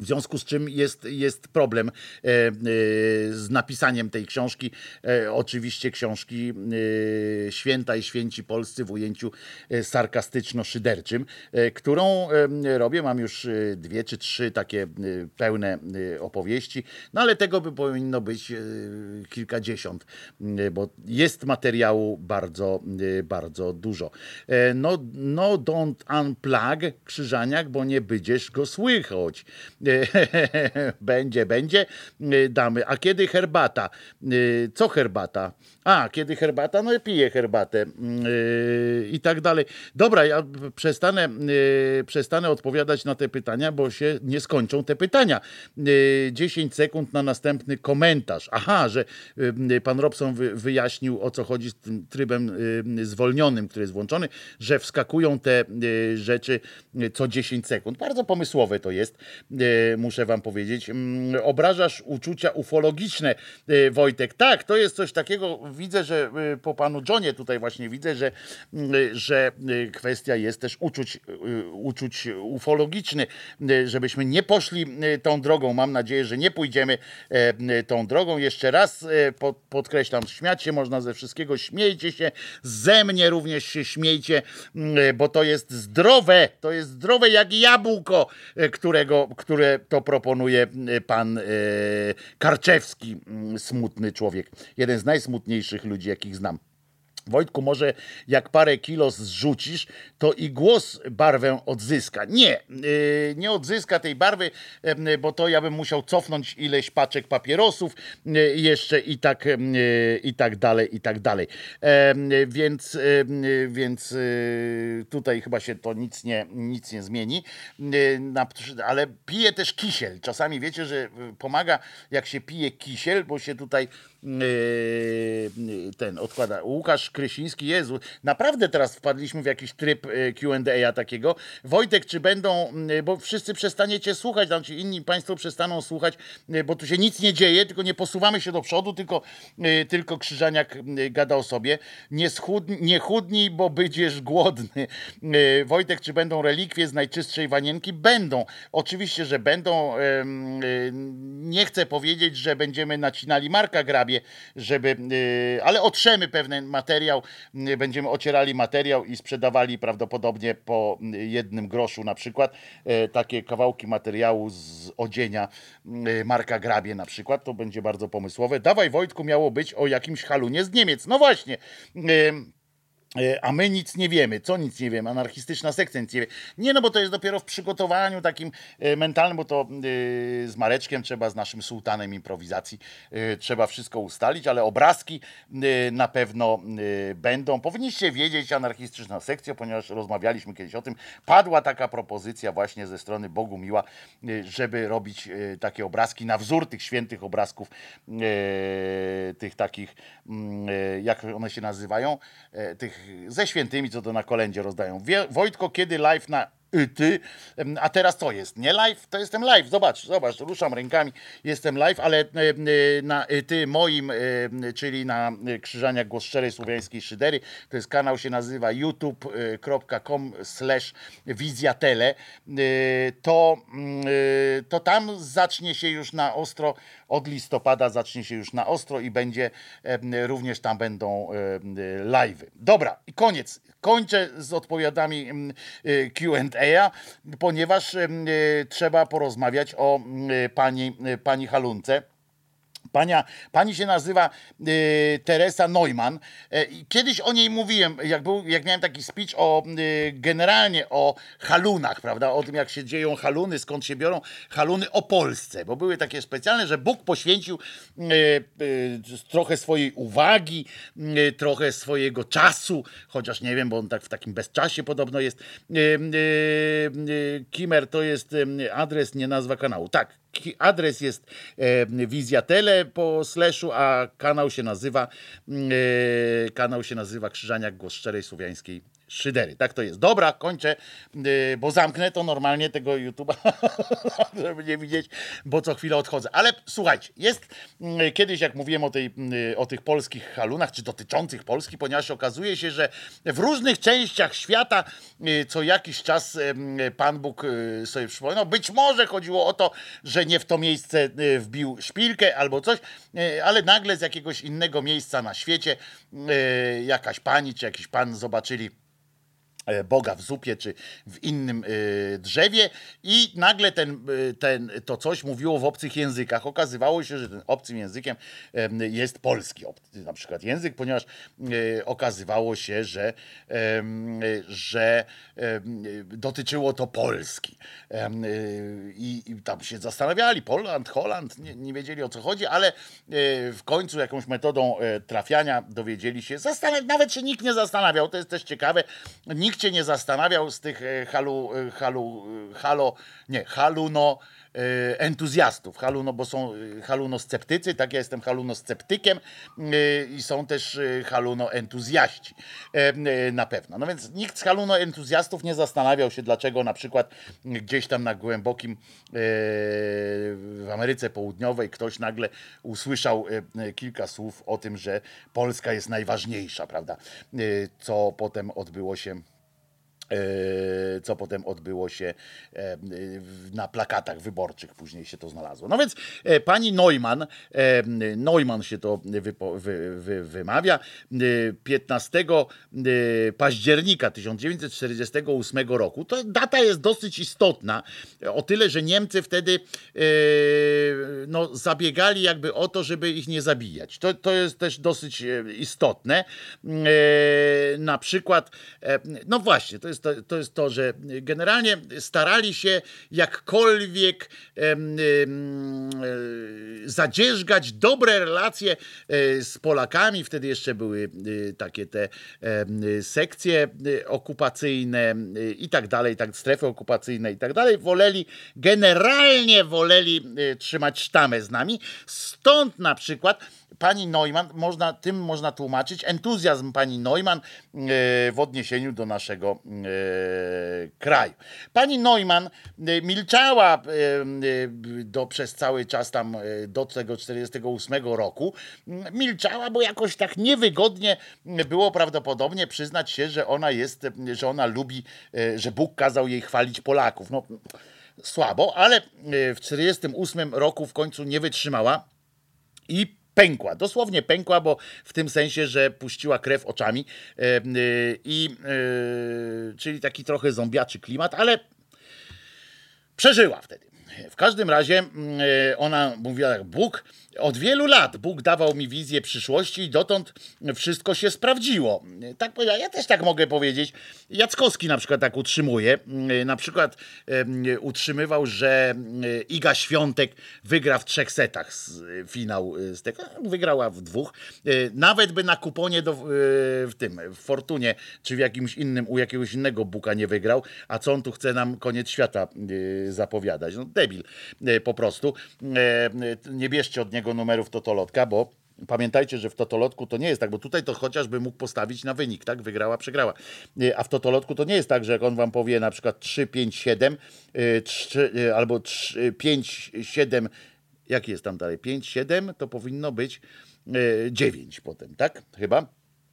[SPEAKER 1] W związku z czym jest problem z napisaniem tej książki. Oczywiście książki Święta i Święci Polscy w ujęciu sarkastyczno-szyderczym, którą robię. Mam już 2 czy 3 takie pełne opowieści, no ale tego by powinno być kilkadziesiąt, bo jest materiału bardzo, bardzo dużo. No don't unplug, Krzyżaniak, bo nie będziesz go słychać. Będzie. Damy. A kiedy herbata? Co herbata? Kiedy herbata? No i piję herbatę. I tak dalej. Dobra, ja przestanę odpowiadać na te pytania, bo się nie skończą te pytania. 10 sekund na następny komentarz. Aha, że pan Robson wyjaśnił, o co chodzi z tym trybem zwolnionym, który jest włączony, że wskakują te rzeczy co 10 sekund. Bardzo pomysłowe to jest, muszę wam powiedzieć. Obrażasz uczucia ufologiczne, Wojtek. Tak, to jest coś takiego. Widzę, że po panu Johnie tutaj właśnie widzę, że kwestia jest też uczuć ufologicznych, żebyśmy nie poszli tą drogą. Mam nadzieję, że nie pójdziemy tą drogą. Jeszcze raz podkreślam, śmiać się można ze wszystkiego, śmiejcie się, ze mnie również się śmiejcie, bo to jest zdrowe jak jabłko, które to proponuje pan Karczewski, smutny człowiek, jeden z najsmutniejszych ludzi, jakich znam. Wojtku, może jak parę kilo zrzucisz, to i głos barwę odzyska. Nie odzyska tej barwy, bo to ja bym musiał cofnąć ileś paczek papierosów jeszcze i tak dalej. Więc tutaj chyba się to nic nie zmieni. Ale piję też kisiel. Czasami wiecie, że pomaga, jak się pije kisiel, bo się tutaj ten odkłada. Łukasz Krysiński, Jezu, naprawdę teraz wpadliśmy w jakiś tryb Q&A takiego. Wojtek, czy będą, bo wszyscy przestaniecie słuchać, znaczy inni państwo przestaną słuchać, bo tu się nic nie dzieje, tylko nie posuwamy się do przodu, tylko Krzyżaniak gada o sobie. Nie chudnij, bo będziesz głodny. Wojtek, czy będą relikwie z najczystszej wanienki? Będą. Oczywiście, że będą. Nie chcę powiedzieć, że będziemy nacinali Marka Grabie, ale otrzemy pewien materiał, będziemy ocierali materiał i sprzedawali prawdopodobnie po 1 groszu na przykład takie kawałki materiału z odzienia Marka Grabie na przykład, to będzie bardzo pomysłowe. Dawaj Wojtku, miało być o jakimś halunie z Niemiec, no właśnie. A my nic nie wiemy. Co nic nie wiemy? Anarchistyczna sekcja nic nie wie. Nie, no bo to jest dopiero w przygotowaniu takim mentalnym, bo to z Mareczkiem trzeba, z naszym sułtanem improwizacji trzeba wszystko ustalić, ale obrazki na pewno będą. Powinniście wiedzieć, anarchistyczna sekcja, ponieważ rozmawialiśmy kiedyś o tym, padła taka propozycja właśnie ze strony Bogumiła, żeby robić takie obrazki na wzór tych świętych obrazków, tych takich, jak one się nazywają, tych ze świętymi, co to na kolędzie rozdają. Wojtko, kiedy live na ty, a teraz to jest nie live, to jestem live, zobacz, ruszam rękami, jestem live, ale na ty moim, czyli na Krzyżaniak Głos Szczerej Słowiańskiej Szydery, to jest kanał, się nazywa youtube.com/wizjatele, to tam zacznie się już na ostro, od listopada zacznie się już na ostro i będzie, również tam będą live'y. Dobra, i kończę z odpowiadami Q&A, ponieważ trzeba porozmawiać o pani Halunce. Pani się nazywa Teresa Neumann. Kiedyś o niej mówiłem, jak miałem taki speech generalnie o halunach, prawda? O tym, jak się dzieją haluny, skąd się biorą haluny, o Polsce, bo były takie specjalne, że Bóg poświęcił trochę swojej uwagi, trochę swojego czasu, chociaż nie wiem, bo on tak w takim bezczasie podobno jest. Kimmer to jest adres, nie nazwa kanału. Tak. Adres jest Wizjatele po slashu, a kanał się nazywa Krzyżaniak Głos Szczerej Słowiańskiej szydery. Tak to jest. Dobra, kończę, bo zamknę to normalnie tego YouTube'a, żeby nie widzieć, bo co chwilę odchodzę. Ale słuchajcie, jest kiedyś, jak mówiłem o tych polskich halunach, czy dotyczących Polski, ponieważ okazuje się, że w różnych częściach świata co jakiś czas Pan Bóg sobie przypominał. Być może chodziło o to, że nie w to miejsce wbił szpilkę albo coś, ale nagle z jakiegoś innego miejsca na świecie jakaś pani czy jakiś pan zobaczyli Boga w zupie czy w innym drzewie i nagle to coś mówiło w obcych językach. Okazywało się, że tym obcym językiem jest polski na przykład język, ponieważ okazywało się, że dotyczyło to Polski. I tam się zastanawiali, Holand, nie wiedzieli o co chodzi, ale w końcu jakąś metodą trafiania dowiedzieli się, nawet się nikt nie zastanawiał, to jest też ciekawe, nikt się nie zastanawiał z tych haluno entuzjastów, bo są halunosceptycy, tak ja jestem halunosceptykiem i są też halunoentuzjaści na pewno. No więc nikt z halunoentuzjastów nie zastanawiał się, dlaczego na przykład gdzieś tam na głębokim w Ameryce Południowej ktoś nagle usłyszał kilka słów o tym, że Polska jest najważniejsza, prawda? Co potem odbyło się na plakatach wyborczych, później się to znalazło. No więc pani Neumann się to wymawia, 15 października 1948 roku. To data jest dosyć istotna, o tyle, że Niemcy wtedy zabiegali jakby o to, żeby ich nie zabijać. To jest też dosyć istotne. Na przykład, no właśnie, to jest to, że generalnie starali się jakkolwiek zadzierzgać dobre relacje z Polakami. Wtedy jeszcze były takie te sekcje okupacyjne i tak dalej, strefy okupacyjne i tak dalej. Generalnie woleli trzymać sztamę z nami. Stąd na przykład pani Neumann, można tłumaczyć entuzjazm pani Neumann w odniesieniu do naszego kraju. Pani Neumann milczała przez cały czas tam do tego 48 roku. Milczała, bo jakoś tak niewygodnie było prawdopodobnie przyznać się, że ona lubi, że Bóg kazał jej chwalić Polaków. No słabo, ale w 48 roku w końcu nie wytrzymała i pękła, dosłownie pękła, bo w tym sensie, że puściła krew oczami czyli taki trochę zombiaczy klimat, ale przeżyła wtedy. W każdym razie ona mówiła tak, od wielu lat Bóg dawał mi wizję przyszłości i dotąd wszystko się sprawdziło. Tak powiedziała, ja też tak mogę powiedzieć. Jackowski na przykład tak utrzymuje. Na przykład utrzymywał, że Iga Świątek wygra w 3 setach finał z tego. Wygrała w 2. Nawet by na kuponie w Fortunie, czy u jakiegoś innego Buka nie wygrał. A co on tu chce nam koniec świata zapowiadać? No debil po prostu. Nie bierzcie od niego numerów totolotka, bo pamiętajcie, że w totolotku to nie jest tak, bo tutaj to chociażby mógł postawić na wynik, tak? Wygrała, przegrała. A w totolotku to nie jest tak, że jak on wam powie na przykład 3, 5, 7 albo 3, 5, 7, jaki jest tam dalej? 5, 7 to powinno być 9 potem, tak? Chyba.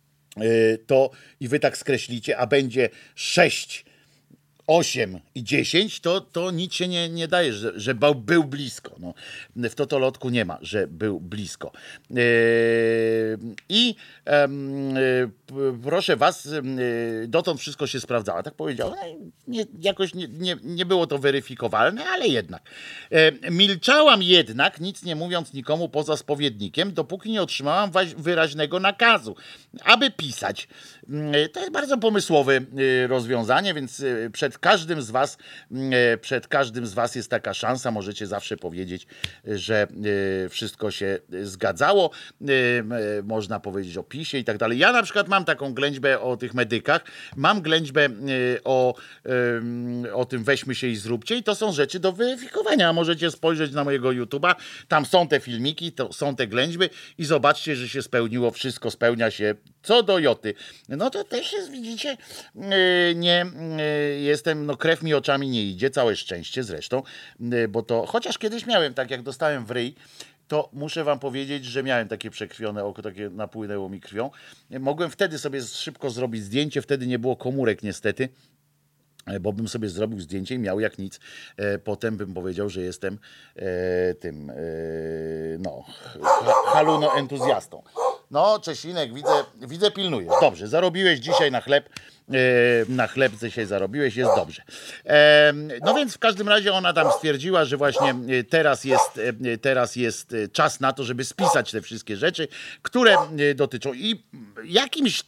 [SPEAKER 1] I wy tak skreślicie, a będzie 6, 8 i 10, to nic się nie daje, że był blisko. No, w totolotku nie ma, że był blisko. Proszę was, dotąd wszystko się sprawdzało. Tak powiedział. Jakoś nie było to weryfikowalne, ale jednak. Milczałam jednak, nic nie mówiąc nikomu poza spowiednikiem, dopóki nie otrzymałam wyraźnego nakazu, aby pisać. To jest bardzo pomysłowe rozwiązanie, więc przed każdym z was jest taka szansa, możecie zawsze powiedzieć, że wszystko się zgadzało, można powiedzieć o PiS-ie i tak dalej. Ja na przykład mam taką ględźbę o tych medykach, mam ględźbę o tym weźmy się i zróbcie i to są rzeczy do weryfikowania. Możecie spojrzeć na mojego YouTube'a, tam są te filmiki, to są te ględźby i zobaczcie, że się spełniło, wszystko spełnia się co do joty. No to też jest, widzicie, nie jestem, no krew mi oczami nie idzie, całe szczęście zresztą, bo to, chociaż kiedyś miałem, tak jak dostałem w ryj, to muszę wam powiedzieć, że miałem takie przekrwione oko, takie napłynęło mi krwią. Mogłem wtedy sobie szybko zrobić zdjęcie, wtedy nie było komórek niestety, bo bym sobie zrobił zdjęcie i miał jak nic. Potem bym powiedział, że jestem tym, no, halunoentuzjastą. No, Czesinek, widzę, pilnujesz. Dobrze, zarobiłeś dzisiaj na chleb dzisiaj zarobiłeś, jest dobrze. No więc w każdym razie ona tam stwierdziła, że właśnie teraz jest czas na to, żeby spisać te wszystkie rzeczy, które dotyczą. I jakimś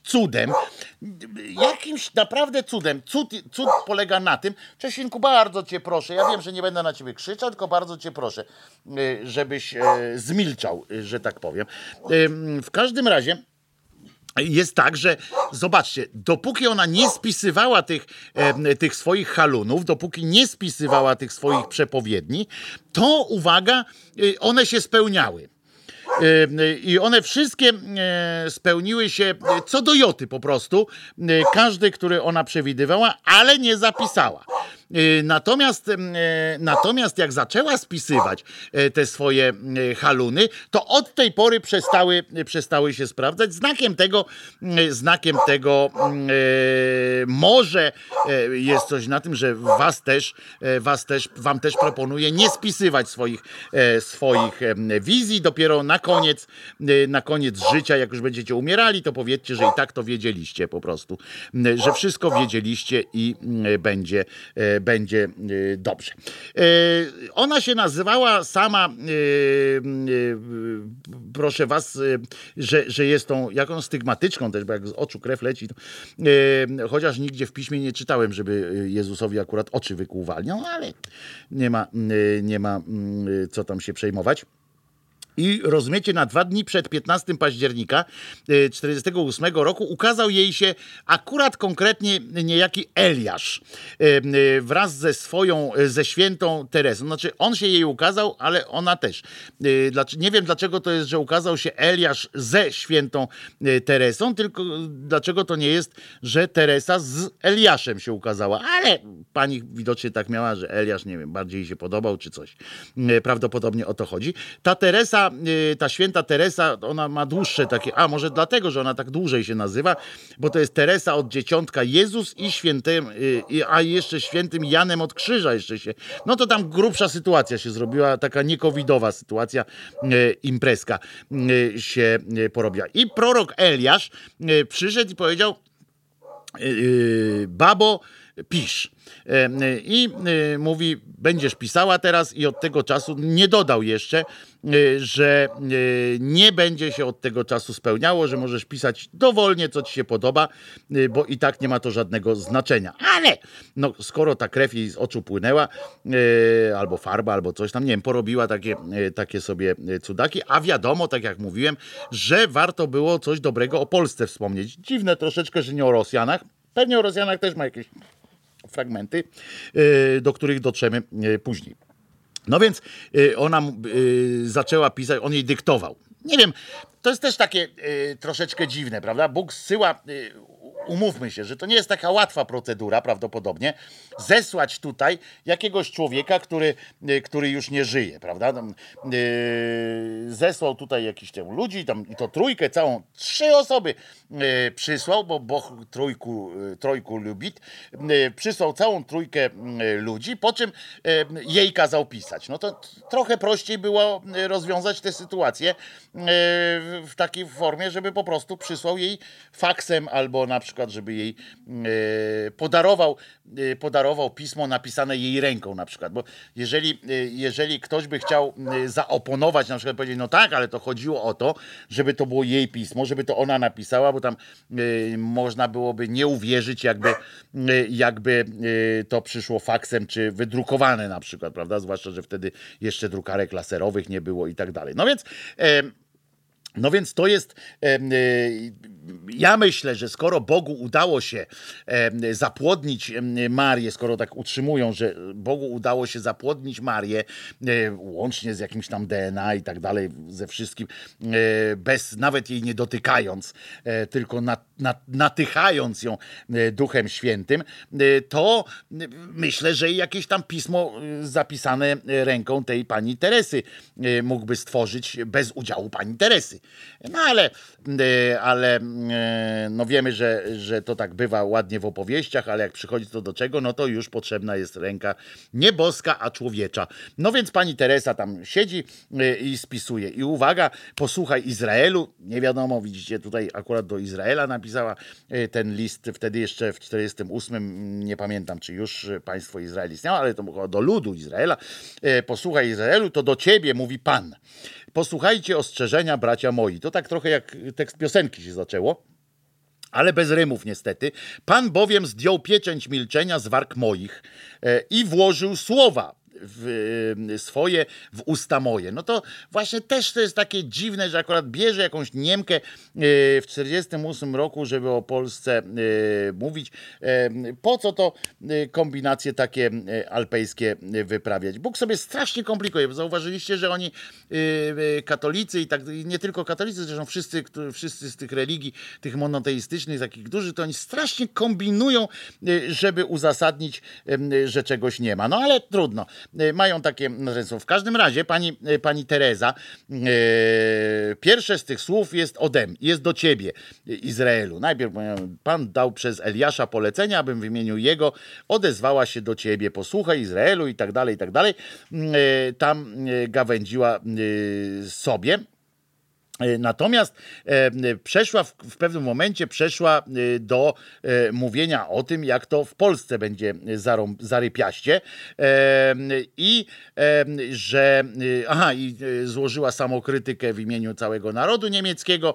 [SPEAKER 1] naprawdę cudem, cud polega na tym, Czesinku, bardzo cię proszę, ja wiem, że nie będę na ciebie krzyczał, tylko bardzo cię proszę, żebyś zmilczał, że tak powiem. W każdym razie jest tak, że zobaczcie, dopóki ona nie spisywała tych swoich halunów, dopóki nie spisywała tych swoich przepowiedni, to uwaga, one się spełniały. I one wszystkie spełniły się co do joty po prostu. Każdy, który ona przewidywała, ale nie zapisała. Natomiast jak zaczęła spisywać te swoje haluny, to od tej pory przestały się sprawdzać. Znakiem tego może jest coś na tym, że wam też proponuję nie spisywać swoich wizji. Dopiero na koniec życia, jak już będziecie umierali, to powiedzcie, że i tak to wiedzieliście po prostu. Że wszystko wiedzieliście i będzie dobrze. Ona się nazywała sama, proszę was, że jest tą jakąś stygmatyczką też, bo jak z oczu krew leci, to, chociaż nigdzie w piśmie nie czytałem, żeby Jezusowi akurat oczy wykłuwali, no ale nie ma co tam się przejmować. I rozumiecie, na 2 dni przed 15 października 1948 roku ukazał jej się akurat konkretnie niejaki Eliasz wraz ze świętą Teresą. Znaczy on się jej ukazał, ale ona też. Nie wiem dlaczego to jest, że ukazał się Eliasz ze świętą Teresą, tylko dlaczego to nie jest, że Teresa z Eliaszem się ukazała. Ale pani widocznie tak miała, że Eliasz, nie wiem, bardziej jej się podobał czy coś. Prawdopodobnie o to chodzi. Ta święta Teresa, ona ma dłuższe takie, może dlatego, że ona tak dłużej się nazywa, bo to jest Teresa od Dzieciątka Jezus i jeszcze świętym Janem od Krzyża jeszcze się. No to tam grubsza sytuacja się zrobiła, taka niekowidowa sytuacja, imprezka się porobiła. I prorok Eliasz przyszedł i powiedział: babo, pisz. I mówi, będziesz pisała teraz, i od tego czasu nie dodał jeszcze, że nie będzie się od tego czasu spełniało, że możesz pisać dowolnie, co ci się podoba, bo i tak nie ma to żadnego znaczenia. Ale no, skoro ta krew jej z oczu płynęła, albo farba, albo coś tam, nie wiem, porobiła takie sobie cudaki, a wiadomo, tak jak mówiłem, że warto było coś dobrego o Polsce wspomnieć. Dziwne troszeczkę, że nie o Rosjanach. Pewnie o Rosjanach też ma jakieś fragmenty, do których dotrzemy później. No więc ona zaczęła pisać, on jej dyktował. Nie wiem, to jest też takie troszeczkę dziwne, prawda? Bóg zsyła, umówmy się, że to nie jest taka łatwa procedura prawdopodobnie, zesłać tutaj jakiegoś człowieka, który już nie żyje, prawda? Zesłał tutaj jakichś tam ludzi, tam, i to trójkę całą, 3 osoby przysłał, bo Bóg trójku lubi, przysłał całą trójkę ludzi, po czym jej kazał pisać. No to trochę prościej było rozwiązać tę sytuację w takiej formie, żeby po prostu przysłał jej faksem, albo na przykład, żeby jej podarował pismo napisane jej ręką na przykład, bo jeżeli ktoś by chciał zaoponować, na przykład powiedzieć, no tak, ale to chodziło o to, żeby to było jej pismo, żeby to ona napisała, bo tam można byłoby nie uwierzyć, jakby to przyszło faksem, czy wydrukowane na przykład, prawda, zwłaszcza, że wtedy jeszcze drukarek laserowych nie było i tak dalej. No więc to jest ja myślę, że skoro Bogu udało się zapłodnić Marię, skoro tak utrzymują, że Bogu udało się zapłodnić Marię, łącznie z jakimś tam DNA i tak dalej, ze wszystkim, bez nawet jej nie dotykając, tylko natychając ją Duchem Świętym, to myślę, że jakieś tam pismo zapisane ręką tej pani Teresy mógłby stworzyć bez udziału pani Teresy. No ale no wiemy, że to tak bywa ładnie w opowieściach, ale jak przychodzi to do czego, no to już potrzebna jest ręka nie boska, a człowiecza. No więc pani Teresa tam siedzi i spisuje. I uwaga, posłuchaj Izraelu, nie wiadomo, widzicie, tutaj akurat do Izraela napisała ten list, wtedy jeszcze w 48, nie pamiętam, czy już państwo Izrael istniało, ale to było do ludu Izraela. Posłuchaj Izraelu, to do ciebie mówi Pan. Posłuchajcie ostrzeżenia, bracia moi. To tak trochę jak tekst piosenki się zaczęło, ale bez rymów niestety. Pan bowiem zdjął pieczęć milczenia z warg moich i włożył słowa swoje w usta moje. No to właśnie też to jest takie dziwne, że akurat bierze jakąś Niemkę w 48 roku, żeby o Polsce mówić. Po co to kombinacje takie alpejskie wyprawiać? Bóg sobie strasznie komplikuje. Zauważyliście, że oni katolicy i tak, nie tylko katolicy, zresztą wszyscy z tych religii, tych monoteistycznych, takich dużych, to oni strasznie kombinują, żeby uzasadnić, że czegoś nie ma. No ale trudno. Mają takie nazwisko. W każdym razie pani Teresa, pierwsze z tych słów jest jest do ciebie, Izraelu. Najpierw Pan dał przez Eliasza polecenia, abym w imieniu jego odezwała się do ciebie. Posłuchaj Izraelu i tak dalej, i tak dalej. Tam gawędziła sobie. Natomiast w pewnym momencie przeszła do mówienia o tym, jak to w Polsce będzie zarypiaście i że złożyła samokrytykę w imieniu całego narodu niemieckiego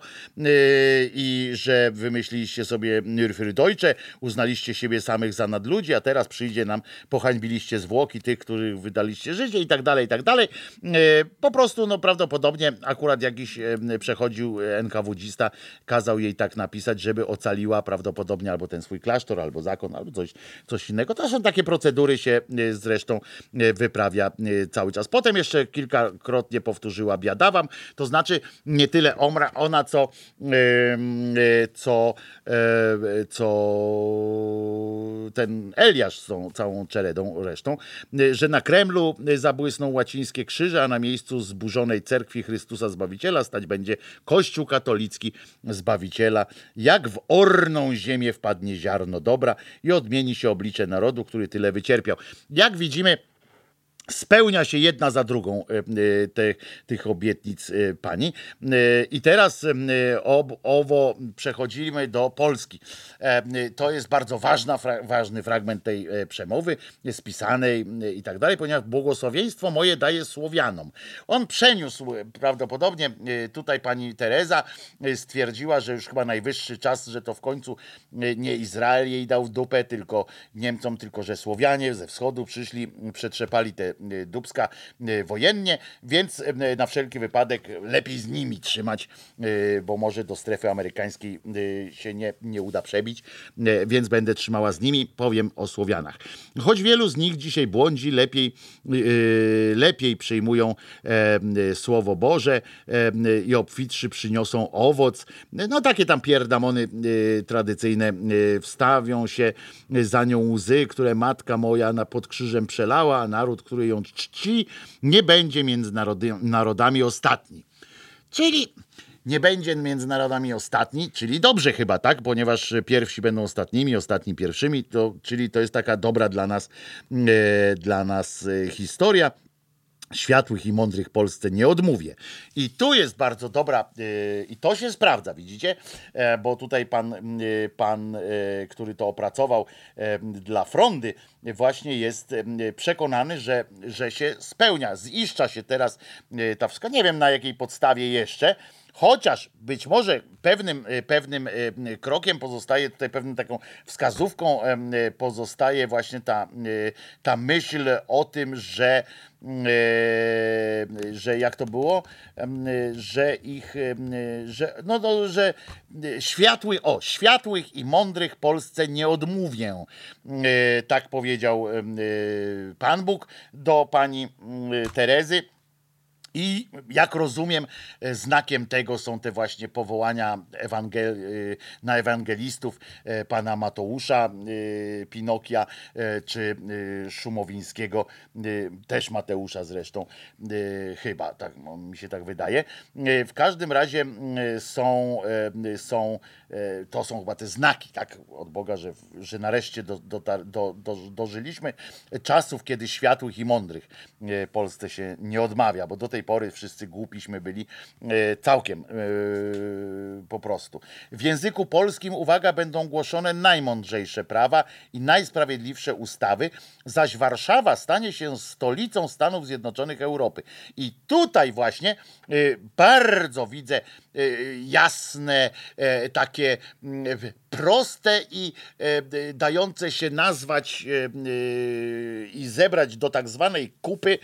[SPEAKER 1] i że wymyśliliście sobie für Deutsche, uznaliście siebie samych za nadludzi, a teraz przyjdzie nam, pohańbiliście zwłoki tych, których wydaliście życie i tak dalej, i tak dalej. Po prostu, no prawdopodobnie akurat jakiś przechodził NKWdzista, kazał jej tak napisać, żeby ocaliła prawdopodobnie albo ten swój klasztor, albo zakon, albo coś innego. To są takie procedury, się zresztą wyprawia cały czas. Potem jeszcze kilkakrotnie powtórzyła biada wam, to znaczy nie tyle ona, co ten Eliasz z tą całą czeredą resztą, że na Kremlu zabłysną łacińskie krzyże, a na miejscu zburzonej cerkwi Chrystusa Zbawiciela stać będzie Kościół katolicki Zbawiciela. Jak w orną ziemię wpadnie ziarno dobra i odmieni się oblicze narodu, który tyle wycierpiał. Jak widzimy, spełnia się jedna za drugą tych obietnic pani. I teraz przechodzimy do Polski. To jest bardzo ważny fragment tej przemowy, spisanej i tak dalej, ponieważ błogosławieństwo moje daje Słowianom. On przeniósł prawdopodobnie, tutaj pani Teresa stwierdziła, że już chyba najwyższy czas, że to w końcu nie Izrael jej dał w dupę, tylko Niemcom, tylko że Słowianie ze wschodu przyszli, przetrzepali te dupska wojennie, więc na wszelki wypadek lepiej z nimi trzymać, bo może do strefy amerykańskiej się nie uda przebić, więc będę trzymała z nimi, powiem o Słowianach. Choć wielu z nich dzisiaj błądzi, lepiej przyjmują Słowo Boże i obfitszy przyniosą owoc. No takie tam pierdamony tradycyjne, wstawią się za nią łzy, które matka moja pod krzyżem przelała, a naród, który ją czci, nie będzie między narodami ostatni. Czyli nie będzie między narodami ostatni, czyli dobrze chyba, tak? Ponieważ pierwsi będą ostatnimi, ostatni pierwszymi, czyli to jest taka dobra dla nas historia. Światłych i mądrych Polsce nie odmówię. I tu jest bardzo dobra, i to się sprawdza, widzicie? Bo tutaj pan, który to opracował dla Frondy, właśnie jest przekonany, że się spełnia. Ziszcza się teraz ta wska. Nie wiem na jakiej podstawie jeszcze, Chociaż być może pewnym krokiem pozostaje tutaj, pewną taką wskazówką pozostaje właśnie ta myśl o tym, że jak to było, że światłych i mądrych Polsce nie odmówię. Tak powiedział Pan Bóg do pani Terezy. I jak rozumiem, znakiem tego są te właśnie powołania na ewangelistów pana Mateusza Pinokia czy Szumowińskiego, też Mateusza zresztą, chyba, tak mi się tak wydaje. W każdym razie to są chyba te znaki, tak, od Boga, że nareszcie dożyliśmy czasów, kiedy światłych i mądrych Polsce się nie odmawia, bo do tej pory wszyscy głupiśmy byli całkiem po prostu. W języku polskim, uwaga, będą głoszone najmądrzejsze prawa i najsprawiedliwsze ustawy, zaś Warszawa stanie się stolicą Stanów Zjednoczonych Europy. I tutaj właśnie bardzo widzę jasne, takie proste i dające się nazwać i zebrać do tak zwanej kupy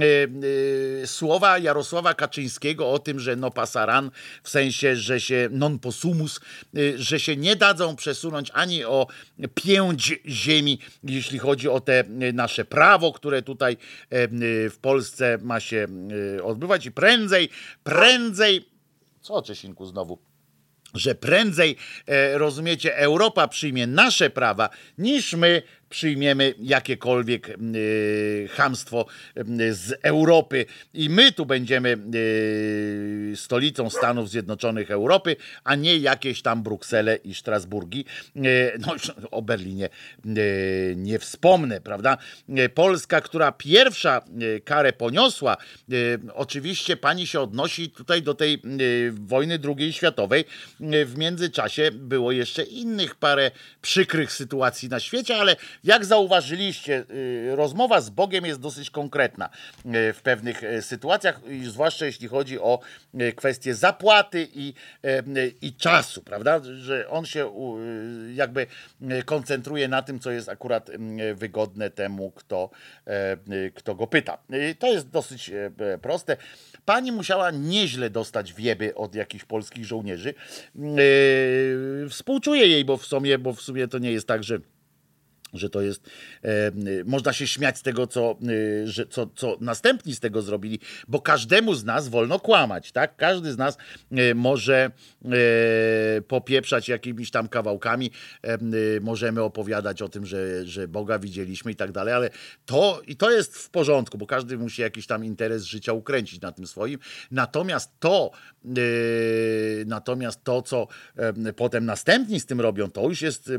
[SPEAKER 1] słowa Jarosława Kaczyńskiego o tym, że no passaran, w sensie, że się non possumus, że się nie dadzą przesunąć ani o pięć ziemi, jeśli chodzi o te nasze prawo, które tutaj w Polsce ma się odbywać i prędzej, co Czesinku znowu? Że prędzej, rozumiecie, Europa przyjmie nasze prawa, niż my przyjmiemy jakiekolwiek chamstwo z Europy i my tu będziemy stolicą Stanów Zjednoczonych Europy, a nie jakieś tam Bruksele i Strasburgi. No, o Berlinie nie wspomnę, prawda? Polska, która pierwsza karę poniosła, oczywiście pani się odnosi tutaj do tej wojny II światowej. W międzyczasie było jeszcze innych parę przykrych sytuacji na świecie, ale jak zauważyliście, rozmowa z Bogiem jest dosyć konkretna w pewnych sytuacjach, zwłaszcza jeśli chodzi o kwestie zapłaty i czasu, prawda? Że on się jakby koncentruje na tym, co jest akurat wygodne temu, kto go pyta. To jest dosyć proste. Pani musiała nieźle dostać wieby od jakichś polskich żołnierzy. Współczuję jej, bo w sumie to nie jest tak, że to jest, można się śmiać z tego, co następni z tego zrobili, bo każdemu z nas wolno kłamać, tak? Każdy z nas może popieprzać jakimiś tam kawałkami, możemy opowiadać o tym, że Boga widzieliśmy i tak dalej, ale to jest w porządku, bo każdy musi jakiś tam interes życia ukręcić na tym swoim, natomiast to, co potem następni z tym robią, to już jest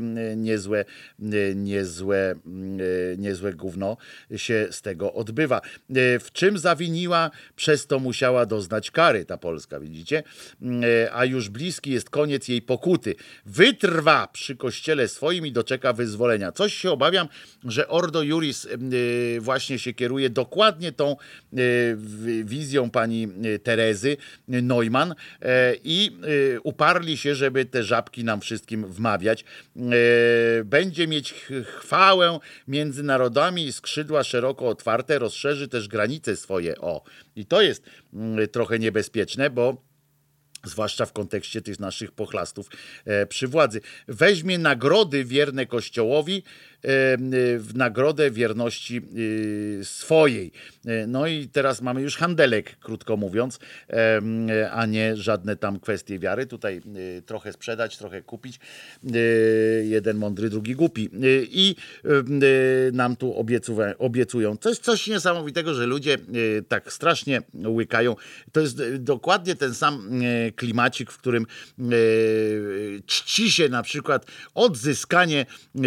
[SPEAKER 1] niezłe gówno się z tego odbywa. W czym zawiniła, przez to musiała doznać kary ta Polska, widzicie? A już bliski jest koniec jej pokuty. Wytrwa przy kościele swoim i doczeka wyzwolenia. Coś się obawiam, że Ordo Iuris właśnie się kieruje dokładnie tą wizją pani Terezy Neumann i uparli się, żeby te żabki nam wszystkim wmawiać. Będzie mieć chwałę między narodami i skrzydła szeroko otwarte, rozszerzy też granice swoje. I to jest trochę niebezpieczne, bo zwłaszcza w kontekście tych naszych pochlastów przy władzy. Weźmie nagrody wierne Kościołowi w nagrodę wierności swojej. No i teraz mamy już handelek, krótko mówiąc, a nie żadne tam kwestie wiary. Tutaj trochę sprzedać, trochę kupić. Jeden mądry, drugi głupi. I nam tu obiecują. To jest coś niesamowitego, że ludzie tak strasznie łykają. To jest dokładnie ten sam klimacik, w którym czci się na przykład odzyskanie,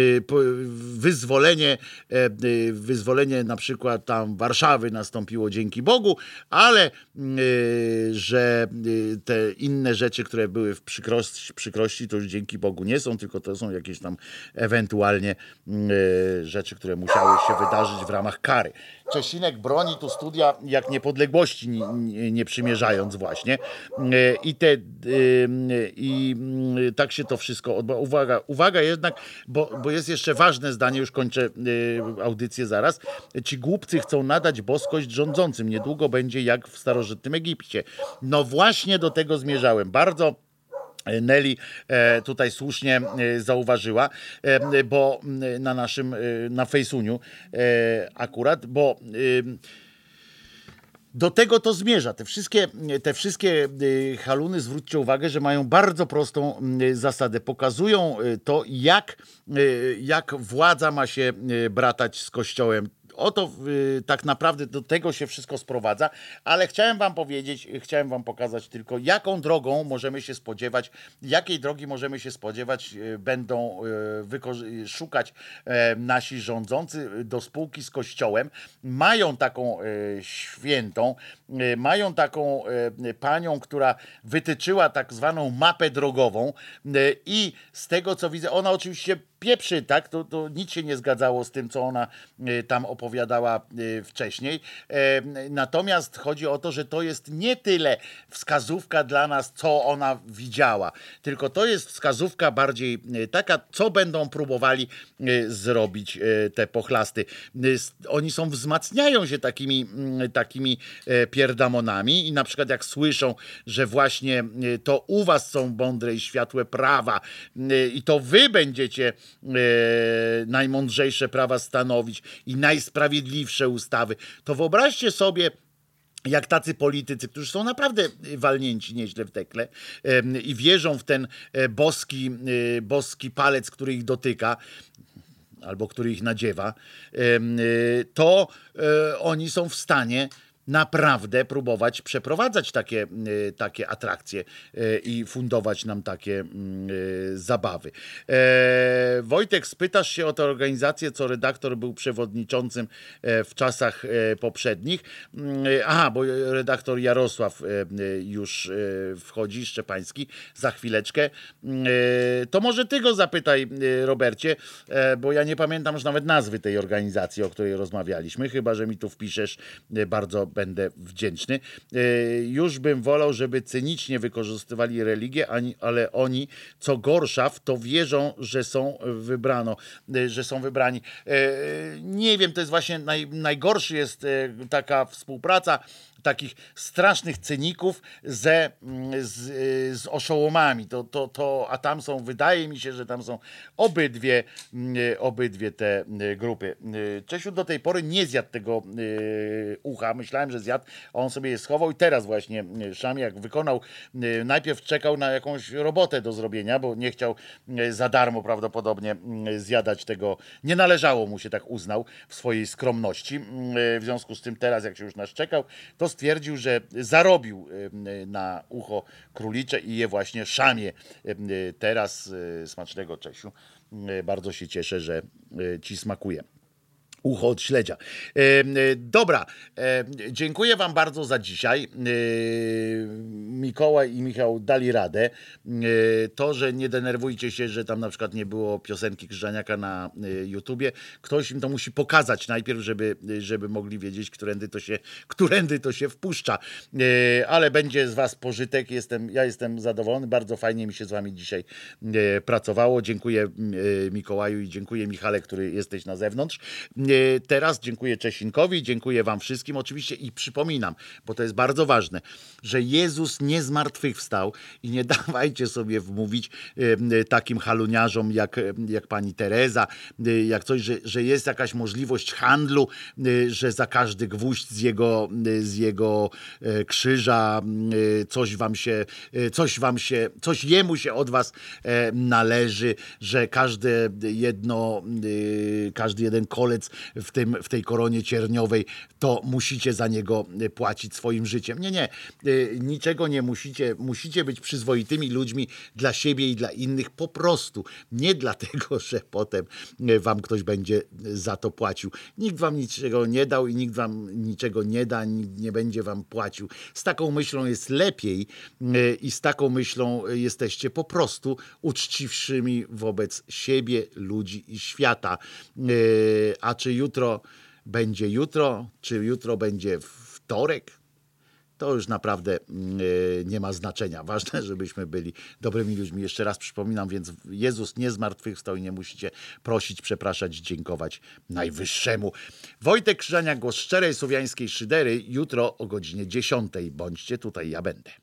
[SPEAKER 1] wyzwolenie na przykład tam Warszawy nastąpiło dzięki Bogu, ale że te inne rzeczy, które były w przykrości, to już dzięki Bogu nie są, tylko to są jakieś tam ewentualnie rzeczy, które musiały się wydarzyć w ramach kary. Czesinek broni tu studia jak niepodległości nie przymierzając właśnie. I tak się to wszystko odbywa. Uwaga jednak, bo jest jeszcze ważne zdanie, już kończę audycję zaraz. Ci głupcy chcą nadać boskość rządzącym. Niedługo będzie jak w starożytnym Egipcie. No właśnie do tego zmierzałem. Bardzo Nelly tutaj słusznie zauważyła, bo na Fejsuniu akurat, bo do tego to zmierza. Te wszystkie haluny, zwróćcie uwagę, że mają bardzo prostą zasadę. Pokazują to, jak władza ma się bratać z Kościołem. Oto tak naprawdę do tego się wszystko sprowadza, ale chciałem wam pokazać tylko, jakiej drogi możemy się spodziewać, będą szukać nasi rządzący do spółki z Kościołem. Mają taką świętą, mają taką panią, która wytyczyła tak zwaną mapę drogową i z tego co widzę, ona oczywiście pieprzy, tak? To nic się nie zgadzało z tym, co ona tam opowiadała wcześniej. Natomiast chodzi o to, że to jest nie tyle wskazówka dla nas, co ona widziała, tylko to jest wskazówka bardziej taka, co będą próbowali zrobić te pochlasty. Oni wzmacniają się takimi pierdamonami i na przykład jak słyszą, że właśnie to u was są mądre i światłe prawa i to wy będziecie najmądrzejsze prawa stanowić i najsprawiedliwsze ustawy, to wyobraźcie sobie, jak tacy politycy, którzy są naprawdę walnięci nieźle w tekle i wierzą w ten boski palec, który ich dotyka, albo który ich nadziewa, to oni są w stanie naprawdę próbować przeprowadzać takie atrakcje i fundować nam takie zabawy. Wojtek, spytasz się o tę organizację, co redaktor był przewodniczącym w czasach poprzednich. Aha, bo redaktor Jarosław już wchodzi, Szczepański, za chwileczkę. To może ty go zapytaj, Robercie, bo ja nie pamiętam już nawet nazwy tej organizacji, o której rozmawialiśmy, chyba że mi tu wpiszesz, bardzo będę wdzięczny. Już bym wolał, żeby cynicznie wykorzystywali religię, ale oni, co gorsza, w to wierzą, że są wybrani. Nie wiem, to jest właśnie najgorszy jest taka współpraca takich strasznych cyników z oszołomami. A tam wydaje mi się, że tam są obydwie te grupy. Czesiu do tej pory nie zjadł tego ucha. Myślałem, że zjadł, a on sobie je schował i teraz właśnie Szamiak wykonał. Najpierw czekał na jakąś robotę do zrobienia, bo nie chciał za darmo prawdopodobnie zjadać tego. Nie należało mu się, tak uznał, w swojej skromności. W związku z tym teraz, jak się już naszczekał, to stwierdził, że zarobił na ucho królicze i je właśnie szamie. Teraz smacznego, Czesiu. Bardzo się cieszę, że ci smakuje. Ucho od śledzia. Dobra, dziękuję wam bardzo za dzisiaj. Mikołaj i Michał dali radę. To, że nie denerwujcie się, że tam na przykład nie było piosenki Krzyżaniaka na YouTubie. Ktoś im to musi pokazać najpierw, żeby mogli wiedzieć, którędy to się wpuszcza. Ale będzie z was pożytek. Ja jestem zadowolony. Bardzo fajnie mi się z wami dzisiaj pracowało. Dziękuję Mikołaju i dziękuję Michale, który jesteś na zewnątrz. Teraz dziękuję Czesinkowi, dziękuję wam wszystkim oczywiście i przypominam, bo to jest bardzo ważne, że Jezus nie zmartwychwstał i nie dawajcie sobie wmówić takim haluniarzom jak pani Teresa, jak coś, że jest jakaś możliwość handlu, że za każdy gwóźdź z jego krzyża coś jemu się od was należy, że każdy jeden kolec w tej koronie cierniowej, to musicie za niego płacić swoim życiem. Nie, niczego nie musicie. Musicie być przyzwoitymi ludźmi dla siebie i dla innych po prostu. Nie dlatego, że potem wam ktoś będzie za to płacił. Nikt wam niczego nie dał i nikt wam niczego nie da, nikt nie będzie wam płacił. Z taką myślą jest lepiej i z taką myślą jesteście po prostu uczciwszymi wobec siebie, ludzi i świata. A czy jutro będzie jutro, czy jutro będzie wtorek, to już naprawdę nie ma znaczenia. Ważne, żebyśmy byli dobrymi ludźmi. Jeszcze raz przypominam, więc Jezus nie zmartwychwstał i nie musicie prosić, przepraszać, dziękować Najwyższemu. Wojtek Krzyżaniak, głos szczerej słowiańskiej szydery. Jutro o godzinie 10:00. Bądźcie tutaj, ja będę.